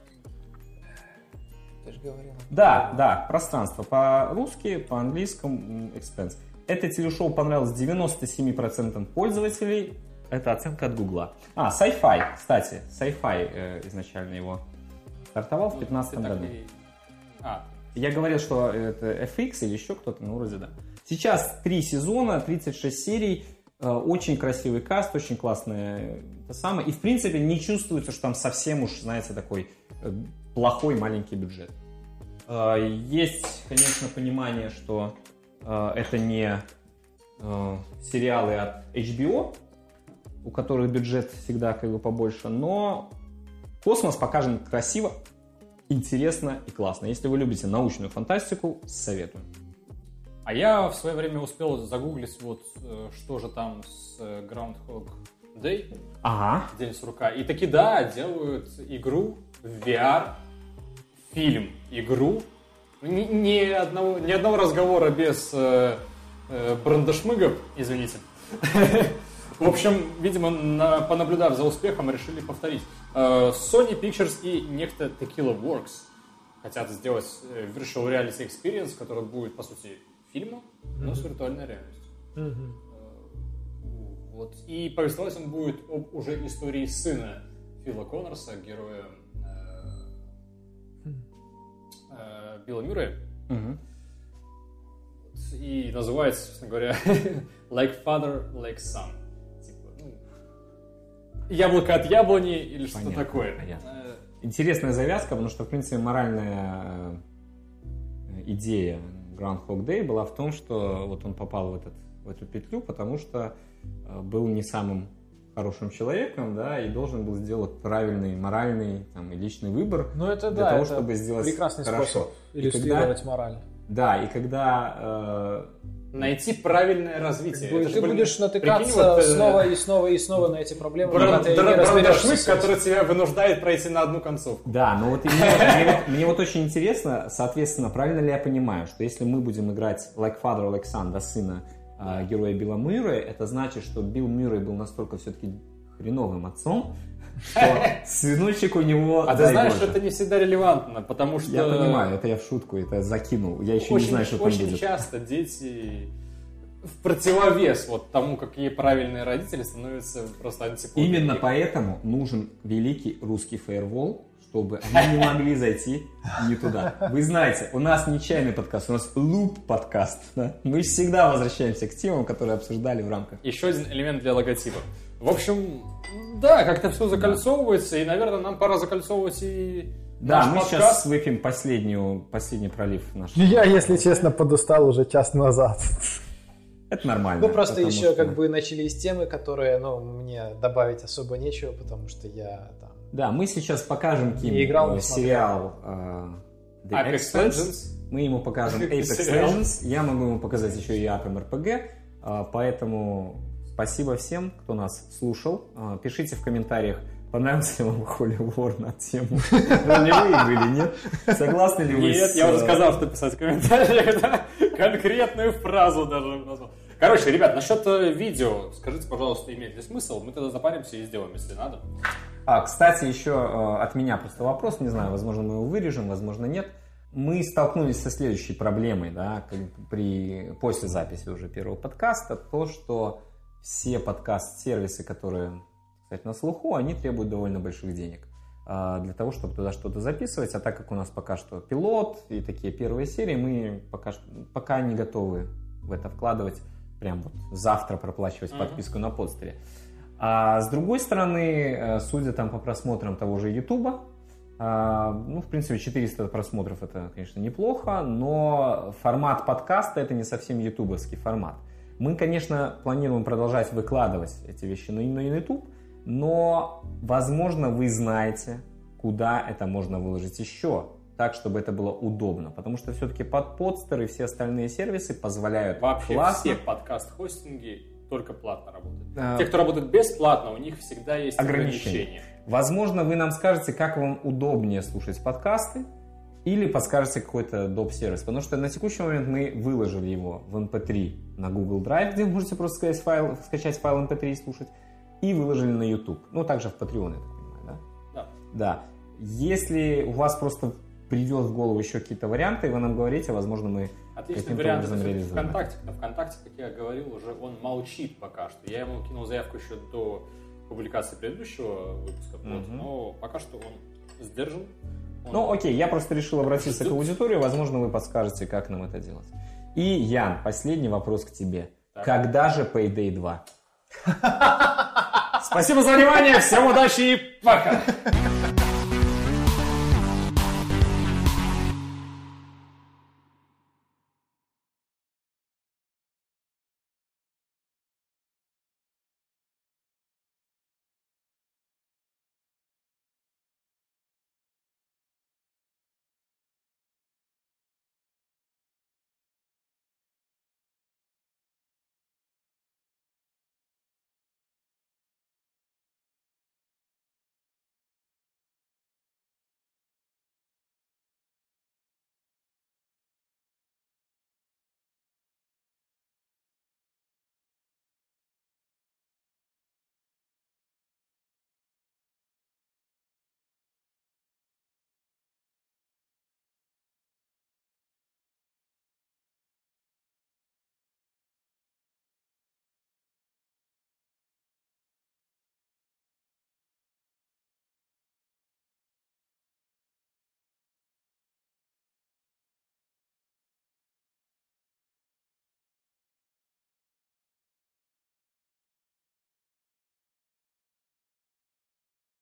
Ты же говорил. Да, пространство. По-русски, по-английскому Expanse. Это телешоу понравилось 97% пользователей. Это оценка от Гугла. Sci-Fi, кстати. Sci-Fi изначально его стартовал в 2015 году. Я говорил, что это FX или еще кто-то, ну вроде да. Сейчас 3 сезона, 36 серий, очень красивый каст, очень классное это самое. И в принципе не чувствуется, что там совсем уж, знаете, такой плохой маленький бюджет. Есть, конечно, понимание, что это не сериалы от HBO, у которых бюджет всегда как бы побольше, но космос покажен красиво, интересно и классно. Если вы любите научную фантастику, советую. А я в свое время успел загуглить, вот что же там с Groundhog Day, День сурка. И таки, да, делают игру в VR, фильм, игру. Ни одного разговора без брандашмыгов, извините. В общем, видимо, понаблюдав за успехом, решили повторить. Sony Pictures и некто Tequila Works хотят сделать Virtual Reality Experience, который будет, по сути, фильмом, но с виртуальной реальностью. Вот. И повествовать он будет об уже истории сына Фила Коннорса, героя Билла Мюррея. И называется, собственно говоря, Like Father, Like Son. Яблоко от яблони или что-то такое. Понятно. Интересная завязка, потому что, в принципе, моральная идея Groundhog Day была в том, что вот он попал в эту петлю, потому что был не самым хорошим человеком, да, и должен был сделать правильный моральный там, и личный выбор для того, чтобы сделать прекрасный хорошо. Способ иллюстрировать мораль. Да, и когда... найти правильное развитие. Ты будешь натыкаться снова и снова и снова на эти проблемы. Брандашмык, который тебя вынуждает пройти на одну концовку. Да, но вот мне вот очень интересно, соответственно, правильно ли я понимаю, что если мы будем играть Like Father, Like Son, да, сына героя Билла Мюррея, это значит, что Билл Мюррей был настолько все-таки хреновым отцом, что сыночек у него... А ты знаешь, что это не всегда релевантно, потому что... Я понимаю, это я в шутку, это закинул. Я еще не знаю, что там будет. Очень часто дети в противовес вот тому, какие правильные родители, становятся просто антиподами. Именно поэтому нужен великий русский фаервол, чтобы они не могли зайти не туда. Вы знаете, у нас не чайный подкаст, у нас луп-подкаст. Да? Мы всегда возвращаемся к темам, которые обсуждали в рамках. Еще один элемент для логотипа. В общем, да, как-то все закольцовывается, и, наверное, нам пора закольцовывать и да, наш мы подкаст. Сейчас выпьем последний пролив наш. Я, если честно, подустал уже час назад. Это нормально. Мы просто еще как бы начали с темы, которые, мне добавить особо нечего, потому что я там... Да, мы сейчас покажем сериал The Apex Legends. Мы ему покажем Apex Legends. Я могу ему показать еще и Atom RPG. Поэтому спасибо всем, кто нас слушал. Пишите в комментариях, Понравился ли вам Holy War на тему ролевые игры или нет? Согласны ли вы Нет, я уже сказал, что писать в комментариях, да? Конкретную фразу даже назвал. Короче, ребят, насчет видео, скажите, пожалуйста, имеет ли смысл? Мы тогда запаримся и сделаем, если надо. Кстати, еще от меня просто вопрос, не знаю, возможно, мы его вырежем, возможно, нет. Мы столкнулись со следующей проблемой, да, после записи уже первого подкаста, то, что все подкаст-сервисы, которые, кстати, на слуху, они требуют довольно больших денег для того, чтобы туда что-то записывать, а так как у нас пока что пилот и такие первые серии, мы пока не готовы в это вкладывать, прям вот завтра проплачивать подписку на подстере. А с другой стороны, судя там по просмотрам того же Ютуба, в принципе, 400 просмотров это, конечно, неплохо, но формат подкаста это не совсем ютубовский формат. Мы, конечно, планируем продолжать выкладывать эти вещи на YouTube, но, возможно, вы знаете, куда это можно выложить еще, так, чтобы это было удобно, потому что все-таки Podster и все остальные сервисы позволяют вообще классно. Все подкаст-хостинги только платно работают. Те, кто работает бесплатно, у них всегда есть ограничения. Возможно, вы нам скажете, как вам удобнее слушать подкасты, или подскажете какой-то доп-сервис. Потому что на текущий момент мы выложили его в MP3 на Google Drive, где вы можете просто скачать файл MP3 и слушать, и выложили на YouTube. Ну, также в Patreon, я так понимаю, да? Да. Да. Если у вас просто придет в голову еще какие-то варианты, вы нам говорите, возможно, мы отличный вариант это ВКонтакте. ВКонтакте, как я говорил, уже он молчит пока что. Я ему кинул заявку еще до публикации предыдущего выпуска, но пока что он сдержан. Ну окей, я просто решил обратиться к аудитории, возможно, вы подскажете, как нам это делать. И, Ян, последний вопрос к тебе. Так. Когда же Payday 2? Спасибо за внимание, всем удачи и пока!